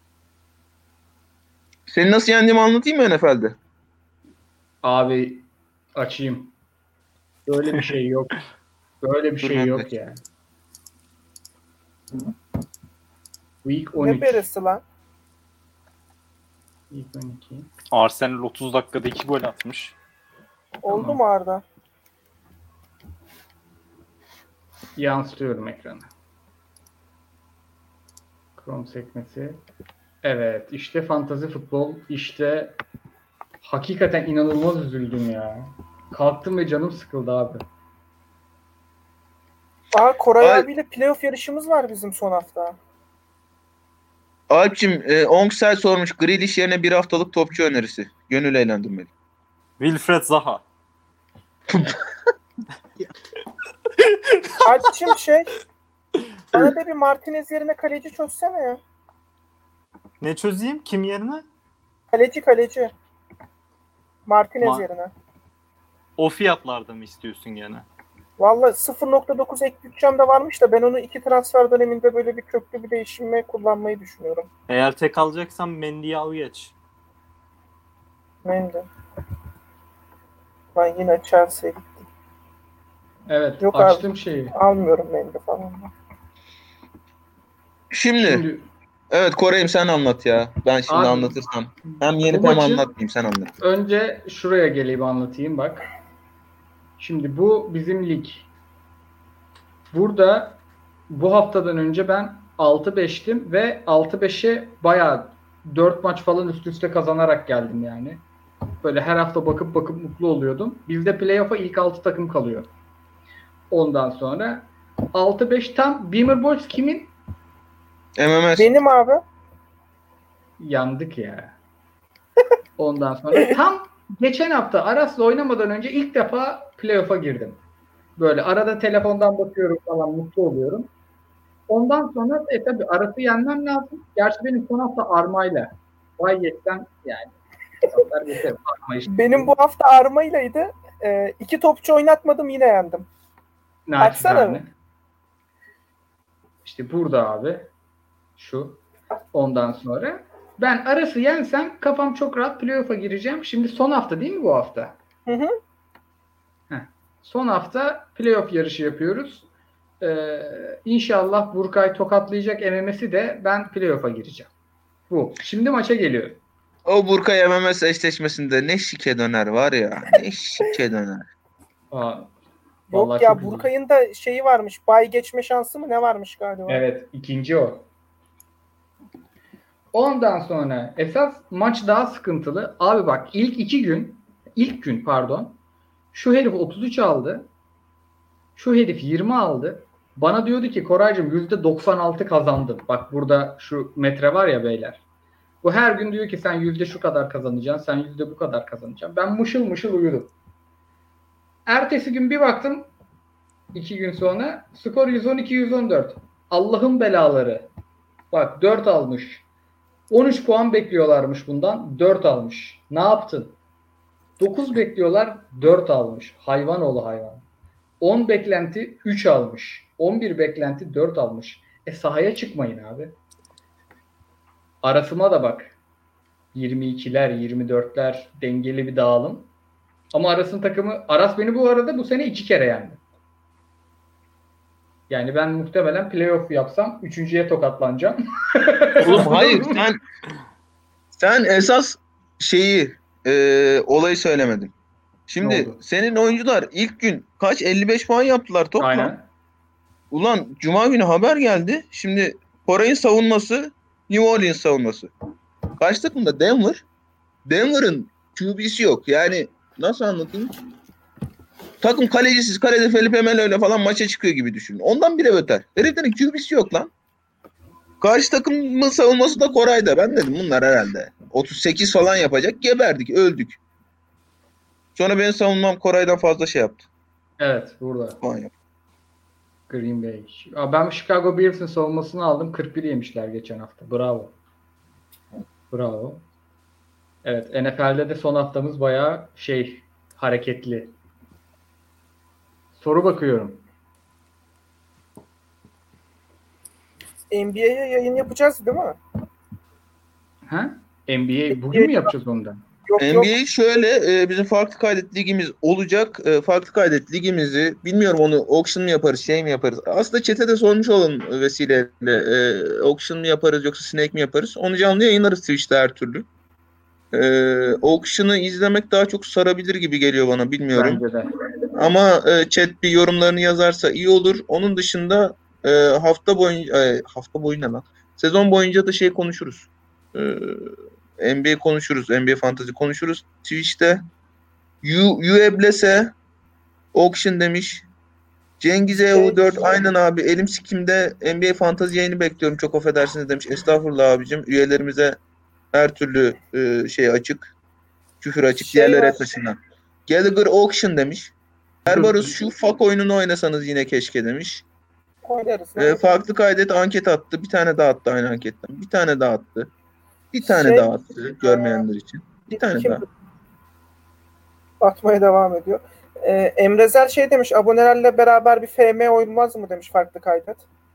[SPEAKER 2] Seni nasıl yendiğimi anlatayım mı NFL'de?
[SPEAKER 1] Abi açayım. Böyle bir şey yok. Böyle bir
[SPEAKER 2] Dur
[SPEAKER 1] şey
[SPEAKER 2] ben de
[SPEAKER 1] yok
[SPEAKER 2] açayım.
[SPEAKER 1] yani. Week
[SPEAKER 3] Ne
[SPEAKER 1] 13.
[SPEAKER 3] beresi lan?
[SPEAKER 1] Week 12.
[SPEAKER 4] Arsenal 30 dakikada 2 gol atmış.
[SPEAKER 3] Oldu
[SPEAKER 1] Tamam.
[SPEAKER 3] mu Arda?
[SPEAKER 1] Yansıtıyorum ekrana. Chrome sekmesi. Evet. İşte fantazi futbol. İşte hakikaten inanılmaz üzüldüm ya. Kalktım ve canım sıkıldı abi.
[SPEAKER 3] Koray
[SPEAKER 2] Ay-
[SPEAKER 3] abiyle playoff yarışımız var bizim son hafta.
[SPEAKER 2] Alp'cim Onksel sormuş. Grealish yerine bir haftalık topçu önerisi. Gönül eğlendirmeli.
[SPEAKER 4] Wilfred Zaha.
[SPEAKER 3] Alp'cim bana da bir Martinez yerine kaleci çözsene ya.
[SPEAKER 4] Ne çözeyim? Kim yerine?
[SPEAKER 3] Kaleci. Martinez yerine.
[SPEAKER 4] O fiyatlarda mı istiyorsun gene?
[SPEAKER 3] Vallahi 0.9 ek bütçem de varmış da ben onu 2 transfer döneminde böyle bir köklü bir değişime kullanmayı düşünüyorum.
[SPEAKER 4] Eğer tek alacaksan Mendy'yi al geç.
[SPEAKER 3] Mendy. Ben yine Chelsea'ye gittim.
[SPEAKER 1] Evet.
[SPEAKER 3] Yok
[SPEAKER 1] açtım
[SPEAKER 3] abi.
[SPEAKER 1] şeyi.
[SPEAKER 3] Almıyorum ben de falan.
[SPEAKER 2] Şimdi evet Koray'ım sen anlat ya. Ben şimdi
[SPEAKER 1] Abi,
[SPEAKER 2] anlatırsam. Hem
[SPEAKER 1] bu
[SPEAKER 2] yenip hem
[SPEAKER 1] maçın
[SPEAKER 2] anlatmayayım sen anlat.
[SPEAKER 1] önce şuraya geleyim anlatayım bak. Şimdi bu bizim lig. Burada bu haftadan önce ben 6-5'tim ve 6-5'e bayağı 4 maç falan üst üste kazanarak geldim yani. Böyle her hafta bakıp bakıp mutlu oluyordum. Bizde playoff'a ilk 6 takım kalıyor. Ondan sonra 6-5 tam. Beamer Boys kimin?
[SPEAKER 2] MMS.
[SPEAKER 3] Benim abi.
[SPEAKER 1] Yandık ya. Ondan sonra tam geçen hafta Aras'la oynamadan önce ilk defa playoff'a girdim. Böyle arada telefondan bakıyorum falan mutlu oluyorum. Ondan sonra tabii Aras'ı yenmem lazım. Gerçi benim son hafta Arma'yla. Vay yekten yani.
[SPEAKER 3] Benim bu hafta Arma'ylaydı. 2 topçu oynatmadım yine yendim. Baksana mı?
[SPEAKER 1] İşte burada abi. Şu. Ondan sonra ben Aras'ı yensem kafam çok rahat playoff'a gireceğim. Şimdi son hafta değil mi bu hafta?
[SPEAKER 3] Hı hı.
[SPEAKER 1] Son hafta playoff yarışı yapıyoruz. İnşallah Burkay tokatlayacak MMS'i de ben playoff'a gireceğim. Bu. Şimdi maça geliyorum.
[SPEAKER 2] O Burkay MMS eşleşmesinde ne şike döner var ya. Ne şike döner.
[SPEAKER 3] Yok ya Burkay'ın da şeyi varmış. Bay geçme şansı mı ne varmış galiba?
[SPEAKER 1] Evet. ikinci o. Ondan sonra esas maç daha sıkıntılı. Abi bak ilk gün şu herif 33 aldı. Şu herif 20 aldı. Bana diyordu ki Koraycığım %96 kazandın. Bak burada şu metre var ya beyler. Bu her gün diyor ki sen yüzde şu kadar kazanacaksın. Sen yüzde bu kadar kazanacaksın. Ben mışıl mışıl uyudum. Ertesi gün bir baktım 2 gün sonra skor 112-114. Allah'ın belaları. Bak 4 almış. 13 puan bekliyorlarmış bundan. 4 almış. Ne yaptın? 9 bekliyorlar. 4 almış. Hayvan oğlu hayvan. 10 beklenti 3 almış. 11 beklenti 4 almış. Sahaya çıkmayın abi. Arasıma da bak. 22'ler, 24'ler dengeli bir dağılım. Ama Aras'ın takımı Aras beni bu arada bu sene 2 kere yendi. Yani ben muhtemelen playoff yapsam 3.'ye tokatlanacağım.
[SPEAKER 2] Oğlum hayır sen esas olayı söylemedin. Şimdi senin oyuncular ilk gün kaç 55 puan yaptılar toplam.
[SPEAKER 1] Aynen.
[SPEAKER 2] Ulan Cuma günü haber geldi. Şimdi Koray'ın savunması New Orleans savunması. Kaç takımda Denver? Denver'ın QB'si yok. Yani nasıl anlatayım? Takım kalecisiz. Kalede Felipe Melo ile falan maça çıkıyor gibi düşünün. Ondan bile öter. Heriflerin QB'si yok lan. Karşı takımın savunması da Koray'da. Ben dedim bunlar herhalde 38 falan yapacak. Geberdik, öldük. Sonra benim savunmam Koray'dan fazla şey yaptı.
[SPEAKER 1] Evet, burada.
[SPEAKER 2] Puan
[SPEAKER 1] Green Bay. Ben Chicago Bears'ın savunmasını aldım. 41 yemişler geçen hafta. Bravo. Bravo. Evet, NFL'de de son haftamız bayağı hareketli. Soru bakıyorum.
[SPEAKER 3] NBA'ye yayın yapacağız değil mi?
[SPEAKER 1] Ha? NBA bugün mü yapacağız ondan?
[SPEAKER 3] Yok.
[SPEAKER 2] NBA'yi şöyle bizim farklı kaydet ligimiz olacak. Farklı kaydet ligimizi bilmiyorum onu auction mu yaparız mi yaparız. Aslında chat'e de sormuş olun vesileyle. Auction mu yaparız yoksa snake mi yaparız? Onu canlı yayınlarız Twitch'te her türlü. Auction'ı izlemek daha çok sarabilir gibi geliyor bana bilmiyorum.
[SPEAKER 1] Bence de.
[SPEAKER 2] Ama chat bir yorumlarını yazarsa iyi olur. Onun dışında hafta boyu ne lan? Sezon boyunca da konuşuruz. NBA konuşuruz. NBA Fantasy konuşuruz. Twitch'te Ueblese Auction demiş. Cengiz EU4 aynen abi. Elim sikimde NBA Fantasy yayını bekliyorum. Çok affedersiniz demiş. Estağfurullah abicim. Üyelerimize her türlü açık. Küfür açık. Diğerleri etmesinden. Gallagher Auction demiş. Erbarus şu fuck oyununu oynasanız yine keşke demiş.
[SPEAKER 3] Oynarız.
[SPEAKER 2] Farklı kaydet anket attı. Bir tane daha attı aynı anketten. Bir tane daha attı. Bir tane daha attı görmeyenler için. Bir tane daha.
[SPEAKER 3] Atmaya devam ediyor. Emrezel demiş, abonelerle beraber bir FM oynamaz mı demiş farklı kaydet.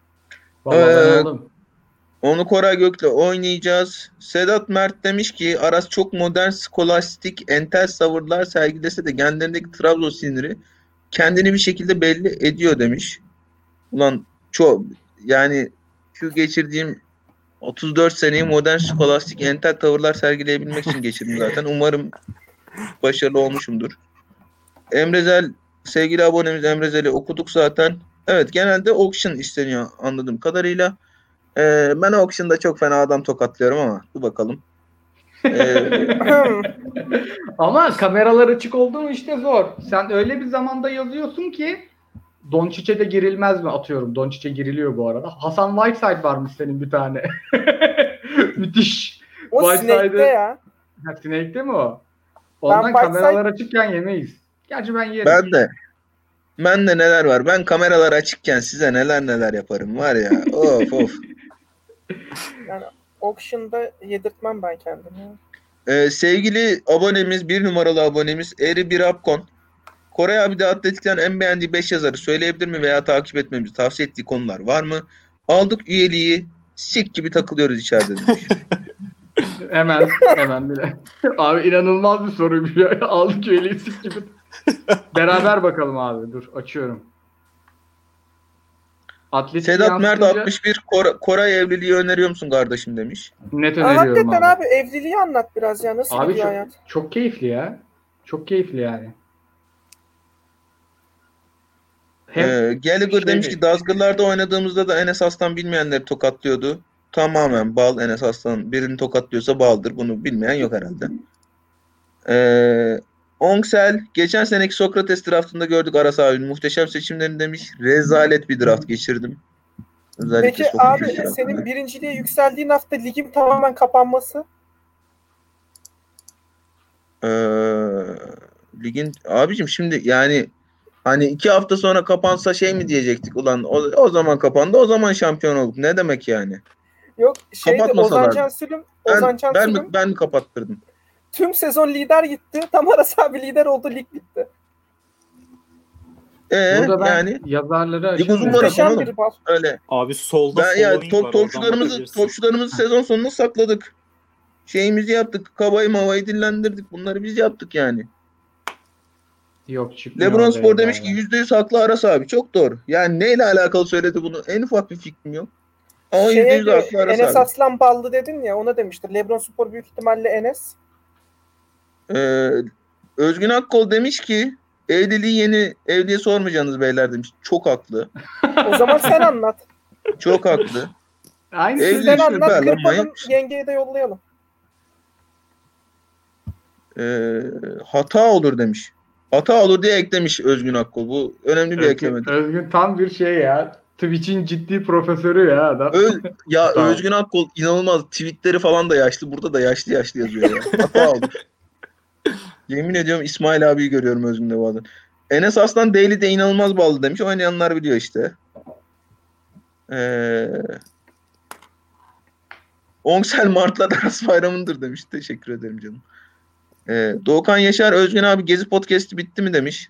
[SPEAKER 2] Onu Koray Gök'le oynayacağız. Sedat Mert demiş ki Aras çok modern, skolastik, entel savırlar sergilese de genlerindeki Trabzon siniri kendini bir şekilde belli ediyor demiş. Ulan çok yani şu geçirdiğim 34 seneyi modern skolastik entel tavırlar sergileyebilmek için geçirdim zaten. Umarım başarılı olmuşumdur. Emrezel, sevgili abonemiz Emrezel'i okuduk zaten. Evet, genelde auction isteniyor anladığım kadarıyla. Ben auction'da çok fena adam tokatlıyorum ama dur bakalım.
[SPEAKER 1] Ama kameralar açık oldu mu işte zor. Sen öyle bir zamanda yazıyorsun ki Doncic'e de girilmez mi atıyorum. Doncic'e giriliyor bu arada. Hasan Whiteside varmış senin bir tane. Müthiş.
[SPEAKER 3] O Snake'te ya.
[SPEAKER 1] Ha, Snake'te mi o? Ondan kameralar açıkken yemeyiz. Gerçi ben yerim.
[SPEAKER 2] Ben de neler var. Ben kameralar açıkken size neler yaparım var ya. Of.
[SPEAKER 3] Yani auction'da yedirtmem ben kendimi.
[SPEAKER 2] Sevgili abonemiz, 1 numaralı abonemiz Eri Birapkon. Koray abi de Atletik'ten en beğendiği 5 yazarı söyleyebilir mi veya takip etmemizi tavsiye ettiği konular var mı? Aldık üyeliği, sik gibi takılıyoruz içeride demiş.
[SPEAKER 1] hemen bile. Abi inanılmaz bir soruymuş ya. Aldık üyeliği sik gibi. Beraber bakalım abi. Dur açıyorum.
[SPEAKER 2] Sedat Mert 61 Koray evliliği öneriyor musun kardeşim demiş.
[SPEAKER 1] Net öneriyorum
[SPEAKER 3] hakikaten abi evliliği anlat biraz ya. Nasıl
[SPEAKER 1] abi
[SPEAKER 3] gidiyor hayat?
[SPEAKER 1] Çok keyifli ya. Çok keyifli yani.
[SPEAKER 2] Gallagher demiş ki Dazgırlar'da oynadığımızda da Enes Aslan bilmeyenleri tokatlıyordu. Tamamen bal. Enes Aslan birini tokatlıyorsa baldır. Bunu bilmeyen yok herhalde. Ongsel geçen seneki Sokrates draftında gördük Aras abinin muhteşem seçimlerini demiş. Rezalet bir draft geçirdim. Özellikle
[SPEAKER 3] peki
[SPEAKER 2] Sokrates
[SPEAKER 3] abi
[SPEAKER 2] draftında.
[SPEAKER 3] senin birinciliğe yükseldiğin hafta ligin tamamen kapanması?
[SPEAKER 2] Ligin abicim şimdi yani hani 2 hafta sonra kapansa şey mi diyecektik ulan o zaman kapandı o zaman şampiyon olduk. Ne demek yani?
[SPEAKER 3] Yok Ozan Cansülüm
[SPEAKER 2] ben kapattırdım.
[SPEAKER 3] Tüm sezon lider gitti. Tam Aras abi lider oldu. Lig bitti.
[SPEAKER 1] Burada ben
[SPEAKER 2] yani
[SPEAKER 1] yazarları
[SPEAKER 2] aşamadım. Öyle.
[SPEAKER 4] Abi solda
[SPEAKER 2] topçularımızı sezon sonunda sakladık. Şeyimizi yaptık. Kabayı mavayı dinlendirdik. Bunları biz yaptık yani.
[SPEAKER 1] Yok çıkmıyor.
[SPEAKER 2] LeBron Spor demiş ki %100 haklı Aras abi. Çok doğru. Yani neyle alakalı söyledi bunu? En ufak bir fikrim yok. Ama %100 haklı Aras
[SPEAKER 3] Enes
[SPEAKER 2] abi.
[SPEAKER 3] Aslan ballı dedin ya ona demiştir. LeBron Spor büyük ihtimalle Enes.
[SPEAKER 2] Özgün Akkol demiş ki evliliği yeni evliye sormayacaksınız beyler demiş. Çok haklı.
[SPEAKER 3] O zaman sen anlat.
[SPEAKER 2] Çok haklı.
[SPEAKER 1] Aynı
[SPEAKER 3] sizden anlat. Kırpalım yengeye de yollayalım.
[SPEAKER 2] Hata olur demiş. Hata olur diye eklemiş Özgün Akkol. Bu önemli bir eklemedir.
[SPEAKER 1] Özgün tam bir şey ya. Twitch'in ciddi profesörü ya adam.
[SPEAKER 2] Tamam. Özgün Akkol inanılmaz. Tweetleri falan da yaşlı. Burada da yaşlı yazıyor ya. Hata olur. Yemin ediyorum İsmail abiyi görüyorum Özgün'de bu adam. Enes Aslan Daily'de inanılmaz bağlı demiş. Oynayanlar biliyor işte. Ongsel Mart'la Aras Bayramı'ndır demiş. Teşekkür ederim canım. Doğukan Yaşar Özgün abi Gezi Podcast'i bitti mi demiş.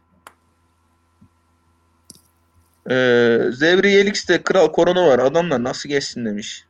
[SPEAKER 2] Zevri Yelix'te kral korona var. Adamlar nasıl geçsin demiş.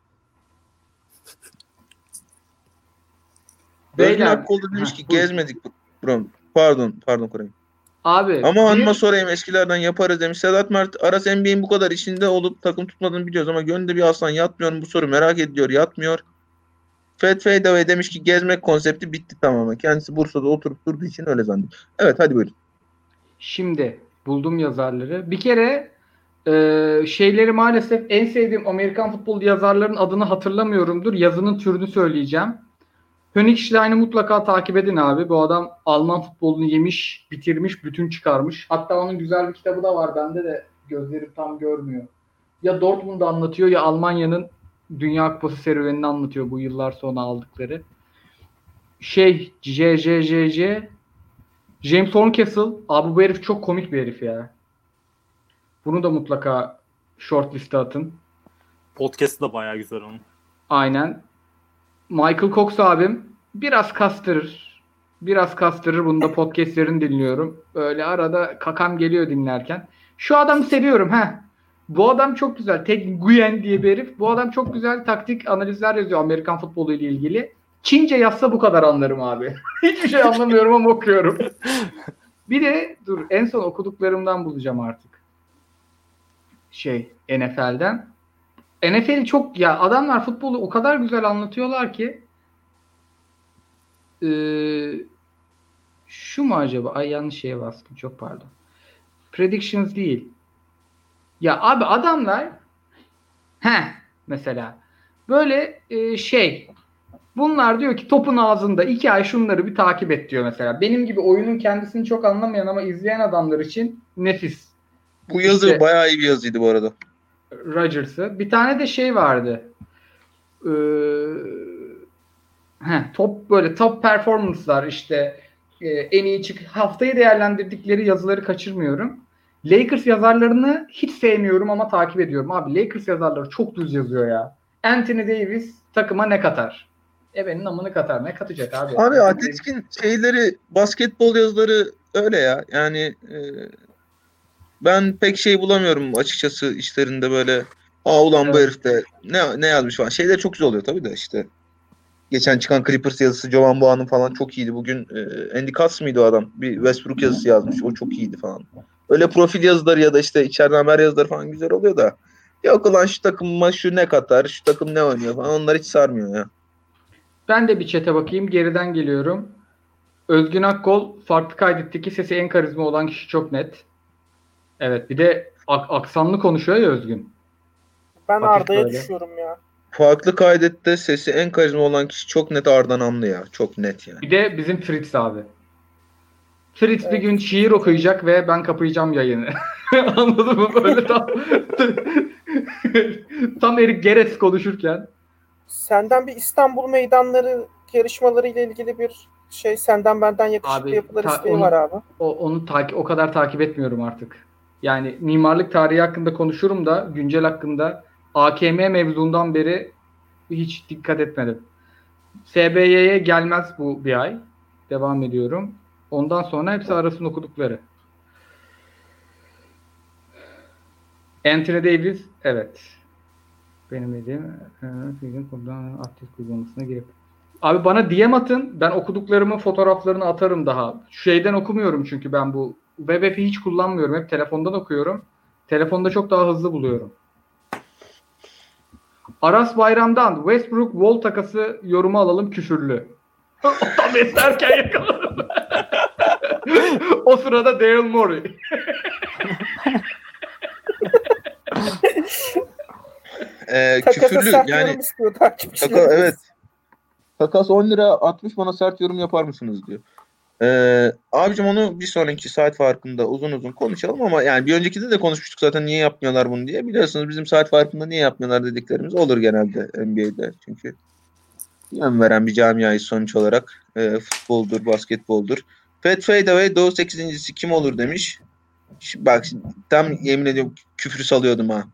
[SPEAKER 2] Özgün Akkol demiş ki gezmedik. Pardon Koray.
[SPEAKER 1] Abi.
[SPEAKER 2] Ama hanıma sorayım eskilerden yaparız demiş. Sedat Mert Aras NBA'in bu kadar içinde olup takım tutmadığını biliyoruz ama gönlünde bir aslan yatmıyor mu bu soru merak ediliyor. Yatmıyor. Fed Fadeaway demiş ki gezmek konsepti bitti tamamen. Kendisi Bursa'da oturup durduğu için öyle zannediyor. Evet hadi buyurun.
[SPEAKER 1] Şimdi buldum yazarları. Bir kere şeyleri maalesef en sevdiğim Amerikan futbol yazarların adını hatırlamıyorumdur. Yazının türünü söyleyeceğim. Honigstein'i mutlaka takip edin abi. Bu adam Alman futbolunu yemiş, bitirmiş, bütün çıkarmış. Hatta onun güzel bir kitabı da var. Bende de gözlerim tam görmüyor. Ya Dortmund'u anlatıyor ya Almanya'nın Dünya Kupası serüvenini anlatıyor bu yıllar sonra aldıkları. James Horncastle. Abi bu herif çok komik bir herif ya. Bunu da mutlaka short liste atın.
[SPEAKER 4] Podcast'ı da bayağı güzel onun.
[SPEAKER 1] Aynen. Michael Cox abim biraz kastırır. Bunu da podcastlerini dinliyorum. Böyle arada kakam geliyor dinlerken. Şu adamı seviyorum Bu adam çok güzel. Ted Nguyen diye bir herif. Bu adam çok güzel taktik analizler yazıyor Amerikan futbolu ile ilgili. Çince yazsa bu kadar anlarım abi. Hiçbir şey anlamıyorum ama okuyorum. Bir de dur en son okuduklarımdan bulacağım artık. NFL'den. NFL'i çok ya adamlar futbolu o kadar güzel anlatıyorlar ki şu mu acaba? Ay yanlış şeye bastım. Çok pardon. Predictions değil. Ya abi adamlar mesela böyle bunlar diyor ki topun ağzında 2 ay şunları bir takip et diyor mesela. Benim gibi oyunun kendisini çok anlamayan ama izleyen adamlar için nefis.
[SPEAKER 2] Bu yazı bayağı iyi bir yazıydı bu arada.
[SPEAKER 1] Rodgers'ı. Bir tane de vardı. Top performance'lar işte en iyi haftayı değerlendirdikleri yazıları kaçırmıyorum. Lakers yazarlarını hiç sevmiyorum ama takip ediyorum. Abi Lakers yazarları çok düz yazıyor ya. Anthony Davis takıma ne katar? Ebenin amını katar. Ne katacak abi?
[SPEAKER 2] Abi Atletik'in basketbol yazıları öyle ya. Yani ben pek bulamıyorum açıkçası işlerinde böyle. Ulan bu herif de ne yazmış falan. Şeyler çok güzel oluyor tabii de işte. Geçen çıkan Clippers yazısı Jovan Boğa'nın falan çok iyiydi. Bugün Andy Katz mıydı o adam? Bir Westbrook yazısı yazmış. O çok iyiydi falan. Öyle profil yazıları ya da işte içeriden haber yazıları falan güzel oluyor da. Yok ulan şu takımıma şu ne katar, şu takım ne oynuyor falan. Onlar hiç sarmıyor ya.
[SPEAKER 1] Ben de bir chat'e bakayım. Geriden geliyorum. Özgün Akkol farklı kaydetteki sesi en karizma olan kişi çok net. Evet bir de aksanlı konuşuyor ya Özgün.
[SPEAKER 3] Ben Arda'ya düşüyorum ya.
[SPEAKER 2] Farklı kaydette sesi en karizma olan kişi çok net Arda Namlı ya. Çok net yani.
[SPEAKER 1] Bir de bizim Fritz abi. Fritz bir gün şiir okuyacak ve ben kapayacağım yayını. Anladın mı? Böyle tam Erik Gerets konuşurken.
[SPEAKER 3] Senden bir İstanbul meydanları yarışmaları ile ilgili bir senden benden yakışıklı
[SPEAKER 1] abi,
[SPEAKER 3] yapılar isteği var abi.
[SPEAKER 1] Onu o kadar takip etmiyorum artık. Yani mimarlık tarihi hakkında konuşurum da güncel hakkında AKM mevzundan beri hiç dikkat etmedim. SBY'ye gelmez bu bir ay. Devam ediyorum. Ondan sonra hepsi arasında okudukları. Anthony Davis evet. Benim dediğim film konudan aktif uygulamasına girip. Abi bana DM atın. Ben okuduklarımın fotoğraflarını atarım daha. Şeyden okumuyorum çünkü ben bu web app'i hiç kullanmıyorum. Hep telefondan okuyorum. Telefonda çok daha hızlı buluyorum. Aras Bayram'dan Westbrook Wall takası yorumu alalım küfürlü. Tam esnerken yakaladım. O sırada Daryl Morey.
[SPEAKER 2] Küfürlü yani. Evet. Takas 10 lira 60 bana sert yorum yapar mısınız diyor. Abicim onu bir sonraki saat farkında uzun uzun konuşalım ama yani bir öncekide de konuşmuştuk zaten niye yapmıyorlar bunu diye. Biliyorsunuz bizim saat farkında niye yapmıyorlar dediklerimiz olur genelde NBA'de. Çünkü yön veren bir camiayı sonuç olarak futboldur, basketboldur. Fat Fadeaway Doğu 8.'si kim olur demiş. Bak tam yemin ediyorum küfür salıyordum ha.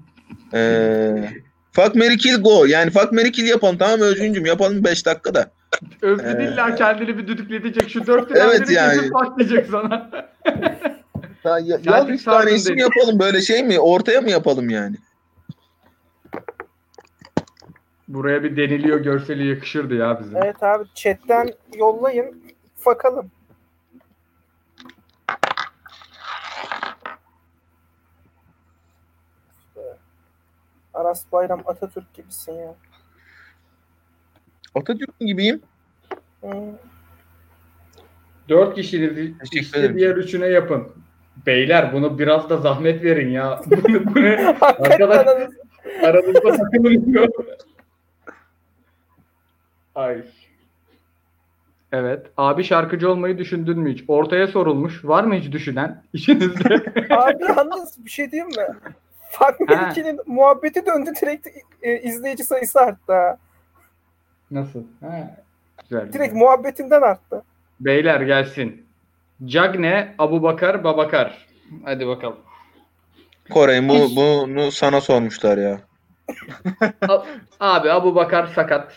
[SPEAKER 2] Fuck Mary Kill Go. Yani Fuck Mary Kill yapalım. Tamam Özgüncüm yapalım 5 dakikada.
[SPEAKER 1] Özgün illa kendini bir düdükletecek. Şu 4
[SPEAKER 2] evet yani.
[SPEAKER 1] Fuck diyecek sana.
[SPEAKER 2] Ya 3 tane isim yapalım böyle mi? Ortaya mı yapalım yani?
[SPEAKER 1] Buraya bir deniliyor görseli yakışırdı ya bizim.
[SPEAKER 3] Evet abi chatten yollayın. Bakalım. Aras Bayram Atatürk gibisin ya.
[SPEAKER 2] Atatürk gibiyim.
[SPEAKER 1] 4 kişiniz işte diğer 3'üne yapın. Beyler bunu biraz da zahmet verin ya. Bu ne? Arkadaş aranızda takılıyor. Ay. Evet. Abi şarkıcı olmayı düşündün mü hiç? Ortaya sorulmuş. Var mı hiç düşünen içinizde?
[SPEAKER 3] Abi yalnız bir şey diyeyim mi? Fatma 2'nin muhabbeti döndü direkt izleyici sayısı arttı.
[SPEAKER 1] Nasıl? Güzel.
[SPEAKER 3] Direkt muhabbetinden arttı.
[SPEAKER 1] Beyler gelsin. Cagne, Abubakar, Babakar. Hadi bakalım.
[SPEAKER 2] Koray bunu sana sormuşlar ya.
[SPEAKER 1] Abi Abubakar sakat.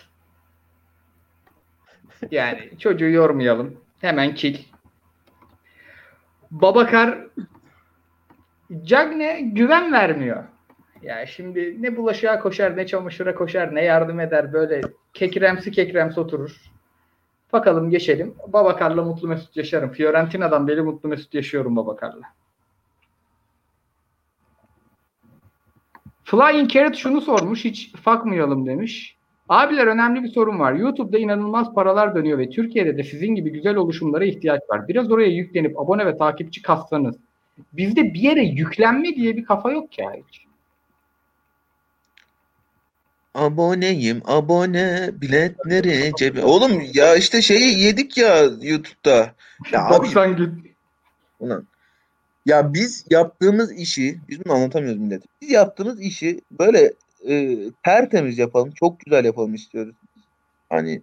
[SPEAKER 1] Yani çocuğu yormayalım. Hemen kill. Babakar Cagne güven vermiyor. Ya şimdi ne bulaşığa koşar, ne çamaşıra koşar, ne yardım eder. Böyle kekremsi oturur. Bakalım geçelim. Babakar'la mutlu mesut yaşarım. Fiorentina'dan beri mutlu mesut yaşıyorum Babakar'la. Flying Carrot şunu sormuş. Hiç fakmayalım demiş. Abiler önemli bir sorun var. YouTube'da inanılmaz paralar dönüyor ve Türkiye'de de sizin gibi güzel oluşumlara ihtiyaç var. Biraz oraya yüklenip abone ve takipçi kassanız. Bizde bir yere yüklenme diye bir kafa yok ya hiç.
[SPEAKER 2] Aboneyim abone biletleri cebe. Oğlum ya işte şeyi yedik ya YouTube'da. Ya abi
[SPEAKER 1] 90 gün.
[SPEAKER 2] ulan. Ya biz yaptığımız işi biz bunu anlatamıyoruz millet. Biz yaptığımız işi böyle tertemiz yapalım. Çok güzel yapalım istiyoruz. Hani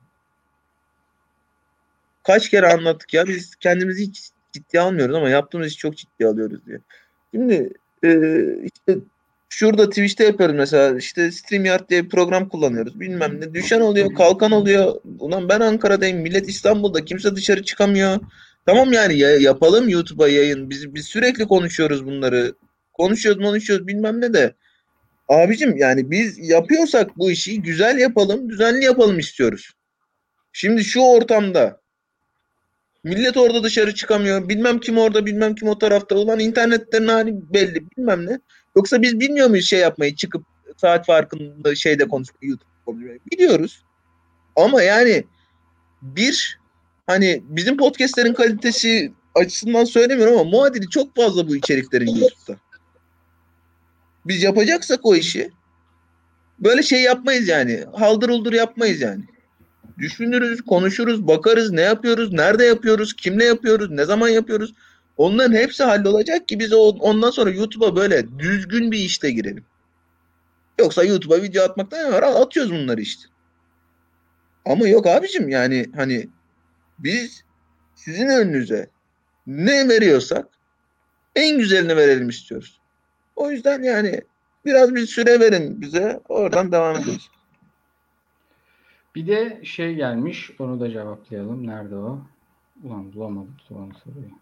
[SPEAKER 2] kaç kere anlattık ya biz kendimizi hiç ciddiye almıyoruz ama yaptığımız işi çok ciddiye alıyoruz diye. Şimdi işte şurada Twitch'te yapıyoruz mesela işte StreamYard diye bir program kullanıyoruz. Bilmem ne. Düşen oluyor, kalkan oluyor. Ulan ben Ankara'dayım, millet İstanbul'da, kimse dışarı çıkamıyor. Tamam yani yapalım YouTube'a yayın. Biz sürekli konuşuyoruz bunları. Konuşuyoruz bilmem ne de. Abicim yani biz yapıyorsak bu işi güzel yapalım, düzenli yapalım istiyoruz. Şimdi şu ortamda millet orada dışarı çıkamıyor. Bilmem kim orada, bilmem kim o tarafta. Ulan internetlerin hali belli, bilmem ne. Yoksa biz bilmiyor muyuz şey yapmayı, çıkıp saat farkında şeyde konuşmayı, YouTube konuşmayı? Biliyoruz. Ama yani hani bizim podcastlerin kalitesi açısından söylemiyorum ama muadili çok fazla bu içeriklerin YouTube'da. Biz yapacaksak o işi böyle şey yapmayız yani. Haldır uldur yapmayız yani. Düşünürüz, konuşuruz, bakarız ne yapıyoruz, nerede yapıyoruz, kimle yapıyoruz, ne zaman yapıyoruz. Onların hepsi hallolacak ki biz ondan sonra YouTube'a böyle düzgün bir işte girelim. Yoksa YouTube'a video atmaktan ne var? Atıyoruz bunları işte. Ama yok abicim yani hani biz sizin önünüze ne veriyorsak en güzelini verelim istiyoruz. O yüzden yani biraz bir süre verin bize, oradan devam ederiz.
[SPEAKER 1] Bir de şey gelmiş, onu da cevaplayalım. Nerede o? Ulan bulamadım son soruyu.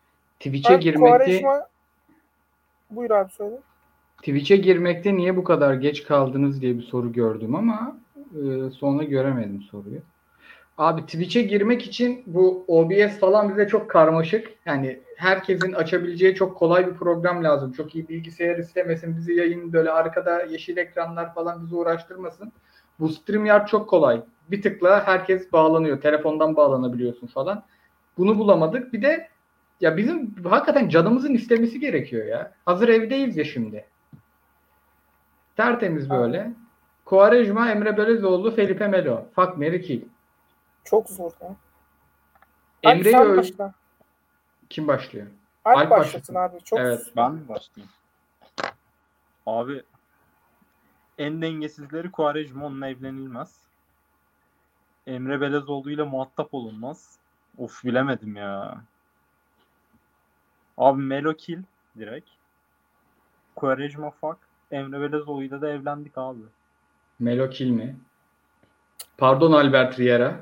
[SPEAKER 3] Buyur abi söyle.
[SPEAKER 1] Twitch'e girmekte niye bu kadar geç kaldınız diye bir soru gördüm ama sonra göremedim soruyu. Abi Twitch'e girmek için bu OBS falan bize çok karmaşık. Yani herkesin açabileceği çok kolay bir program lazım. Çok iyi bilgisayar istemesin. Bizi yayın böyle arkada yeşil ekranlar falan bizi uğraştırmasın. Bu StreamYard çok kolay. Bir tıkla herkes bağlanıyor. Telefondan bağlanabiliyorsun falan. Bunu bulamadık. Bir de ya bizim hakikaten canımızın istemesi gerekiyor ya. Hazır evdeyiz ya şimdi. Tertemiz böyle. Quaresma, Emre Belözoğlu, Felipe Melo. Fuck, Mary Kill.
[SPEAKER 3] Çok zor ya.
[SPEAKER 1] Emre'yi
[SPEAKER 3] başla.
[SPEAKER 1] Kim başlıyor?
[SPEAKER 3] Alp başlasın abi. Çok
[SPEAKER 1] evet.
[SPEAKER 4] Ben mi başlayayım? Abi en dengesizleri Quaresma, onunla evlenilmez. Emre Belezoğlu ile muhatap olunmaz. Of bilemedim ya. Abi Melo kill direkt. Quaresma fuck. Emre Belezoğlu'yla da evlendik abi.
[SPEAKER 1] Melo kill mi? Pardon Albert Riera.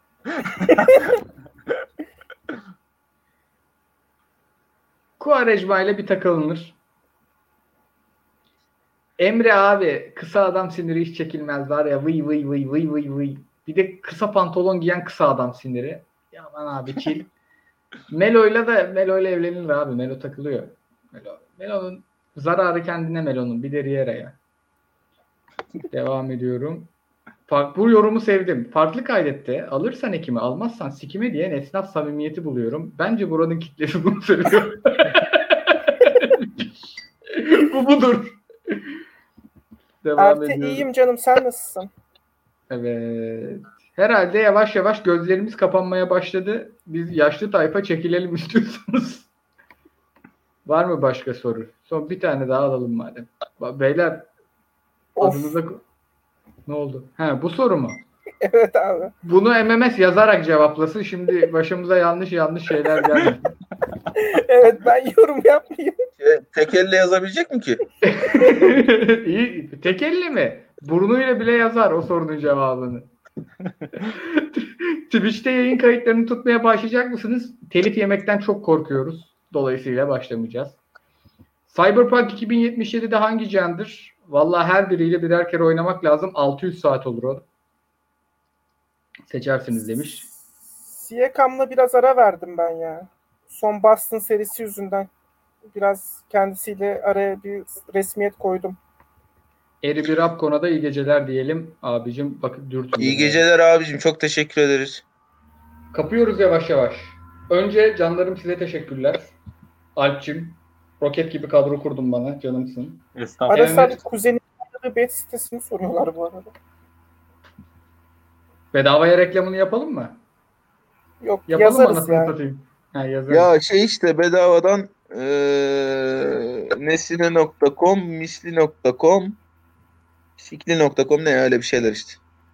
[SPEAKER 1] Quaresma ile bir takılınır. Emre abi kısa adam siniri hiç çekilmez var ya vıy vıy vıy vıy vıy vıy. Bir de kısa pantolon giyen kısa adam siniri. Yaman abi kill. Melo ile evlenilir abi. Melo takılıyor. Melo'nun zararı kendine Melo'nun. Bir de Riera'ya. Devam ediyorum. Bu yorumu sevdim. Farklı kaydette alırsan ekimi almazsan sikime diyen esnaf samimiyeti buluyorum. Bence buranın kitlesi bunu seviyor. Bu budur. Devam ediyorum.
[SPEAKER 3] iyiyim canım, sen nasılsın?
[SPEAKER 1] Evet. Herhalde yavaş yavaş gözlerimiz kapanmaya başladı. Biz yaşlı tayfa çekilelim istiyorsanız. Var mı başka soru? Son bir tane daha alalım madem. Beyler adınıza... Ne oldu? Bu soru mu?
[SPEAKER 3] Evet abi.
[SPEAKER 1] Bunu MMS yazarak cevaplasın. Şimdi başımıza yanlış şeyler geldi.
[SPEAKER 3] Evet, ben yorum yapmayayım.
[SPEAKER 2] Tek elle yazabilecek mi ki?
[SPEAKER 1] İyi. Tek elle mi? Burnuyla bile yazar o sorunun cevabını. Twitch'te yayın kayıtlarını tutmaya başlayacak mısınız? Telif yemekten çok korkuyoruz. Dolayısıyla başlamayacağız. Cyberpunk 2077'de hangi candır? Vallahi her biriyle birer kere oynamak lazım. 600 saat olur o. Seçersiniz demiş.
[SPEAKER 3] Siakam'la biraz ara verdim ben ya. Son Boston serisi yüzünden biraz kendisiyle araya bir resmiyet koydum.
[SPEAKER 1] Eri Rapkon'a da iyi geceler diyelim abicim. Bakın dürtün.
[SPEAKER 2] İyi geceler abicim. Çok teşekkür ederiz.
[SPEAKER 1] Kapıyoruz yavaş yavaş. Önce canlarım size teşekkürler. Alp'cim. Roket gibi kadro kurdun bana. Canımsın.
[SPEAKER 4] Estağfurullah.
[SPEAKER 3] Aras abi kuzenin bet sitesini soruyorlar bu arada.
[SPEAKER 1] Bedavaya reklamını yapalım mı?
[SPEAKER 3] Yok
[SPEAKER 1] Yapalım
[SPEAKER 3] yazarız
[SPEAKER 1] anasını
[SPEAKER 3] ya.
[SPEAKER 1] satayım. Ha, yazarız.
[SPEAKER 2] Ya işte bedavadan nesine.com, misli.com, sikli.com ne öyle bir şeyler işte.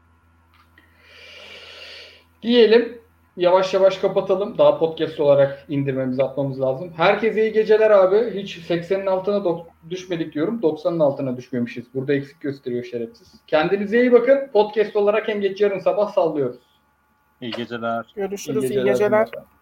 [SPEAKER 1] Diyelim. Yavaş yavaş kapatalım. Daha podcast olarak indirmemiz, atmamız lazım. Herkese iyi geceler abi. Hiç 80'in altına düşmedik diyorum. 90'ın altına düşmemişiz. Burada eksik gösteriyor şerefsiz. Kendinize iyi bakın. Podcast olarak hem geç yarın sabah sallıyoruz.
[SPEAKER 4] İyi geceler.
[SPEAKER 3] Görüşürüz. İyi
[SPEAKER 1] geceler.
[SPEAKER 3] geceler.